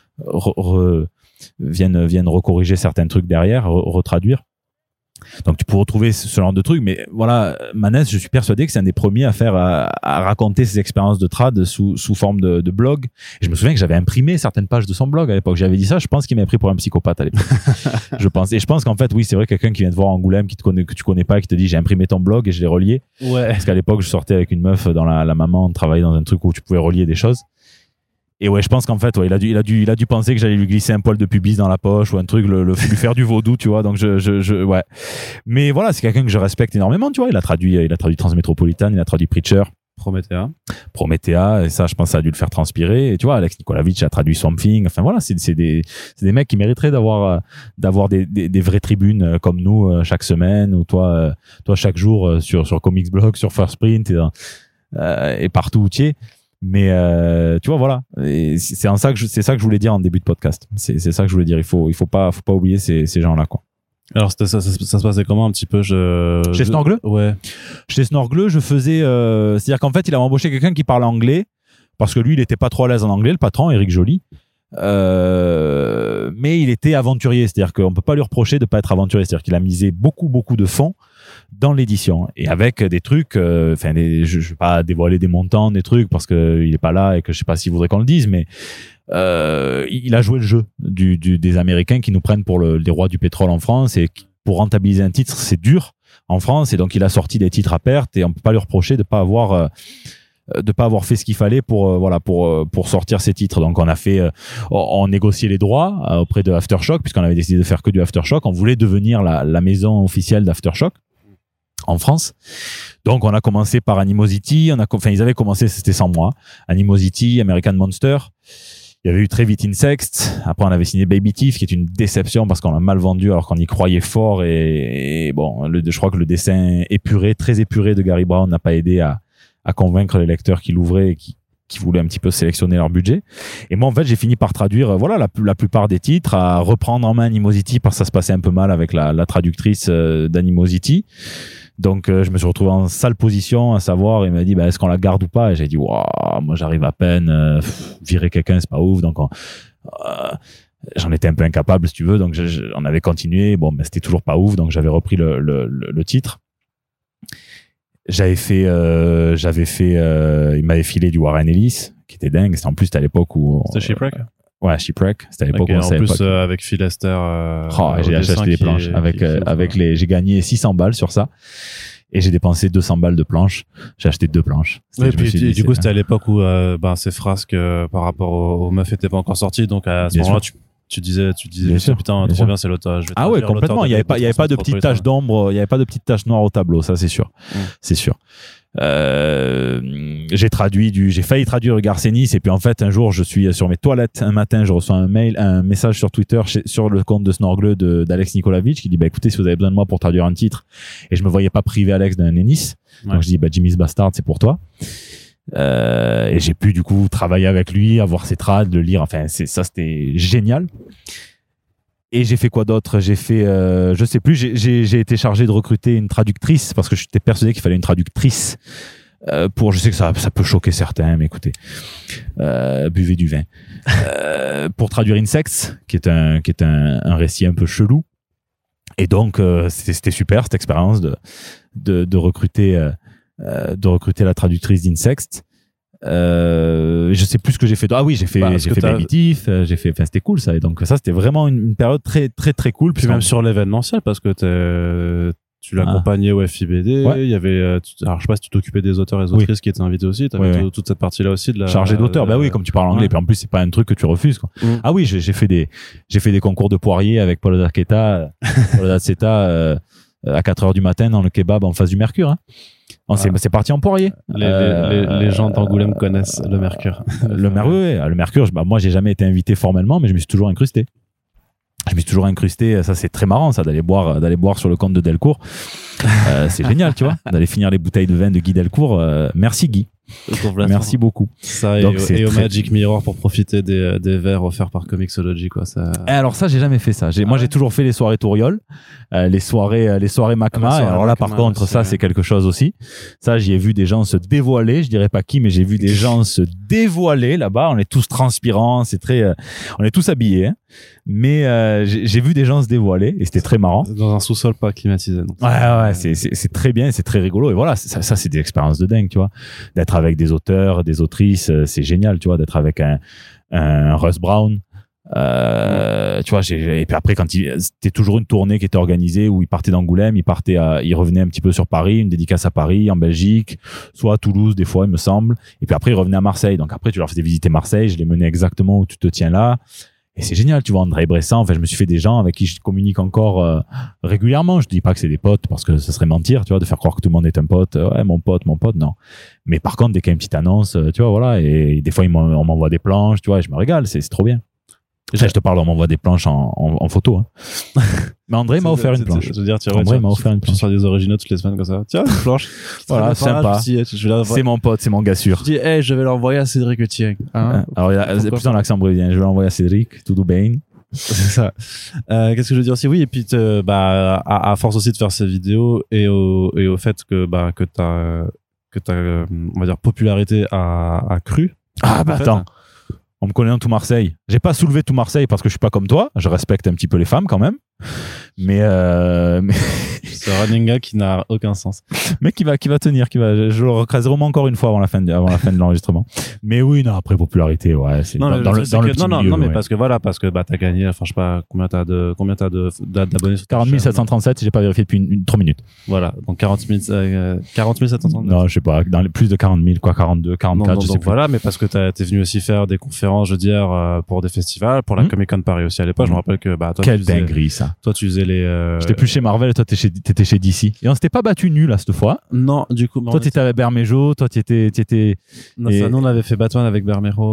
vienne recorriger certains trucs derrière, retraduire. Donc tu peux retrouver ce genre de trucs, mais voilà, Manès, je suis persuadé que c'est un des premiers à raconter ses expériences de trad sous forme de blog. Et je me souviens que j'avais imprimé certaines pages de son blog à l'époque. J'avais dit ça, je pense qu'il m'avait pris pour un psychopathe à l'époque. Je pense qu'en fait, oui, c'est vrai, quelqu'un qui vient te voir à Angoulême, que tu connais pas, qui te dit j'ai imprimé ton blog et je l'ai relié. Ouais. Parce qu'à l'époque, je sortais avec une meuf dans la maman, on travaillait dans un truc où tu pouvais relier des choses. Et ouais, je pense qu'en fait, ouais, il a dû penser que j'allais lui glisser un poil de pubis dans la poche ou un truc, lui faire du vaudou, tu vois. Donc ouais. Mais voilà, c'est quelqu'un que je respecte énormément, tu vois. Il a traduit Transmétropolitan, il a traduit Preacher, Promethea, et ça, je pense, ça a dû le faire transpirer. Et tu vois, Alex Nikolaevich a traduit Swamp Thing. Enfin voilà, c'est des mecs qui mériteraient d'avoir des vraies tribunes comme nous chaque semaine, ou toi chaque jour sur Comics Blog, sur First Print et partout où tu es. Mais tu vois, voilà, et c'est ça que je voulais dire en début de podcast. C'est ça que je voulais dire. Il faut pas oublier ces gens-là, quoi. Alors ça se passait comment un petit peu chez Snorgle? Ouais. Chez Snorgle, je faisais c'est-à-dire qu'en fait, il a embauché quelqu'un qui parle anglais parce que lui, il était pas trop à l'aise en anglais, le patron, Eric Joly. Mais il était aventurier, c'est-à-dire qu'on peut pas lui reprocher de pas être aventurier, c'est-à-dire qu'il a misé beaucoup de fonds dans l'édition, et avec des trucs je vais pas dévoiler des montants, des trucs, parce que il est pas là et que je sais pas s'il voudrait qu'on le dise, mais il a joué le jeu des Américains qui nous prennent pour les rois du pétrole en France, et pour rentabiliser un titre, c'est dur en France, et donc il a sorti des titres à perte, et on peut pas lui reprocher de pas avoir fait ce qu'il fallait pour sortir ces titres. Donc on négociait les droits auprès de Aftershock, puisqu'on avait décidé de faire que du Aftershock. On voulait devenir la maison officielle d'Aftershock en France. Donc on a commencé par Animosity, ils avaient commencé, c'était sans moi, Animosity, American Monster. Il y avait eu très vite Insect. Après, on avait signé Baby Thief, qui est une déception parce qu'on l'a mal vendu alors qu'on y croyait fort, et bon, je crois que le dessin très épuré de Gary Brown n'a pas aidé à convaincre les lecteurs qui l'ouvraient et qui voulaient un petit peu sélectionner leur budget. Et moi, en fait, j'ai fini par traduire la plupart des titres, à reprendre en main Animosity parce que ça se passait un peu mal avec la traductrice d'Animosity. Donc, je me suis retrouvé en sale position à savoir, il m'a dit, est-ce qu'on la garde ou pas? Et j'ai dit, waouh, moi j'arrive à peine, virer quelqu'un, c'est pas ouf. Donc, j'en étais un peu incapable, si tu veux. Donc, on avait continué. Bon, c'était toujours pas ouf. Donc, j'avais repris le titre. Il m'avait filé du Warren Ellis, qui était dingue. C'était en plus, c'était à l'époque où... C'était Shipwreck? Ouais, Shipwreck. C'était à l'époque où on savait pas. En plus, avec Phil Lester. J'ai acheté des planches. J'ai gagné 600 balles sur ça. Et j'ai dépensé 200 balles de planches. J'ai acheté 2 planches. Oui, puis du coup, c'était à l'époque où, ces frasques, par rapport aux meufs étaient pas encore sorties. Donc, à ce moment-là, tu disais, putain, trop bien, c'est l'auteur. Ah ouais, complètement. Il y avait pas de petites taches d'ombre, il y avait pas de petites taches noires au tableau, ça, c'est sûr. C'est sûr. J'ai failli traduire Garcenis, et puis en fait un jour je suis sur mes toilettes un matin, je reçois un message sur Twitter sur le compte de Snorgle d'Alex Nikolaevich qui dit écoutez, si vous avez besoin de moi pour traduire un titre, et je me voyais pas priver Alex d'un Ennis, donc je dis Jimmy's Bastard, c'est pour toi. Et j'ai pu du coup travailler avec lui, avoir ses trades, le lire, enfin c'était génial. Et j'ai fait quoi d'autre? J'ai fait, je sais plus, j'ai été chargé de recruter une traductrice parce que j'étais persuadé qu'il fallait une traductrice je sais que ça peut choquer certains, mais écoutez, buvez du vin. Pour traduire Insects, qui est un récit un peu chelou. Et donc, c'était super cette expérience de recruter la traductrice d'Insects. Je sais plus ce que j'ai fait. Ah oui, j'ai fait Baby Thief, c'était cool ça. Et donc ça, c'était vraiment une période très très très cool. Puis même sur l'événementiel, parce que tu l'accompagnais au FIBD. Ouais. Il y avait, alors je sais pas si tu t'occupais des auteurs et des autrices qui étaient invités aussi. T'avais toute cette partie-là aussi de la chargé d'auteur. Bah oui, comme tu parles anglais. Ouais. Puis en plus, c'est pas un truc que tu refuses, quoi. Ah oui, j'ai fait des concours de poirier avec Paul D'Arqueta, à 4h du matin dans le kebab en face du Mercure, hein. C'est parti en poirier. Les gens d'Angoulême connaissent le Mercure. Le Mercure, moi j'ai jamais été invité formellement, mais je me suis toujours incrusté. Ça c'est très marrant, ça, d'aller boire sur le compte de Delcourt. C'est génial, tu vois, d'aller finir les bouteilles de vin de Guy Delcourt. Merci Guy. Merci beaucoup. Ça, et au Magic Mirror pour profiter des verres offerts par Comixology, quoi. Ça... Alors ça, j'ai jamais fait ça. Moi, j'ai toujours fait les soirées Touriol, les soirées Macma. Alors là, par contre, ça, c'est quelque chose aussi. Ça, j'y ai vu des gens se dévoiler. Je dirais pas qui, mais j'ai vu des gens se dévoiler là-bas. On est tous transpirants. On est tous habillés, hein. Mais j'ai vu des gens se dévoiler et c'était très marrant. Dans un sous-sol pas climatisé. Donc ouais, c'est très bien, c'est très rigolo. Et voilà, ça c'est des expériences de dingue, tu vois. D'être avec des auteurs, des autrices, c'est génial, tu vois. D'être avec un Russ Brown. Tu vois, et puis après, c'était toujours une tournée qui était organisée où il partait d'Angoulême, il revenait un petit peu sur Paris, une dédicace à Paris, en Belgique, soit à Toulouse des fois, il me semble. Et puis après, il revenait à Marseille. Donc après, tu leur faisais visiter Marseille, je les menais exactement où tu te tiens là. Et c'est génial, tu vois, André Bressan. Enfin, je me suis fait des gens avec qui je communique encore régulièrement. Je dis pas que c'est des potes parce que ce serait mentir, tu vois, de faire croire que tout le monde est un pote. Ouais, mon pote, non. Mais par contre, dès qu'il y a une petite annonce, tu vois, voilà. Et des fois, on m'envoie des planches, tu vois, et je me régale. C'est trop bien. Je te parle, on m'envoie des planches en photo, hein. Mais André m'a offert une planche. Je veux dire, André m'a offert une planche. Tu fais des originaux toutes les semaines comme ça. Tiens, une planche. Voilà, sympa. C'est mon pote, c'est mon gars sûr. Je dis, je vais l'envoyer à Cédric Etienne. Hein. Alors, c'est plus dans l'accent brésilien. Je vais l'envoyer à Cédric, tout bien. C'est ça. Qu'est-ce que je veux dire aussi? Oui, et puis, à force aussi de faire ces vidéos et au fait que ta, on va dire, popularité a cru. Ah, bah, attends. On me connaît dans tout Marseille. J'ai pas soulevé tout Marseille parce que je suis pas comme toi. Je respecte un petit peu les femmes quand même. Mais c'est un running gag qui n'a aucun sens. Mais qui va tenir, je le recraserai au moins encore une fois avant la fin de l'enregistrement. Mais oui, non, après popularité, ouais, c'est dans le petit milieu, mais ouais. parce que t'as gagné, enfin je sais pas combien t'as d'abonnés sur 40 737, j'ai pas vérifié depuis 3 minutes. Voilà, donc 40 737. Non, je sais pas, plus de 40 000, quoi, 42, 44, non, je sais donc plus. voilà, mais parce que t'es venu aussi faire des conférences, je veux dire, pour des festivals, pour la Comic Con Paris aussi à l'époque. Je me rappelle que toi, quelle dinguerie ça. Toi tu faisais les j'étais plus chez Marvel et toi t'étais chez DC. Et on s'était pas battu nul à cette fois. Non, du coup. Toi t'étais avec Bermejo, toi t'étais. Non, ça, nous on avait fait Batman avec Bermejo,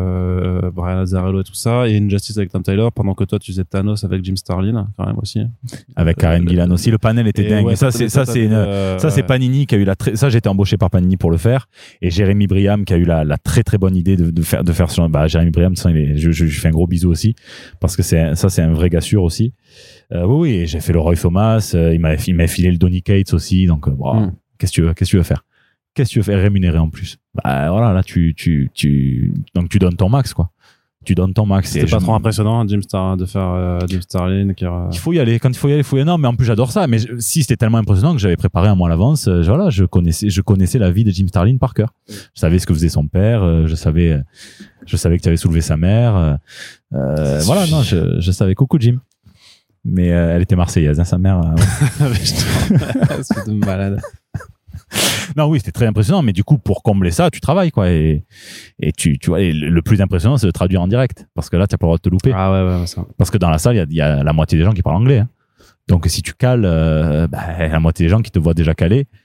Brian Azzarello et tout ça, et Injustice avec Tom Taylor, pendant que toi tu faisais Thanos avec Jim Starlin, quand même aussi. Avec Karen Gillan aussi. Le panel était dingue. Ouais, ça c'est Panini qui a eu ça j'ai été embauché par Panini pour le faire, et Jérémy Briam qui a eu la très très bonne idée de faire sur. Jérémy Briam, je lui fais un gros bisou aussi parce que c'est un vrai gars sûr aussi. Oui, j'ai fait le Roy Thomas, il m'a filé le Donny Cates aussi, donc qu'est-ce que tu veux faire? Qu'est-ce que tu veux faire rémunérer en plus? Bah voilà, là donc tu donnes ton max, quoi. Tu donnes ton max. C'était pas trop impressionnant, de faire Jim Starlin il faut y aller, quand il faut y aller. Non, mais en plus j'adore ça, mais si c'était tellement impressionnant que j'avais préparé un mois à l'avance, voilà, je connaissais la vie de Jim Starlin par cœur. Je savais ce que faisait son père, je savais que tu avais soulevé sa mère, voilà, non, je savais. Coucou Jim. Mais elle était marseillaise, hein, sa mère. C'est de malade. Non, oui, c'était très impressionnant, mais du coup, pour combler ça, tu travailles, quoi. Et tu vois, et le plus impressionnant, c'est de traduire en direct. Parce que là, tu n'as pas le droit de te louper. Ah ouais, ça. Parce que dans la salle, il y a la moitié des gens qui parlent anglais, hein. Donc, si tu cales, la moitié des gens qui te voient déjà caler.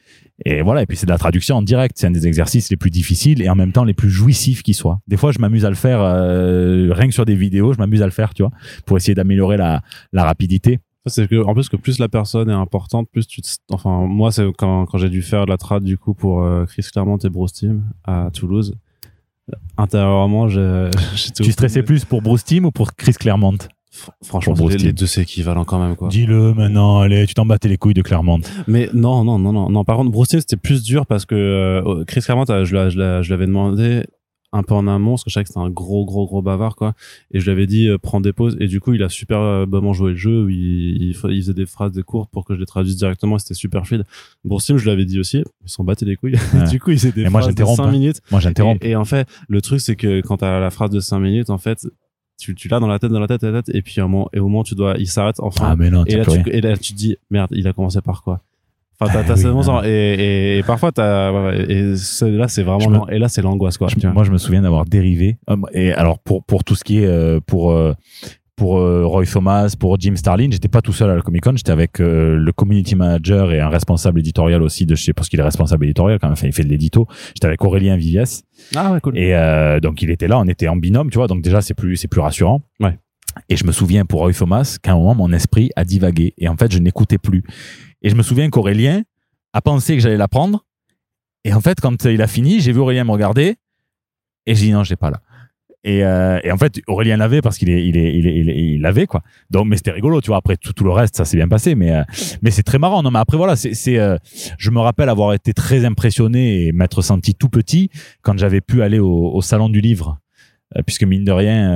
Et voilà, et puis c'est de la traduction en direct, c'est un des exercices les plus difficiles et en même temps les plus jouissifs qui soient. Des fois, je m'amuse à le faire, rien que sur des vidéos, je m'amuse à le faire, tu vois, pour essayer d'améliorer la rapidité. C'est que, en plus, que plus la personne est importante, plus enfin, moi, c'est quand j'ai dû faire de la trad, du coup, pour Chris Claremont et Bruce Timm à Toulouse. Intérieurement, Tu stressais plus pour Bruce Timm ou pour Chris Claremont? Franchement, les deux, c'est équivalent quand même, quoi. Dis-le maintenant, allez, tu t'en battais les couilles de Claremont. Mais non. Par contre, Bruce Timm, c'était plus dur parce que Chris Claremont, je l'avais demandé un peu en amont, parce que je savais que c'était un gros bavard, quoi. Et je lui avais dit, prends des pauses. Et du coup, il a superbement joué le jeu, où il faisait des phrases courtes pour que je les traduise directement. C'était super fluide. Bruce Timm, je l'avais dit aussi. Ils s'en battaient les couilles. Ouais. Du coup, il faisait des phrases de 5 minutes. Moi, j'interromps. Et en fait, le truc, c'est que quand t'as la phrase de 5 minutes, en fait, tu l'as dans la tête, et puis au moment, il s'arrête, enfin. Ah, mais non, et là, tu te dis, merde, il a commencé par quoi? Enfin, t'as oui, sens, et parfois et là, c'est vraiment, et là, c'est l'angoisse, quoi. Moi, je me souviens d'avoir dérivé. Et alors, pour tout ce qui est, pour Roy Thomas, pour Jim Starlin, j'étais pas tout seul à la Comic-Con, j'étais avec le community manager et un responsable éditorial aussi de chez, parce qu'il est responsable éditorial quand même, enfin, il fait de l'édito. J'étais avec Aurélien Viviès. Ah ouais, cool. Et donc il était là, on était en binôme, tu vois, donc déjà c'est plus rassurant. Ouais. Et je me souviens pour Roy Thomas qu'à un moment mon esprit a divagué et en fait je n'écoutais plus. Et je me souviens qu'Aurélien a pensé que j'allais la prendre. Et en fait quand il a fini, j'ai vu Aurélien me regarder et j'ai dit non, je l'ai pas là. Et en fait, Aurélien l'avait parce il l'avait, quoi. Donc, mais c'était rigolo, tu vois. Après, tout le reste, ça s'est bien passé, mais c'est très marrant. Non, mais après, voilà, je me rappelle avoir été très impressionné et m'être senti tout petit quand j'avais pu aller au Salon du Livre. Puisque mine de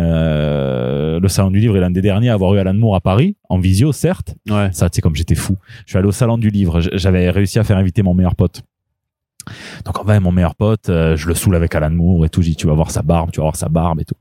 rien, le Salon du Livre est l'un des derniers à avoir eu Alan Moore à Paris, en visio, certes. Ouais. Ça, tu sais, comme j'étais fou. Je suis allé au Salon du Livre. J'avais réussi à faire inviter mon meilleur pote. Donc, en vrai, mon meilleur pote, je le saoule avec Alan Moore et tout. Je dis, tu vas voir sa barbe et tout.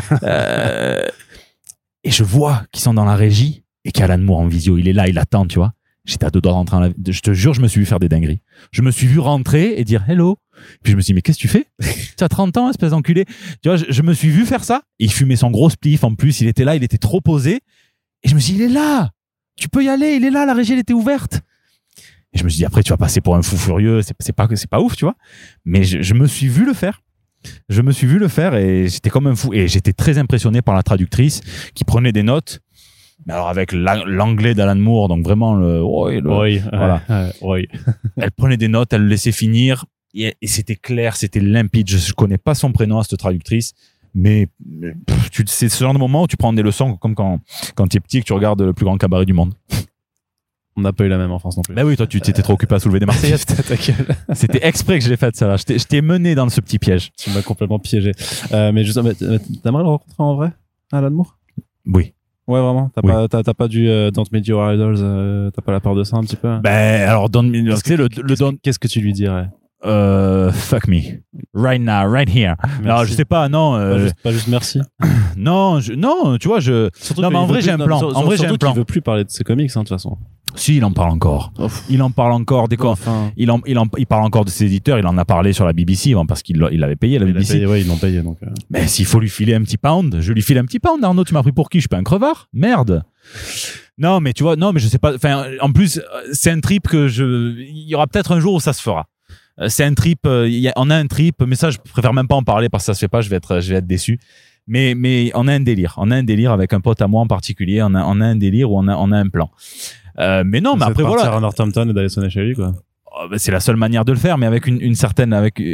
Et je vois qu'ils sont dans la régie et qu'Alan Moore en visio, il est là, il attend, tu vois. J'étais à deux doigts de rentrer je te jure, je me suis vu faire des dingueries. Je me suis vu rentrer et dire hello. Puis je me suis dit, mais qu'est-ce que tu fais? Tu as 30 ans, espèce d'enculé. Tu vois, je me suis vu faire ça. Et il fumait son gros spliff. En plus, il était là, il était trop posé. Et je me suis dit, il est là. Tu peux y aller, il est là, la régie, elle était ouverte. Et je me suis dit, après, tu vas passer pour un fou furieux. C'est pas ouf, tu vois. Mais je me suis vu le faire. Je me suis vu le faire et j'étais comme un fou. Et j'étais très impressionné par la traductrice qui prenait des notes. Mais alors avec l'anglais d'Alan Moore, donc vraiment voilà. Oui. Elle prenait des notes, elle le laissait finir et c'était clair, c'était limpide. Je connais pas son prénom à cette traductrice, mais c'est ce genre de moment où tu prends des leçons comme quand tu es petit et que tu regardes le plus grand cabaret du monde. On n'a pas eu la même enfance non plus. Ben oui, toi tu t'étais trop occupé à soulever des Marseillaises. C'était exprès que je l'ai fait ça là. Je t'ai mené dans ce petit piège. Tu m'as complètement piégé. Mais justement, t'aimerais le rencontrer en vrai, Alan Moore? Oui. Ouais, vraiment. T'as pas du Don't Meet Your Idols, t'as pas la peur de ça un petit peu? Ben alors qu'est-ce que tu lui dirais? Fuck me right now, right here. Merci. Alors je sais pas, non. Pas juste merci. non, tu vois, Surtout non, mais en vrai j'ai un plan. En vrai j'ai un plan. Il veut plus parler de ses comics, hein, de toute façon. Si, il en parle encore. Il en parle encore. Il parle encore de ses éditeurs. Il en a parlé sur la BBC parce qu'il l'avait payé la BBC. Ils l'ont payé donc. Mais s'il faut lui filer un petit pound, je lui file un petit pound. Arnaud, tu m'as pris pour qui? Je suis pas un crevard. Merde. Non, mais tu vois, non, mais je sais pas. Enfin, en plus, c'est un trip il y aura peut-être un jour où ça se fera. C'est un trip. On a un trip, mais ça, je préfère même pas en parler parce que ça se fait pas. Je vais être déçu. Mais on a un délire. On a un délire avec un pote à moi en particulier. On a un délire où on a un plan. Mais non, mais après voilà. Partir à Northampton et d'aller sonner chez lui, quoi. C'est la seule manière de le faire, mais avec d'une certaine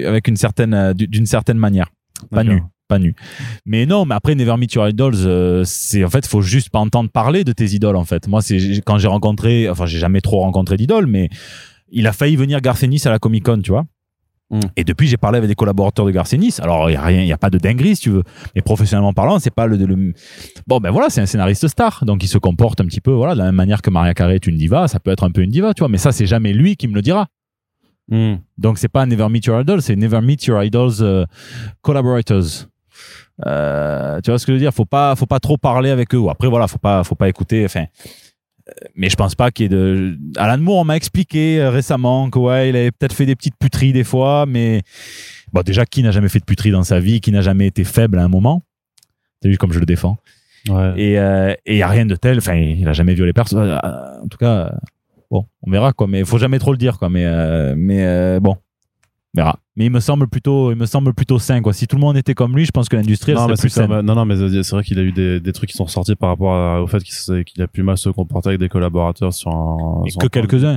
manière. Pas nu. Mais non, mais après Never Meet Your Idols, c'est en fait, faut juste pas entendre parler de tes idoles en fait. Moi, c'est quand j'ai jamais trop rencontré d'idoles, mais il a failli venir Garth Ennis à la Comic-Con, tu vois. Et depuis, j'ai parlé avec des collaborateurs de Garth Ennis. Alors, il y a pas de dinguerie, si tu veux. Mais professionnellement parlant, c'est pas bon, ben voilà, c'est un scénariste star. Donc, il se comporte un petit peu, voilà, de la même manière que Mariah Carey est une diva. Ça peut être un peu une diva, tu vois. Mais ça, c'est jamais lui qui me le dira. Donc, c'est pas Never Meet Your Idols, c'est Never Meet Your Idols collaborators. Tu vois ce que je veux dire? Faut pas trop parler avec eux. Après, voilà, faut pas écouter, enfin. Mais je pense pas qu'il y ait de. Alan Moore, on m'a expliqué récemment que ouais, il avait peut-être fait des petites puteries des fois, mais bon, déjà, qui n'a jamais fait de puterie dans sa vie, qui n'a jamais été faible à un moment? T'as vu comme je le défends? Ouais. Et il y a rien de tel. Enfin, il a jamais violé personne. En tout cas, Bon, on verra quoi, mais il faut jamais trop le dire quoi. Mais bon, on verra. Mais il me semble plutôt sain quoi. Si tout le monde était comme lui, je pense que l'industrie serait plus saine. Non, mais c'est vrai qu'il a eu des trucs qui sont sortis par rapport au fait qu'il a pu mal se comporter avec des collaborateurs sur un. Que quelques-uns.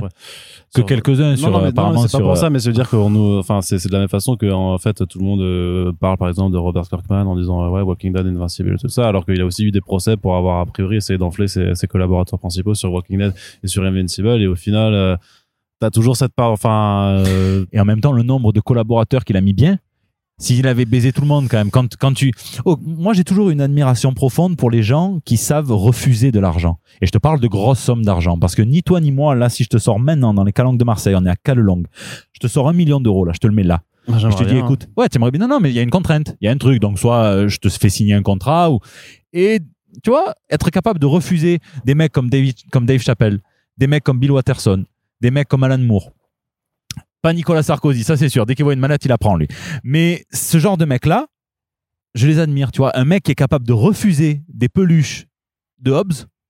Apparemment c'est pas pour ça, mais c'est dire c'est de la même façon que en fait tout le monde parle par exemple de Robert Kirkman en disant ouais Walking Dead, Invincible et tout ça, alors qu'il a aussi eu des procès pour avoir a priori essayé d'enfler ses collaborateurs principaux sur Walking Dead et sur Invincible, et au final t'as toujours cette part, et en même temps le nombre de collaborateurs qu'il a mis bien. S'il avait baisé tout le monde quand même, moi j'ai toujours une admiration profonde pour les gens qui savent refuser de l'argent. Et je te parle de grosses sommes d'argent, parce que ni toi ni moi, là, si je te sors maintenant dans les calanques de Marseille, on est à Callelongue, je te sors 1 million d'euros, là, je te le mets là. Je te dis, écoute, ouais, t'aimerais bien, non, mais il y a une contrainte, il y a un truc, donc soit je te fais signer un contrat, et tu vois, être capable de refuser des mecs comme Dave Chappelle, des mecs comme Bill Watterson, des mecs comme Alan Moore. Pas Nicolas Sarkozy, ça c'est sûr. Dès qu'il voit une manette, il la prend, lui. Mais ce genre de mec-là, je les admire, tu vois. Un mec qui est capable de refuser des peluches de Hobbes,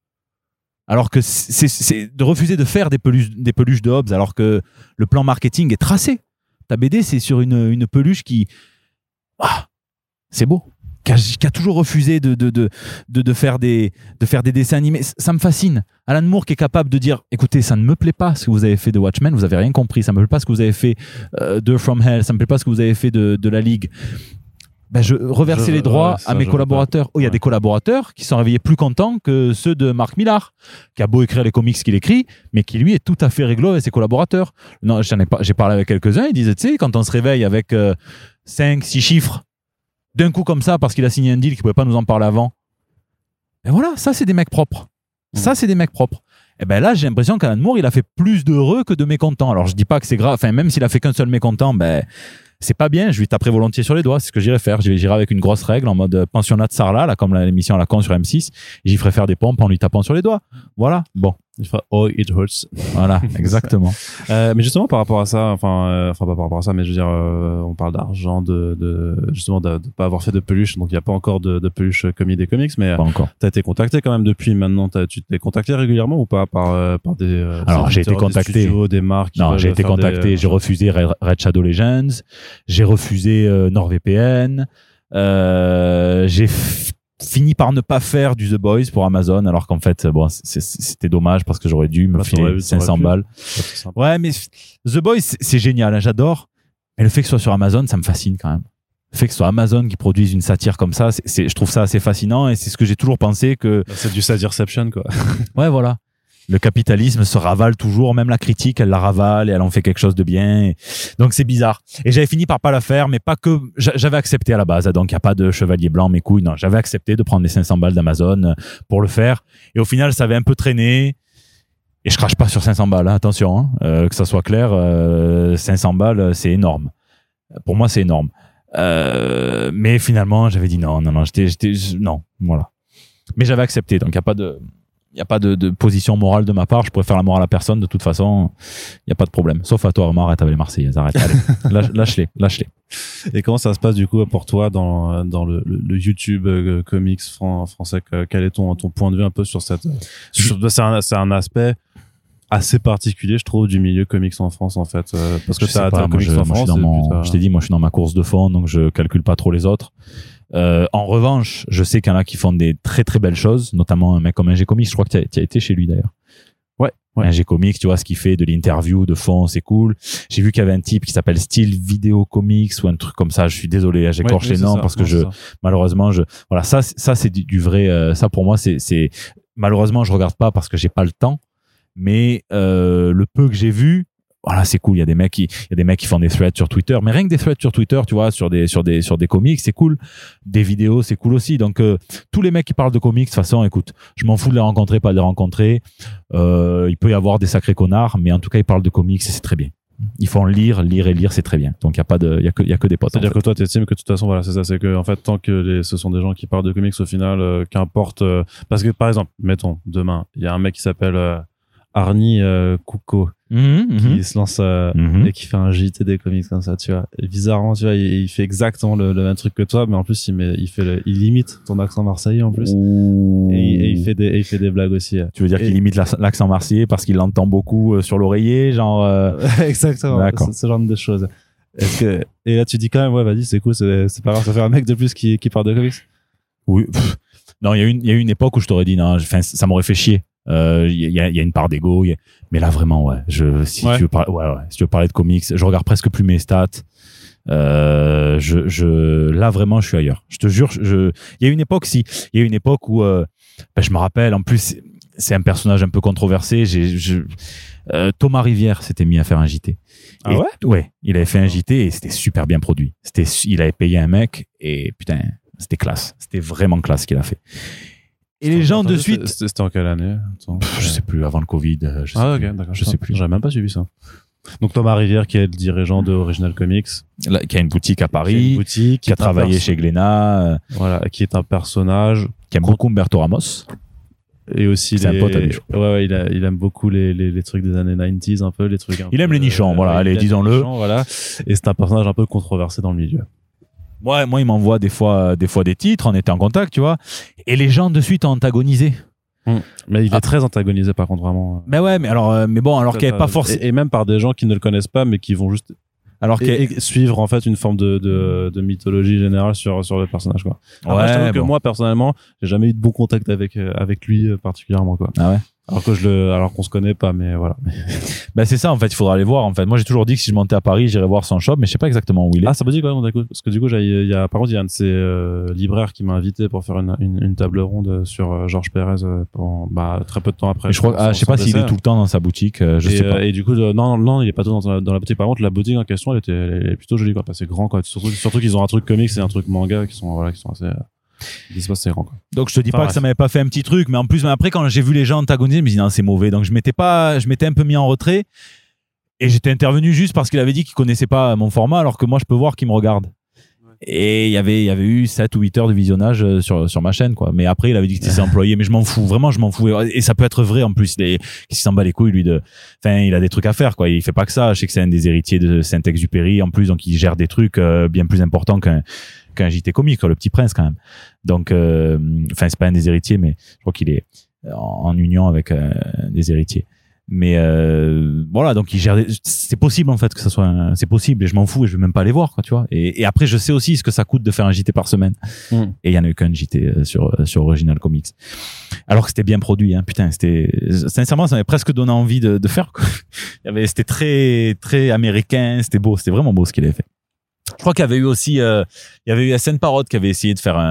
alors que c'est de refuser de faire des peluches de Hobbes, alors que le plan marketing est tracé. Ta BD, c'est sur une peluche qui... Ah, c'est beau. Qui a toujours refusé de faire des dessins animés. Ça me fascine. Alan Moore qui est capable de dire, écoutez, ça ne me plaît pas ce que vous avez fait de Watchmen, vous avez rien compris. Ça me plaît pas ce que vous avez fait de From Hell, ça me plaît pas ce que vous avez fait de la Ligue. Ben, je reversais les droits à mes collaborateurs. Il y a des collaborateurs qui sont réveillés plus contents que ceux de Mark Millar, qui a beau écrire les comics qu'il écrit, mais qui lui est tout à fait réglo avec ses collaborateurs. Non, j'ai parlé avec quelques-uns, ils disaient, tu sais, quand on se réveille avec 5, 6 chiffres, d'un coup comme ça, parce qu'il a signé un deal qu'il ne pouvait pas nous en parler avant. Et voilà, ça c'est des mecs propres. Ça c'est des mecs propres. Et ben là, j'ai l'impression qu'Alan Moore, il a fait plus d'heureux que de mécontents. Alors je dis pas que c'est grave, enfin même s'il a fait qu'un seul mécontent, ben c'est pas bien, je lui taperai volontiers sur les doigts, c'est ce que j'irai faire. J'irai avec une grosse règle en mode pensionnat de Sarlat, là, comme l'émission à la con sur M6, et j'y ferai faire des pompes en lui tapant sur les doigts. Voilà, bon. Il fera oh it hurts. Voilà, exactement. Mais justement par rapport à ça, pas par rapport à ça, mais je veux dire, on parle d'argent, justement de pas avoir fait de peluche, donc il y a pas encore de peluche commis des comics, mais pas encore. T'as été contacté quand même depuis maintenant. Tu t'es contacté régulièrement ou pas par des alors j'ai été contacté des studios, des marques. Non, j'ai été contacté. J'ai refusé Red Shadow Legends, j'ai refusé NordVPN, j'ai fini par ne pas faire du The Boys pour Amazon, alors qu'en fait, bon, c'était dommage parce que j'aurais dû me filer 500 balles. Ouais, mais The Boys, c'est génial, hein, j'adore. Mais le fait que ce soit sur Amazon, ça me fascine quand même. Le fait que ce soit Amazon qui produise une satire comme ça, je trouve ça assez fascinant, et c'est ce que j'ai toujours pensé que... C'est du Satirception, quoi. Ouais, voilà. Le capitalisme se ravale toujours, même la critique, elle la ravale et elle en fait quelque chose de bien. Donc c'est bizarre. Et j'avais fini par pas la faire, mais pas que... J'avais accepté à la base, donc il n'y a pas de chevalier blanc, mes couilles. Non, j'avais accepté de prendre les 500 balles d'Amazon pour le faire. Et au final, ça avait un peu traîné. Et je crache pas sur 500 balles, hein, attention, hein, que ça soit clair. 500 balles, c'est énorme. Pour moi, c'est énorme. Mais finalement, j'avais dit non, non, voilà. Mais j'avais accepté, donc il n'y a pas de position morale de ma part. Je pourrais faire la morale à personne. De toute façon, il n'y a pas de problème. Sauf à toi, Omar, arrête avec les Marseillais. Arrête. Allez. Lâche-les. Et comment ça se passe du coup pour toi dans le YouTube comics français? Quel est ton point de vue un peu sur cette... C'est un aspect assez particulier, je trouve, du milieu comics en France, en fait. Parce que t'as comics en France. Je t'ai dit, moi, je suis dans ma course de fond, donc je calcule pas trop les autres. En revanche, je sais qu'il y en a qui font des très très belles choses, notamment un mec comme NG Comics. Je crois que tu as été chez lui d'ailleurs. Ouais. NG Comics, tu vois ce qu'il fait, de l'interview, de fond, c'est cool. J'ai vu qu'il y avait un type qui s'appelle Style Vidéo Comics ou un truc comme ça. Je suis désolé, j'écorche les noms parce que malheureusement, voilà, ça c'est du vrai. Ça pour moi, c'est malheureusement je regarde pas parce que j'ai pas le temps. Mais le peu que j'ai vu, voilà, c'est cool. Il y a des mecs qui font des threads sur Twitter, mais rien que des threads sur Twitter, tu vois, sur des comics, c'est cool. Des vidéos, c'est cool aussi. Donc tous les mecs qui parlent de comics, de toute façon, écoute, je m'en fous de les rencontrer, pas de les rencontrer. Il peut y avoir des sacrés connards, mais en tout cas, ils parlent de comics et c'est très bien. Ils font lire, c'est très bien. Donc il y a que des potes. C'est-à-dire que toi t'estimes que de toute façon voilà, c'est ça, c'est que en fait tant que ce sont des gens qui parlent de comics au final, qu'importe parce que par exemple, mettons demain, il y a un mec qui s'appelle Arnie Kuko qui se lance et qui fait un JT des comics comme ça, tu vois. Et bizarrement, tu vois, il fait exactement le même truc que toi, mais en plus il imite ton accent marseillais en plus. Et il fait des blagues aussi. Tu veux dire qu'il imite l'accent marseillais parce qu'il l'entend beaucoup sur l'oreiller, genre Exactement. D'accord. Ce genre de choses. Et là tu dis quand même, ouais, vas-y, c'est cool, c'est pas grave, ça fait un mec de plus qui parle de comics. Oui. Non, il y a eu une époque où je t'aurais dit non, enfin ça m'aurait fait chier. Il y a une part d'ego, mais là vraiment ouais. Si tu veux parler de comics, je regarde presque plus mes stats. Là vraiment je suis ailleurs. Je te jure, il y a une époque où je me rappelle, en plus c'est un personnage un peu controversé, Thomas Rivière s'était mis à faire un JT. Ah ouais? Ouais, il avait fait un JT et c'était super bien produit. Il avait payé un mec et putain, c'était classe. C'était vraiment classe ce qu'il a fait. Et les gens de suite. C'était en quelle année? Je sais plus, avant le Covid. Ok, d'accord. Je sais plus. J'avais même pas suivi ça. Donc Thomas Rivière, qui est le dirigeant de Original Comics, qui a une boutique à Paris, qui a travaillé chez Glénat, voilà, qui est un personnage qui aime beaucoup Humberto Ramos. Et aussi c'est un pote à lui. Ouais, il aime beaucoup les trucs des années 90s, un peu les trucs. Il aime les nichons, voilà, allez, disons-le. Voilà. Et c'est un personnage un peu controversé dans le milieu. Moi, il m'envoie des fois des titres, on était en contact, tu vois. Et les gens de suite ont antagonisé. Mais il est très antagonisé par contre, vraiment. Mais ouais, alors qu'il n'y avait pas forcément. Et même par des gens qui ne le connaissent pas, mais qui vont juste suivre en fait une forme de mythologie générale sur le personnage, quoi. Après, je t'avoue que moi personnellement, j'ai jamais eu de bon contact avec lui particulièrement, quoi. Ah ouais. Alors qu'on se connaît pas, mais voilà. Bah c'est ça en fait, il faudra aller voir en fait. Moi j'ai toujours dit que si je montais à Paris, j'irais voir son shop, mais je sais pas exactement où il est. Ah, ça me dit quoi, parce que du coup par contre il y a un de ces libraires qui m'a invité pour faire une table ronde sur Georges Pérez très peu de temps après. Je sais pas s'il est tout le temps dans sa boutique, je sais pas. Et du coup non, il est pas tout dans la boutique. Par contre la boutique en question, elle est plutôt jolie, quoi. C'est grand, quoi. Surtout qu'ils ont un truc comics et un truc manga qui sont assez c'est grand, quoi. Donc je te dis pas que ça m'avait pas fait un petit truc, mais en plus, après quand j'ai vu les gens antagoniser, je me dis non, c'est mauvais. Donc je m'étais un peu mis en retrait et j'étais intervenu juste parce qu'il avait dit qu'il connaissait pas mon format, alors que moi je peux voir qu'il me regarde. Et il y avait eu 7 ou 8 heures de visionnage sur ma chaîne, quoi. Mais après il avait dit que c'était ses employés, mais je m'en fous, vraiment je m'en fous. Et ça peut être vrai en plus, il s'en bat les couilles lui il a des trucs à faire, quoi. Il fait pas que ça. Je sais que c'est un des héritiers de Saint-Exupéry en plus, donc il gère des trucs bien plus importants qu'un JT comique, le Petit Prince quand même. Donc c'est pas un des héritiers, mais je crois qu'il est en union avec des héritiers. Mais voilà, donc il gère c'est possible en fait que ça soit c'est possible, et je m'en fous et je vais même pas aller voir, quoi, tu vois. Et après je sais aussi ce que ça coûte de faire un JT par semaine. Et il y en a eu qu'un JT sur Original Comics, alors que c'était bien produit, hein. Putain, sincèrement ça m'avait presque donné envie de faire, quoi. C'était très très américain, c'était beau, c'était vraiment beau ce qu'il avait fait. Je crois qu'il y avait eu aussi SN Parod qui avait essayé de faire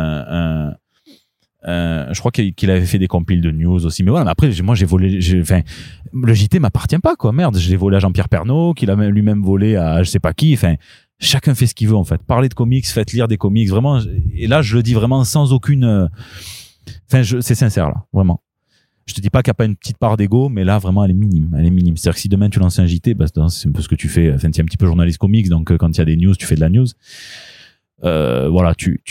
je crois qu'il avait fait des compiles de news aussi, mais voilà. Mais après, moi, le JT m'appartient pas, quoi. Merde, je l'ai volé à Jean-Pierre Pernaut, qu'il a lui-même volé à je sais pas qui. Enfin, chacun fait ce qu'il veut, en fait. Parler de comics, faites lire des comics, vraiment. Et là, je le dis vraiment sans aucune. C'est sincère là, vraiment. Je te dis pas qu'il n'y a pas une petite part d'ego, mais là, vraiment, elle est minime. C'est-à-dire que si demain tu lances un JT, c'est un peu ce que tu fais. Enfin, tu es un petit peu journaliste comics, donc quand il y a des news, tu fais de la news. Voilà,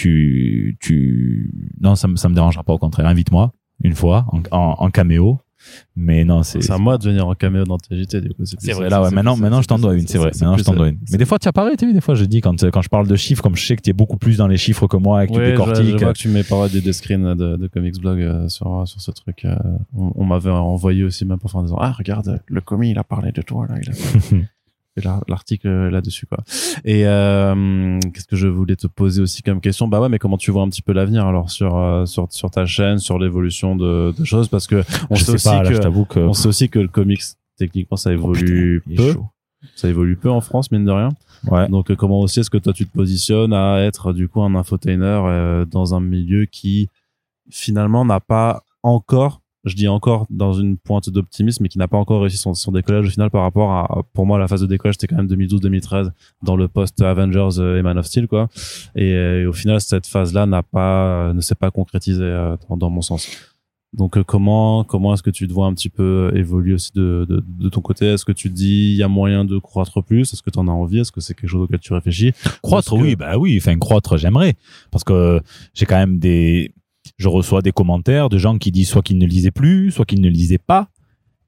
non, ça me dérangera pas, au contraire. Invite-moi une fois en caméo, mais non, c'est à moi de venir en caméo dans tes JT, du coup. C'est vrai, là, ouais. Maintenant, je t'en dois une, c'est vrai. Maintenant, je t'en dois une. Mais des fois, tu apparais, des fois, je dis, quand je parle de chiffres, comme je sais que tu es beaucoup plus dans les chiffres que moi, et que tu décortiques. Je vois que tu mets pas des screens de Comics Blog sur ce truc. On m'avait envoyé aussi, même parfois en disant, ah, regarde, le commis, il a parlé de toi, là, il a l'article là-dessus, quoi. Et qu'est-ce que je voulais te poser aussi comme question? Bah ouais, mais comment tu vois un petit peu l'avenir alors sur ta chaîne, sur l'évolution de choses, parce que on sait aussi que le comics techniquement ça évolue peu. Ça évolue peu en France, mine de rien. Ouais. Donc comment aussi est-ce que toi tu te positionnes à être du coup un infotainer dans un milieu qui finalement n'a pas encore, je dis encore dans une pointe d'optimisme, mais qui n'a pas encore réussi son décollage au final par rapport à, pour moi, la phase de décollage, c'était quand même 2012-2013 dans le post-Avengers et Man of Steel, quoi. Et au final, cette phase-là ne s'est pas concrétisée dans mon sens. Donc comment est-ce que tu te vois un petit peu évoluer aussi de ton côté? Est-ce que tu te dis il y a moyen de croître plus? Est-ce que tu en as envie? Est-ce que c'est quelque chose auquel tu réfléchis? Croître, oui, enfin croître, j'aimerais, parce que j'ai quand même je reçois des commentaires de gens qui disent soit qu'ils ne lisaient plus, soit qu'ils ne lisaient pas,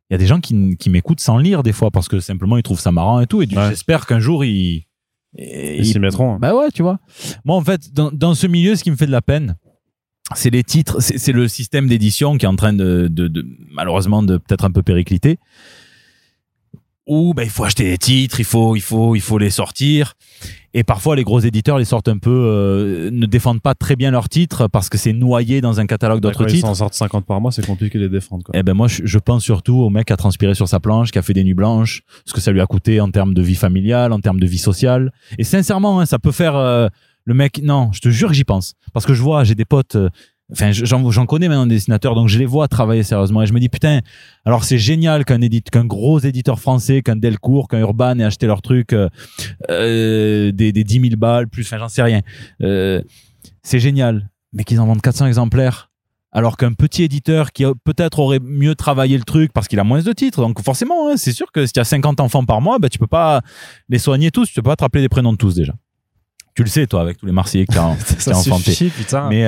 Il y a des gens qui m'écoutent sans lire des fois parce que simplement ils trouvent ça marrant et tout. Et j'espère qu'un jour ils s'y mettront. Bah ouais, tu vois. Moi, en fait, dans ce milieu, ce qui me fait de la peine, c'est les titres, c'est le système d'édition qui est en train de malheureusement de peut-être un peu péricliter. Où il faut acheter des titres, il faut les sortir. Et parfois, les gros éditeurs les sortent un peu, ne défendent pas très bien leurs titres parce que c'est noyé dans un catalogue d'autres titres. Quand ils s'en sortent 50 par mois, c'est compliqué de les défendre, quoi. Eh ben moi, je pense surtout au mec qui a transpiré sur sa planche, qui a fait des nuits blanches, ce que ça lui a coûté en termes de vie familiale, en termes de vie sociale. Et sincèrement, ça peut faire le mec. Non, je te jure que j'y pense parce que je vois, j'ai des potes. Enfin, j'en connais maintenant des dessinateurs, donc je les vois travailler sérieusement et je me dis putain. Alors c'est génial qu'un gros éditeur français, qu'un Delcourt, qu'un Urban ait acheté leur truc des 10 000 balles plus, enfin j'en sais rien. C'est génial, mais qu'ils en vendent 400 exemplaires. Alors qu'un petit éditeur qui peut-être aurait mieux travaillé le truc parce qu'il a moins de titres, donc forcément, c'est sûr que si tu as 50 enfants par mois, tu peux pas les soigner tous, tu peux pas te rappeler des prénoms de tous déjà. Tu le sais, toi, avec tous les Marseillais que tu as enfantés. Mais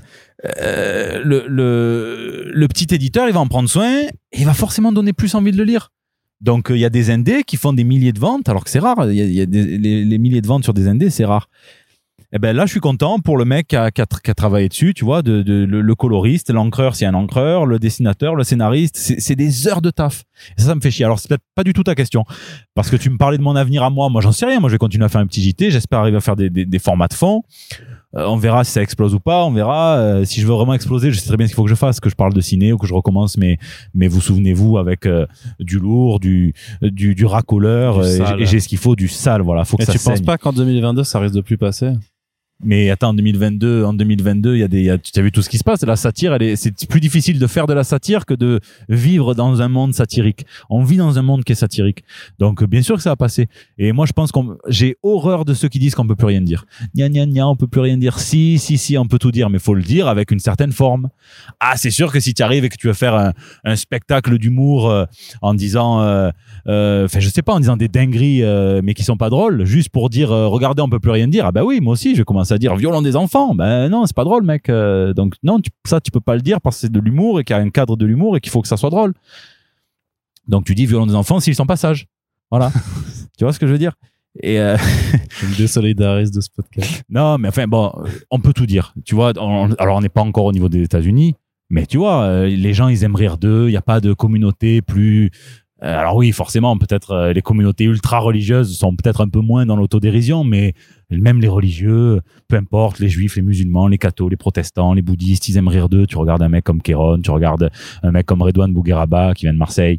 le petit éditeur, il va en prendre soin et il va forcément donner plus envie de le lire. Donc, il y a des indés qui font des milliers de ventes, alors que c'est rare. Il y a les milliers de ventes sur des indés, c'est rare. Et ben là, je suis content pour le mec qui a travaillé dessus, tu vois, le coloriste, l'encreur, s'il y a un encreur, le dessinateur, le scénariste. C'est des heures de taf. Et ça me fait chier. Alors, c'est peut-être pas du tout ta question. Parce que tu me parlais de mon avenir à moi. Moi, j'en sais rien. Moi, je vais continuer à faire un petit JT. J'espère arriver à faire des formats de fond. On verra si ça explose ou pas. On verra. Si je veux vraiment exploser, je sais très bien ce qu'il faut que je fasse. Que je parle de ciné ou que je recommence. Mais vous souvenez-vous avec du lourd, du racoleur. Et j'ai ce qu'il faut, du sale. Voilà. Faut que ça saigne. Et tu penses pas qu'en 2022, ça risque de plus passer? Mais attends, en 2022, tu as vu tout ce qui se passe. La satire, c'est plus difficile de faire de la satire que de vivre dans un monde satirique. On vit dans un monde qui est satirique. Donc, bien sûr que ça va passer. Et moi, je pense j'ai horreur de ceux qui disent qu'on peut plus rien dire. Gna, on peut plus rien dire. Si, on peut tout dire, mais faut le dire avec une certaine forme. Ah, c'est sûr que si tu arrives et que tu veux faire un spectacle d'humour en disant, je sais pas, en disant des dingueries, mais qui sont pas drôles, juste pour dire, regardez, on peut plus rien dire. Ah bah oui, moi aussi, je vais commencer à dire violon des enfants. Ben non, c'est pas drôle, mec. Donc non, tu peux pas le dire parce que c'est de l'humour et qu'il y a un cadre de l'humour et qu'il faut que ça soit drôle. Donc tu dis violon des enfants s'ils sont pas sages. Voilà. Tu vois ce que je veux dire? Et je me désolidarise de ce podcast. Non, mais enfin bon, on peut tout dire. Tu vois, alors on n'est pas encore au niveau des États-Unis, mais tu vois, les gens ils aiment rire d'eux. Il y a pas de communauté plus. Alors oui, forcément, peut-être les communautés ultra religieuses sont peut-être un peu moins dans l'autodérision, mais même les religieux, peu importe, les juifs, les musulmans, les cathos, les protestants, les bouddhistes, ils aiment rire d'eux. Tu regardes un mec comme Kéron, tu regardes un mec comme Redouane Bougueraba qui vient de Marseille.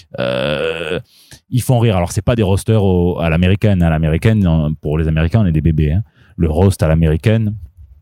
Ils font rire. Alors c'est pas des roasters à l'américaine. À l'américaine, pour les Américains, on est des bébés. Hein. Le roast à l'américaine,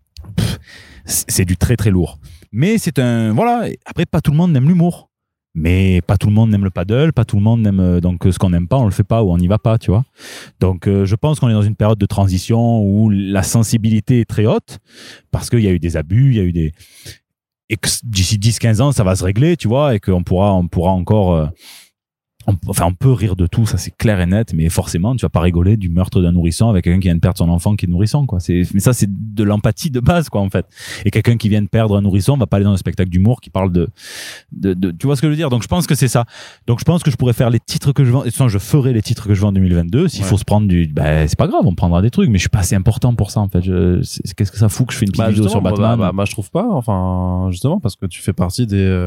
c'est du très très lourd. Mais c'est voilà. Après, pas tout le monde aime l'humour. Mais pas tout le monde n'aime le paddle, pas tout le monde n'aime donc ce qu'on n'aime pas, on le fait pas ou on n'y va pas, tu vois. Donc je pense qu'on est dans une période de transition où la sensibilité est très haute parce qu'il y a eu des abus, il y a eu des et que d'ici 10-15 ans ça va se régler, tu vois, et qu'on pourra encore on peut rire de tout, ça c'est clair et net, mais forcément tu vas pas rigoler du meurtre d'un nourrisson avec quelqu'un qui vient de perdre son enfant qui est nourrisson, quoi. Mais ça c'est de l'empathie de base, quoi, en fait. Et quelqu'un qui vient de perdre un nourrisson va pas aller dans un spectacle d'humour qui parle de tu vois ce que je veux dire. Donc je pense que c'est ça. Donc je pense que je pourrais faire les titres que je vends, et sinon je ferai les titres que je vends en 2022. S'il faut se prendre c'est pas grave, on prendra des trucs, mais je suis pas assez important pour ça, en fait. Qu'est-ce que ça fout que je fais une petite vidéo sur Batman? Je trouve pas, enfin justement parce que tu fais partie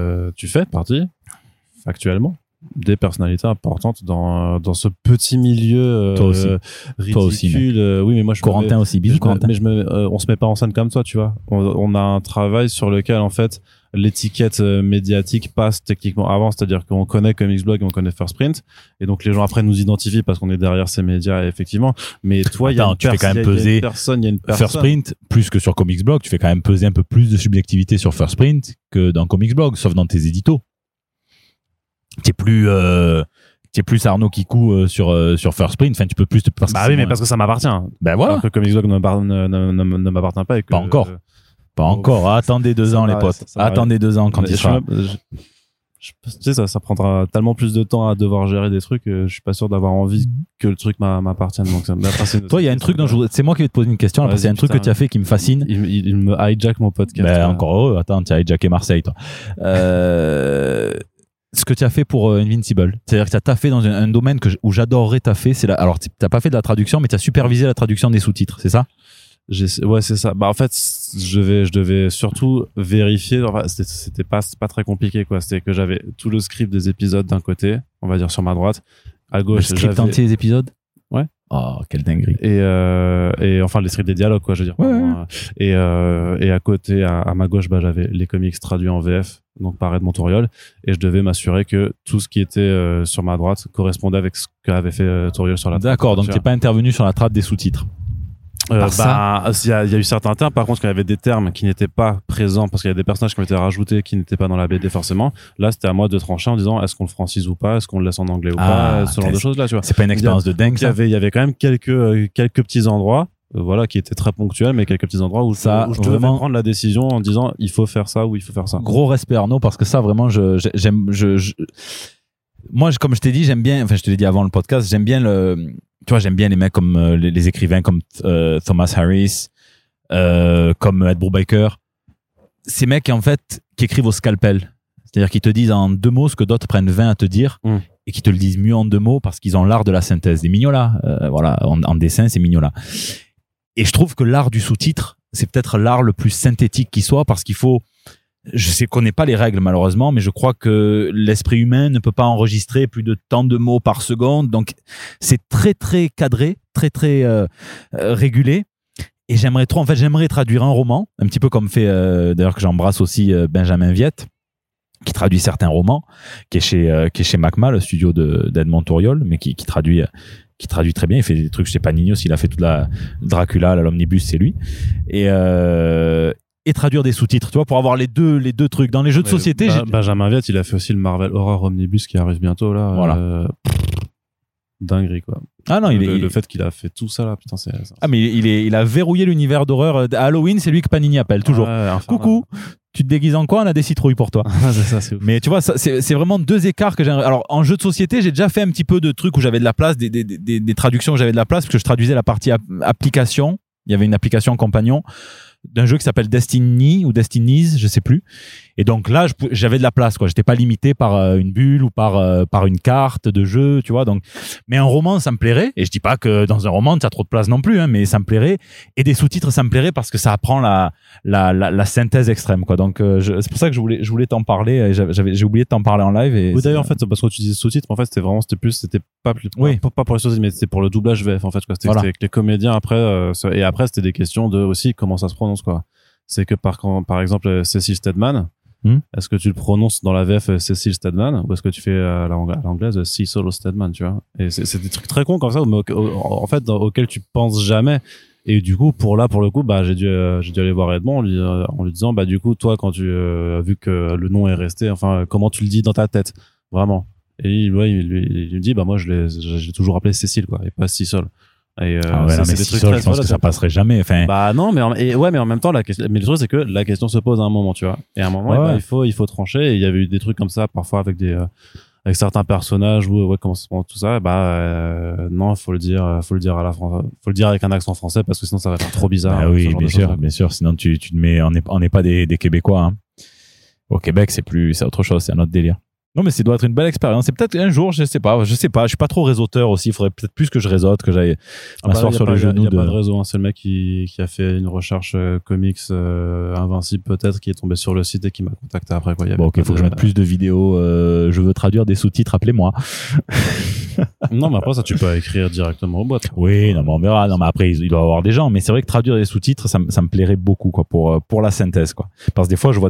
factuellement des personnalités importantes dans ce petit milieu ridicule. Toi aussi, oui, mais moi Corentin aussi, bisous Corentin. Mais on se met pas en scène comme toi, tu vois. On a un travail sur lequel en fait l'étiquette médiatique passe techniquement avant, c'est-à-dire qu'on connaît Comics Blog et on connaît First Print, et donc les gens après nous identifient parce qu'on est derrière ces médias, effectivement. Mais toi, il y a une personne. First Print, plus que sur Comics Blog, tu fais quand même peser un peu plus de subjectivité sur First Print que dans Comics Blog, sauf dans tes éditos. T'es plus Arnaud Kikou sur First Print. Enfin, tu peux plus mais parce que ça m'appartient. Ben voilà. Alors que Comics Blog ne m'appartient pas. Et que, pas encore. Attendez 2 ans, les potes. Attendez 2 ans quand il sera. Tu sais, ça prendra tellement plus de temps à devoir gérer des trucs. Je suis pas sûr d'avoir envie que le truc m'appartienne. Donc, toi, il y a un truc c'est moi qui vais te poser une question. Parce qu'il y a un truc que tu as fait qui me fascine. Il me hijack mon podcast. Encore heureux. Attends, tu as hijacké Marseille, toi. ce que tu as fait pour Invincible. C'est-à-dire que tu as taffé dans un domaine où j'adorerais taffer. Alors, tu n'as pas fait de la traduction, mais tu as supervisé la traduction des sous-titres, c'est ça? Ouais, c'est ça. Bah, en fait, je devais surtout vérifier. Enfin, c'était pas très compliqué, quoi. C'était que j'avais tout le script des épisodes d'un côté, on va dire sur ma droite. À gauche, le script entier des épisodes? Ouais. Oh, quelle dinguerie. Et enfin, les scripts des dialogues, quoi, je veux dire. Ouais. Et à côté, à ma gauche, bah, j'avais les comics traduits en VF, donc par Ed Montoriol. Et je devais m'assurer que tout ce qui était sur ma droite correspondait avec ce qu'avait fait Toriol sur la droite. D'accord, donc t'es pas intervenu sur la trad des sous-titres. Il y a eu certains termes, par contre, qu'il y avait des termes qui n'étaient pas présents parce qu'il y a des personnages qui ont été rajoutés qui n'étaient pas dans la BD forcément. Là, c'était à moi de trancher en disant est-ce qu'on le francise ou pas, est-ce qu'on le laisse en anglais ou pas, ce genre de choses là, tu vois. C'est pas une expérience de dingue. Il y avait quand même quelques petits endroits, voilà, qui étaient très ponctuels, mais quelques petits endroits où je devais prendre la décision en disant il faut faire ça ou il faut faire ça. Gros respect Arnaud, parce que ça vraiment, moi, comme je t'ai dit, j'aime bien. Enfin, je te l'ai dit avant le podcast, j'aime bien j'aime bien les mecs comme les écrivains comme Thomas Harris, comme Ed Brubaker. Ces mecs, en fait, qui écrivent au scalpel. C'est-à-dire qu'ils te disent en 2 mots ce que d'autres prennent 20 à te dire et qui te le disent mieux en 2 mots parce qu'ils ont l'art de la synthèse. Des Mignola, voilà, en dessin, c'est Mignola. Et je trouve que l'art du sous-titre, c'est peut-être l'art le plus synthétique qui soit parce qu'il faut. Je connais pas les règles malheureusement, mais je crois que l'esprit humain ne peut pas enregistrer plus de tant de mots par seconde. Donc c'est très très cadré, très très régulé. Et j'aimerais traduire un roman, un petit peu comme fait d'ailleurs que j'embrasse aussi Benjamin Viette, qui traduit certains romans, qui est chez Macma, le studio d'Ed Montoriol, mais qui traduit très bien. Il fait des trucs chez Panini aussi. Il a fait toute la Dracula, l'Omnibus, c'est lui. Et traduire des sous-titres, tu vois, pour avoir les deux trucs. Dans les jeux de société, Benjamin Viette, il a fait aussi le Marvel Horror Omnibus qui arrive bientôt, là. Voilà. Dinguerie, quoi. Ah non, le fait qu'il a fait tout ça, là, putain, c'est... Ah, mais il a verrouillé l'univers d'horreur. À Halloween, c'est lui que Panini appelle, toujours. Coucou, tu te déguises en quoi? On a des citrouilles pour toi. C'est ça, c'est ouf. Mais tu vois, c'est vraiment 2 écarts que j'aimerais. Alors, en jeu de société, j'ai déjà fait un petit peu de trucs où j'avais de la place, des traductions où j'avais de la place, parce que je traduisais la partie application. Il y avait une application compagnon d'un jeu qui s'appelle Destiny ou Destinies, je sais plus. Et donc là, j'avais de la place, quoi. J'étais pas limité par une bulle ou par une carte de jeu, tu vois. Donc, mais un roman, ça me plairait. Et je dis pas que dans un roman, tu as trop de place non plus, hein, mais ça me plairait. Et des sous-titres, ça me plairait parce que ça apprend la synthèse extrême, quoi. Donc, c'est pour ça que je voulais t'en parler. Et j'ai oublié de t'en parler en live. Et oui, d'ailleurs, en fait, parce que tu disais sous-titres, en fait, c'était pas pour les sous-titres, mais c'était pour le doublage VF, en fait, quoi. C'était avec les comédiens après, et après, c'était des questions de aussi comment ça se prononce, quoi. C'est que par exemple, Cecil Stedman, est-ce que tu le prononces dans la VF Cecil Stedman ou est-ce que tu fais à l'anglaise Cecil Stedman, tu vois? Et c'est des trucs très cons comme ça, mais en fait, auxquels tu penses jamais. Et du coup, pour le coup, bah, j'ai dû aller voir Edmond en lui disant, bah, du coup, toi, quand tu as vu que le nom est resté, enfin, comment tu le dis dans ta tête, vraiment? Et il me dit, bah, moi, j'ai toujours appelé Cécile, quoi, et pas Cecil. Et mais Cecil, je pense que ça passerait jamais. Enfin, bah non, mais en même temps, mais le truc c'est que la question se pose à un moment, tu vois. Et à un moment, il faut trancher. Et il y avait eu des trucs comme ça parfois avec certains personnages où comment ça se prend tout ça. Non, faut le dire à la France, faut le dire avec un accent français parce que sinon ça va faire trop bizarre. Ah oui, bien sûr. Sinon tu te mets, on n'est pas des Québécois. Hein. Au Québec, c'est autre chose, c'est un autre délire. Non, mais ça doit être une belle expérience. C'est peut-être un jour, je sais pas. Je suis pas trop réseauteur aussi. Il faudrait peut-être plus que je réseaute, que j'aille m'asseoir sur le genou. Il y a pas de réseau, hein. C'est le mec qui a fait une recherche comics invincible peut-être, qui est tombé sur le site et qui m'a contacté après, quoi. Bon, ok, faut que je mette plus de vidéos. Je veux traduire des sous-titres, appelez-moi. Non, mais après ça, tu peux écrire directement au boîte. Oui, non, mais on verra. Non, mais après, il doit y avoir des gens. Mais c'est vrai que traduire des sous-titres, ça me plairait beaucoup, quoi, pour la synthèse, quoi. Parce que des fois, je vois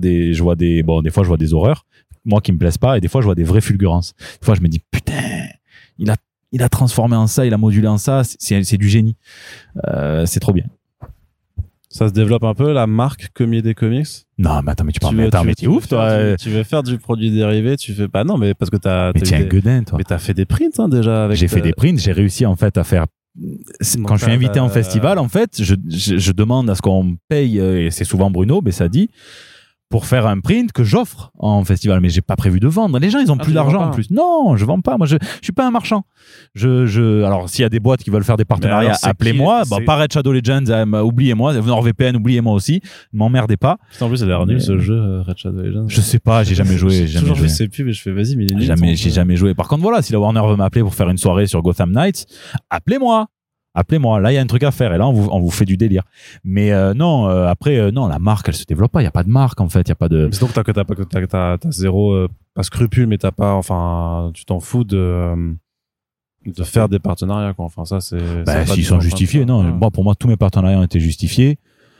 des horreurs, moi qui me plaisent pas, et des fois je vois des vraies fulgurances. Des fois je me dis putain, il a transformé en ça, il a modulé en ça, c'est du génie. C'est trop bien. Ça se développe un peu la marque Comier des Comics? Non, mais attends, mais t'es ouf, toi. Tu veux faire du produit dérivé, tu fais pas. Non, mais parce que t'as. Mais t'es un gueudin, toi. Mais t'as fait des prints, hein, déjà. J'ai fait des prints, j'ai réussi en fait à faire. Quand je suis invité en festival, en fait, je demande à ce qu'on me paye, et c'est souvent Bruno, mais ça dit, pour faire un print que j'offre en festival, mais j'ai pas prévu de vendre. Les gens, ils ont plus d'argent en plus. Non, je vends pas. Moi, je suis pas un marchand. Alors, s'il y a des boîtes qui veulent faire des partenariats, appelez-moi. Pas Red Shadow Legends, oubliez-moi. NordVPN, oubliez-moi aussi. Ne m'emmerdez pas. En plus, ça a l'air nul ce jeu, Red Shadow Legends. Je sais pas, j'ai jamais joué. Je sais plus, mais je fais vas-y, mais il est nul. J'ai jamais joué. Par contre, voilà, si la Warner veut m'appeler pour faire une soirée sur Gotham Knights, appelez-moi. Là il y a un truc à faire et là on vous fait du délire, mais non, la marque elle se développe pas, il y a pas de marque en fait, il y a pas de. C'est donc t'as zéro pas scrupule, mais t'as pas, enfin tu t'en fous de faire des partenariats quoi, enfin ça c'est s'ils sont justifiés, non, moi pour moi tous mes partenariats ont été justifiés.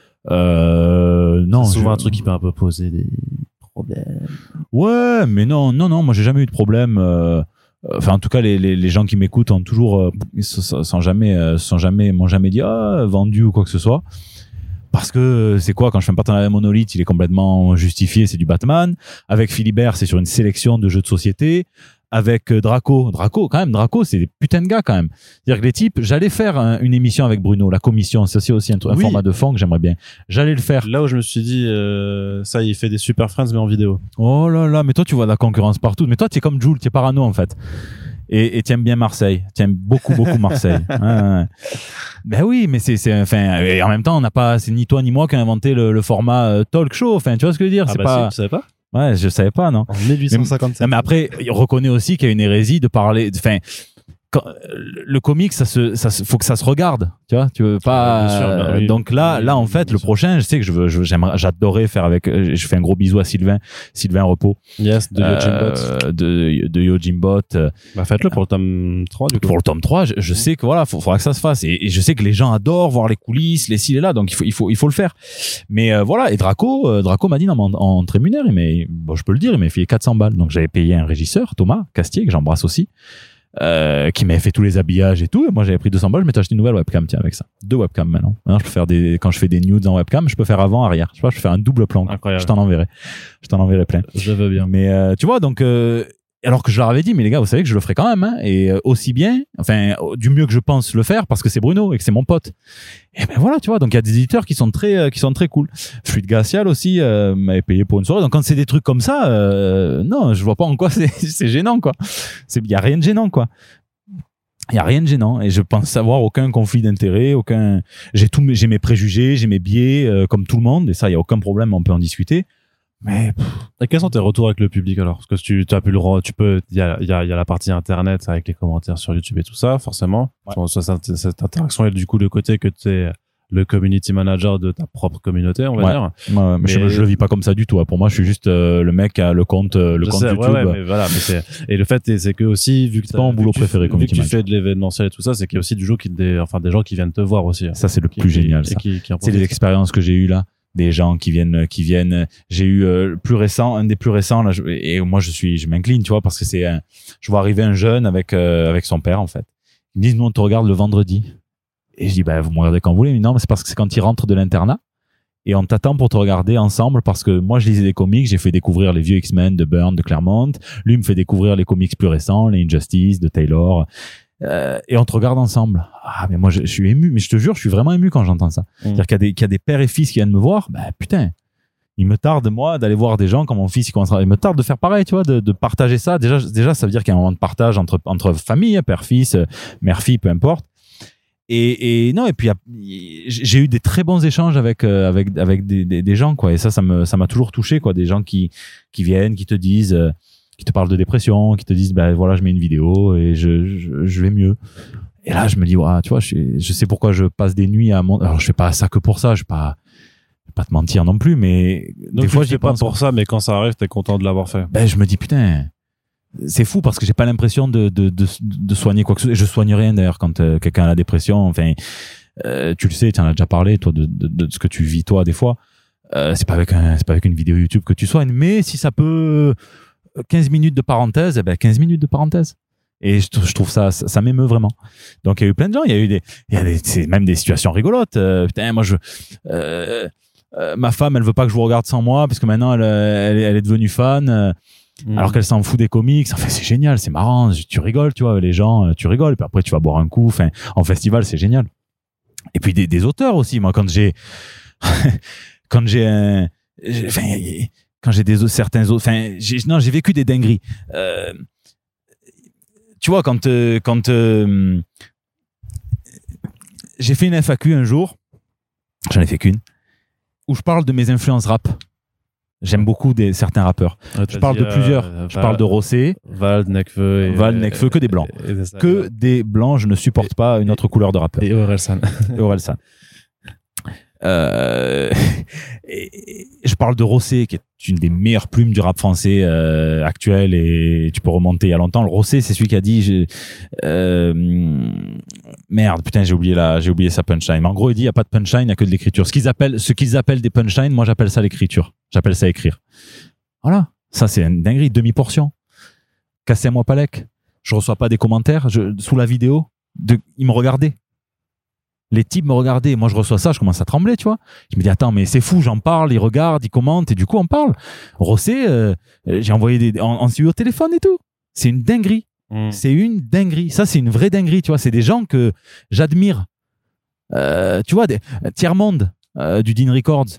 Non, c'est souvent un truc qui peut un peu poser des problèmes. Ouais, mais non, moi j'ai jamais eu de problème. Enfin, en tout cas, les gens qui m'écoutent ont toujours, m'ont jamais dit vendu ou quoi que ce soit. Parce que c'est quoi, quand je fais un partenariat avec Monolith, il est complètement justifié, c'est du Batman. Avec Philibert, c'est sur une sélection de jeux de société. Avec Draco, c'est des putains de gars quand même. C'est-à-dire que les types, j'allais faire une émission avec Bruno, la commission, c'est aussi un format de fond que j'aimerais bien. J'allais le faire. Là où je me suis dit, ça, il fait des Super Friends mais en vidéo. Oh là là, mais toi tu vois la concurrence partout. Mais toi tu es comme Jules, tu es parano en fait. Et tu aimes bien Marseille. Tu aimes beaucoup Marseille. Ouais. Ben oui, mais enfin, et en même temps, c'est ni toi ni moi qui avons inventé le format talk show. Enfin, tu vois ce que je veux dire? Tu savais pas? Ouais, je savais pas, non. En 1857. Mais après, il reconnaît aussi qu'il y a une hérésie de parler. Enfin, le comics, faut que ça se regarde, tu vois. Tu veux pas. Bien sûr, oui, donc là, en fait, le prochain, je sais que j'adorerais faire avec. Je fais un gros bisou à Sylvain Repos. Yes, de Yojimbot. De Yojimbot. Faites-le pour le tome 3, du coup. Pour le tome 3, je sais que voilà, faudra que ça se fasse. Et je sais que les gens adorent voir les coulisses, les ci et là, donc il faut le faire. Mais voilà, et Draco m'a dit en trémunaire, je peux le dire, il m'a fait 400 balles. Donc j'avais payé un régisseur, Thomas Castier, que j'embrasse aussi. Qui m'avait fait tous les habillages et tout, et moi j'avais pris 200 balles, je m'étais acheté une nouvelle webcam, tiens, avec ça. 2 webcams maintenant. Je peux faire quand je fais des nudes en webcam, je peux faire avant, arrière. Je sais pas, je peux faire un double plan. Incroyable. Je t'en enverrai plein. Je veux bien. Mais tu vois, donc alors que je leur avais dit, mais les gars, vous savez que je le ferai quand même, hein, et aussi bien, enfin, du mieux que je pense le faire, parce que c'est Bruno et que c'est mon pote. Et ben voilà, tu vois, donc il y a des éditeurs qui sont très cool. Fluide Glacial aussi m'avait payé pour une soirée. Donc quand c'est des trucs comme ça, non, je vois pas en quoi c'est gênant, quoi. Il y a rien de gênant, quoi. Il y a rien de gênant, et je pense savoir aucun conflit d'intérêt, j'ai mes préjugés, j'ai mes biais, comme tout le monde, et ça, il y a aucun problème, on peut en discuter. Mais et quels sont tes retours avec le public alors? Parce que tu as pu il y a la partie internet avec les commentaires sur YouTube et tout ça, forcément. Ouais. Cette interaction et du coup le côté que tu es le community manager de ta propre communauté, on va dire. Ouais, mais je le vis pas comme ça du tout. Pour moi, je suis juste le mec qui a le compte YouTube. Ouais, mais voilà, et le fait c'est que aussi vu que c'est pas mon boulot préféré, vu que tu fais de l'événementiel et tout ça, c'est qu'il y a aussi des gens qui viennent te voir aussi. Ça c'est le plus génial. C'est les expériences que j'ai eues là. Des gens qui viennent. J'ai eu un des plus récents là, et moi je m'incline, tu vois, parce que je vois arriver un jeune avec son père en fait. Ils me disent nous on te regarde le vendredi, et je dis vous me regardez quand vous voulez, mais non, mais c'est parce que c'est quand il rentre de l'internat et on t'attend pour te regarder ensemble, parce que moi je lisais des comics, j'ai fait découvrir les vieux X-Men de Byrne, de Claremont, lui me fait découvrir les comics plus récents, les Injustice de Taylor. Et on te regarde ensemble. Mais moi je suis ému, mais je te jure, je suis vraiment ému quand j'entends ça. C'est-à-dire qu'il y a des pères et fils qui viennent me voir, putain, il me tarde moi d'aller voir des gens quand mon fils il commence il me tarde de faire pareil, tu vois, de partager ça. Déjà ça veut dire qu'il y a un moment de partage entre famille, père fils, mère fille, peu importe. Et non, et puis j'ai eu des très bons échanges avec des gens, quoi, et ça m'a toujours touché, quoi, des gens qui viennent, qui te disent qui te parlent de dépression, qui te disent voilà, je mets une vidéo et je vais mieux. Et là je me dis tu vois, je sais pourquoi je passe des nuits alors je fais pas ça que pour ça, je vais pas te mentir non plus, mais donc des fois je pas pour ça, mais quand ça arrive t'es content de l'avoir fait. Je me dis putain, c'est fou, parce que j'ai pas l'impression de soigner quoi que ce soit. Je soigne rien d'ailleurs quand quelqu'un a la dépression, enfin tu le sais, tu en as déjà parlé toi de ce que tu vis toi des fois. C'est pas avec une vidéo YouTube que tu soignes, mais si ça peut 15 minutes de parenthèse, 15 minutes de parenthèse. Et je trouve ça m'émeut vraiment. Donc il y a eu plein de gens, il y a même des situations rigolotes. Putain, moi ma femme, elle veut pas que je vous regarde sans moi parce que maintenant elle est devenue fan, alors qu'elle s'en fout des comics. Enfin, c'est génial, c'est marrant, tu rigoles, tu vois, les gens, tu rigoles, puis après tu vas boire un coup. Enfin, en festival, c'est génial. Et puis des auteurs aussi. Moi, quand j'ai quand j'ai certains autres, j'ai vécu des dingueries. Tu vois, quand j'ai fait une FAQ un jour, j'en ai fait qu'une, où je parle de mes influences rap. J'aime beaucoup certains rappeurs. Je parle de plusieurs. Je parle de Rossé, Val, Nekfeu, que des blancs. Que des blancs, je ne supporte pas une autre couleur de rappeur. Et Orelsan. Et je parle de Rossé, qui est une des meilleures plumes du rap français actuel, et tu peux remonter il y a longtemps. Le Rossé, c'est celui qui a dit merde, putain, j'ai oublié sa punchline. Mais en gros, il dit il y a pas de punchline, il y a que de l'écriture. Ce qu'ils appellent des punchlines, moi j'appelle ça l'écriture. J'appelle ça écrire. Voilà, ça c'est une dinguerie, demi-portion. Cassez-moi Palek. Je reçois pas des commentaires sous la vidéo. Ils me regardaient. Les types me regardaient, moi je reçois ça, je commence à trembler, tu vois. Je me dis attends, mais c'est fou, j'en parle, ils regardent, ils commentent, et du coup on parle. Rossé, j'ai envoyé on s'est eu au téléphone et tout. C'est une dinguerie. C'est une dinguerie. Ça c'est une vraie dinguerie, tu vois. C'est des gens que j'admire. Tu vois, Tiers-Monde du Dean Records.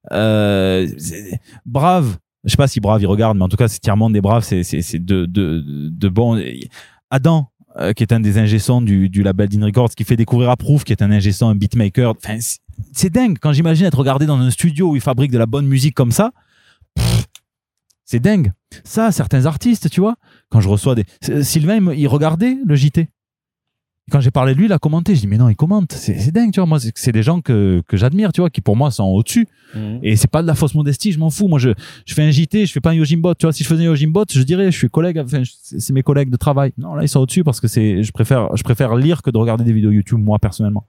Brave. Je sais pas si Brave il regarde, mais en tout cas c'est Tiers-Monde et Brave, c'est de bons. Adam, qui est un des ingé-sons du label Dean Records, qui fait découvrir Approve, qui est un ingé-son, un beatmaker. Enfin, c'est dingue. Quand j'imagine être regardé dans un studio où ils fabriquent de la bonne musique comme ça, c'est dingue. Ça, certains artistes, tu vois, quand je reçois Sylvain, il regardait le JT. Quand j'ai parlé de lui, il a commenté. Je dis, mais non, il commente. C'est dingue, tu vois. Moi, c'est des gens que j'admire, tu vois, qui pour moi sont au-dessus. Et c'est pas de la fausse modestie, je m'en fous. Moi, je fais un JT, je fais pas un Yojimbot. Tu vois, si je faisais un Yojimbot, je dirais, je suis collègue, enfin, c'est mes collègues de travail. Non, là, ils sont au-dessus parce que je préfère lire que de regarder des vidéos YouTube, moi, personnellement.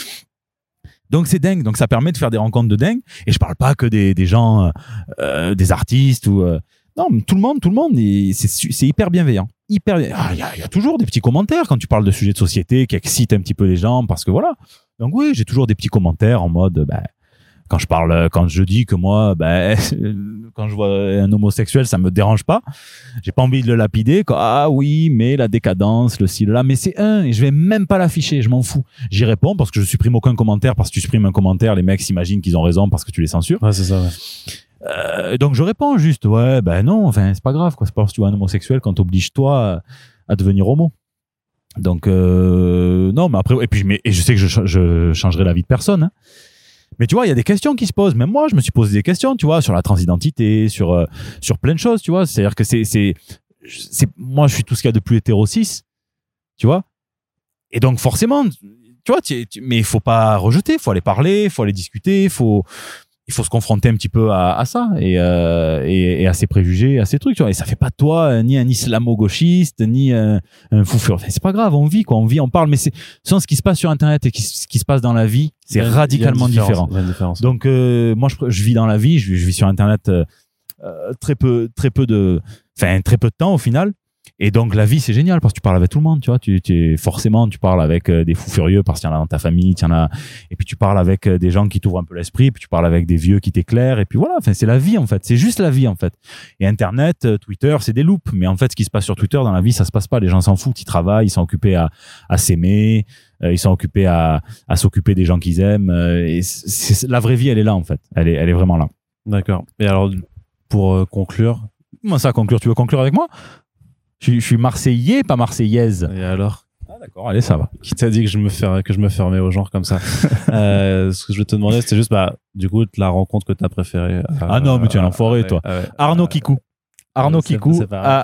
Donc, c'est dingue. Donc, ça permet de faire des rencontres de dingue. Et je parle pas que des gens, des artistes ou, non, mais tout le monde, c'est hyper bienveillant. Il y a toujours des petits commentaires quand tu parles de sujets de société qui excitent un petit peu les gens, parce que voilà. Donc oui, j'ai toujours des petits commentaires en mode, quand je dis que moi, quand je vois un homosexuel, ça me dérange pas. J'ai pas envie de le lapider. Ah oui, mais la décadence, le ci, le là. Mais c'est et je vais même pas l'afficher, je m'en fous. J'y réponds parce que je supprime aucun commentaire, parce que tu supprimes un commentaire, les mecs s'imaginent qu'ils ont raison parce que tu les censures. Ouais, c'est ça, ouais. Donc je réponds juste non, enfin c'est pas grave quoi, c'est pas parce que tu vois un homosexuel quand t'obliges toi à devenir homo. Donc non, mais après et je sais que je changerai la vie de personne, hein. Mais tu vois, il y a des questions qui se posent. Même moi, je me suis posé des questions, tu vois, sur la transidentité, sur plein de choses, tu vois. C'est-à-dire que c'est moi, je suis tout ce qu'il y a de plus hétéro-cis, tu vois. Et donc forcément, tu vois, mais il faut pas rejeter, il faut aller parler, il faut aller discuter, il faut se confronter un petit peu à ça et à ses préjugés, à ces trucs, tu vois. Et ça fait pas de toi ni un islamo-gauchiste, ni un fou furieux. Enfin, c'est pas grave, on vit, quoi. On vit, on parle. Mais sans ce qui se passe sur Internet et ce qui se passe dans la vie, c'est radicalement différent. Donc, moi, je vis dans la vie, je vis sur Internet très peu de temps au final. Et donc la vie c'est génial parce que tu parles avec tout le monde, tu vois, forcément tu parles avec des fous furieux parce qu'il y en a dans ta famille, et puis tu parles avec des gens qui t'ouvrent un peu l'esprit, puis tu parles avec des vieux qui t'éclairent, et puis voilà, enfin c'est la vie en fait, c'est juste la vie en fait. Et Internet, Twitter, c'est des loupes, mais en fait ce qui se passe sur Twitter dans la vie ça se passe pas, les gens s'en foutent, ils travaillent, ils sont occupés à s'aimer, ils sont occupés à s'occuper des gens qu'ils aiment, et la vraie vie elle est là en fait, elle est vraiment là. D'accord. Et alors pour conclure, comment ça conclure, tu veux conclure avec moi? Je suis marseillais, pas marseillaise. Et alors? Ah d'accord, allez, ça va. Qui t'a dit que je me fermais au genre comme ça? Ce que je voulais te demander, c'était juste, du coup, la rencontre que t'as préférée. Ah non, mais tu es un enfoiré, toi. Arnaud Kikou. Arnaud Kikou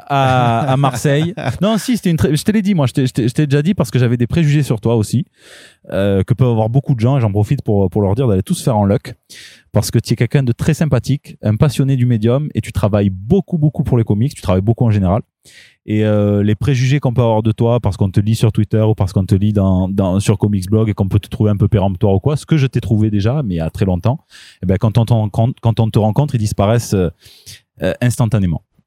à Marseille. Non, si, c'était je te l'ai dit, moi, je t'ai déjà dit parce que j'avais des préjugés sur toi aussi, que peuvent avoir beaucoup de gens, et j'en profite pour leur dire d'aller tous faire en luck. Parce que tu es quelqu'un de très sympathique, un passionné du médium, et tu travailles beaucoup pour les comics, tu travailles beaucoup en général. Et les préjugés qu'on peut avoir de toi parce qu'on te lit sur Twitter ou parce qu'on te lit sur Comics Blog et qu'on peut te trouver un peu péremptoire ou quoi, ce que je t'ai trouvé déjà, mais il y a très longtemps, quand on te rencontre, ils disparaissent instantanément.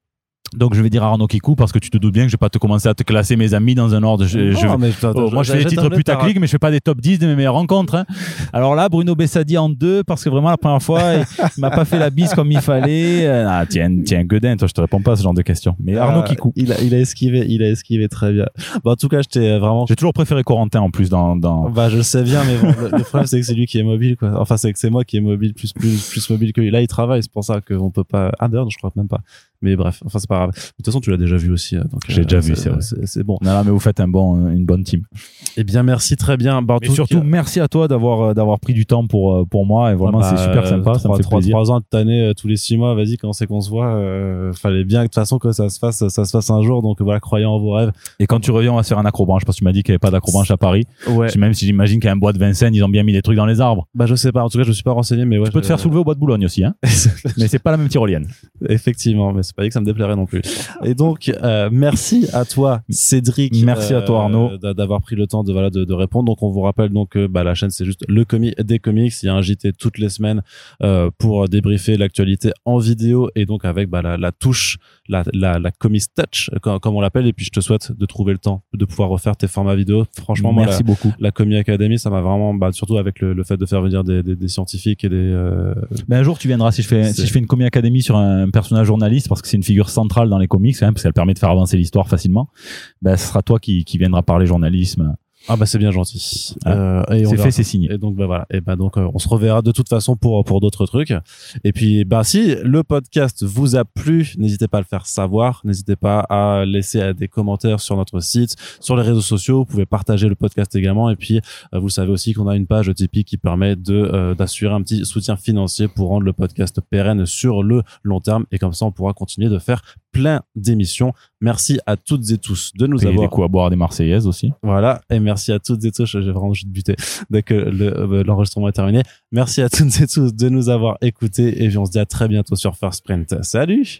Donc je vais dire Arnaud Kikou parce que tu te doutes bien que je vais pas te commencer à te classer mes amis dans un ordre. Moi je fais des titres putaclic, mais je fais pas des top 10 de mes meilleures rencontres. Hein. Alors là, Bruno Bessadi en 2 parce que vraiment la première fois, il m'a pas fait la bise comme il fallait. Tiens, Guedin, toi je te réponds pas à ce genre de question. Mais Arnaud Kikou. Il a esquivé très bien. Bon, en tout cas, j'ai toujours préféré Corentin en plus dans. Bah je le sais bien, mais bon, le problème c'est que c'est lui qui est mobile, quoi. Enfin c'est que c'est moi qui est mobile plus mobile que lui. Là il travaille, c'est pour ça qu'on peut pas. D'ailleurs, je crois même pas. Mais bref, enfin c'est pas grave. De toute façon, tu l'as déjà vu aussi. Donc, j'ai déjà vu, c'est vrai. C'est bon. Non, mais vous faites une bonne team. Eh bien, merci, très bien. Et surtout, merci à toi d'avoir pris du temps pour moi. Et vraiment, c'est super sympa. Ça me fait plaisir. 3 ans de t'année tous les 6 mois. Vas-y, quand c'est qu'on se voit, fallait bien que de toute façon que ça se fasse un jour. Donc voilà, croyant en vos rêves. Et quand tu reviens, on va se faire un acrobranche parce que tu m'as dit qu'il n'y avait pas d'acrobranche à Paris. Ouais. Même si j'imagine qu'à un bois de Vincennes, ils ont bien mis des trucs dans les arbres. Bah je sais pas. En tout cas, je suis pas renseigné, mais ouais. Tu peux te faire soulever au bois de Boulogne aussi, hein. Mais c'est pas la même tyrolienne. Effectivement, mais c'est pas dit que ça me déplairait non plus. Et donc, merci à toi, Cédric. Merci à toi, Arnaud, d'avoir pris le temps de répondre. Donc, on vous rappelle donc que la chaîne, c'est juste le des comics. Il y a un JT toutes les semaines pour débriefer l'actualité en vidéo et donc avec la touche, la comics touch, comme on l'appelle. Et puis, je te souhaite de trouver le temps de pouvoir refaire tes formats vidéo. Franchement, merci beaucoup. La Comic Academy, ça m'a vraiment, surtout avec le fait de faire venir des scientifiques et des. Mais un jour, tu viendras si je fais une Comic Academy sur un personnage journaliste parce que c'est une figure centrale dans les comics, hein, parce qu'elle permet de faire avancer l'histoire facilement. Ce sera toi qui viendra parler journalisme. Ah c'est bien gentil. C'est fait, c'est signé. Et donc voilà. Et donc on se reverra de toute façon pour d'autres trucs. Et puis si le podcast vous a plu, n'hésitez pas à le faire savoir. N'hésitez pas à laisser des commentaires sur notre site, sur les réseaux sociaux. Vous pouvez partager le podcast également. Et puis vous savez aussi qu'on a une page Tipeee qui permet d'assurer un petit soutien financier pour rendre le podcast pérenne sur le long terme. Et comme ça, on pourra continuer de faire plein d'émissions. Merci à toutes et tous de nous avoir. Des coups à boire des Marseillaises aussi. Voilà. Et merci à toutes et tous. J'ai vraiment juste buté dès que l'enregistrement est terminé. Merci à toutes et tous de nous avoir écoutés. Et puis on se dit à très bientôt sur First Print. Salut!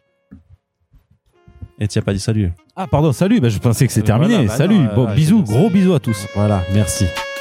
Et tu n'as pas dit salut. Ah, pardon, salut. Je pensais que c'est terminé. Salut. Bisous. Gros bisous à tous. Voilà. Merci.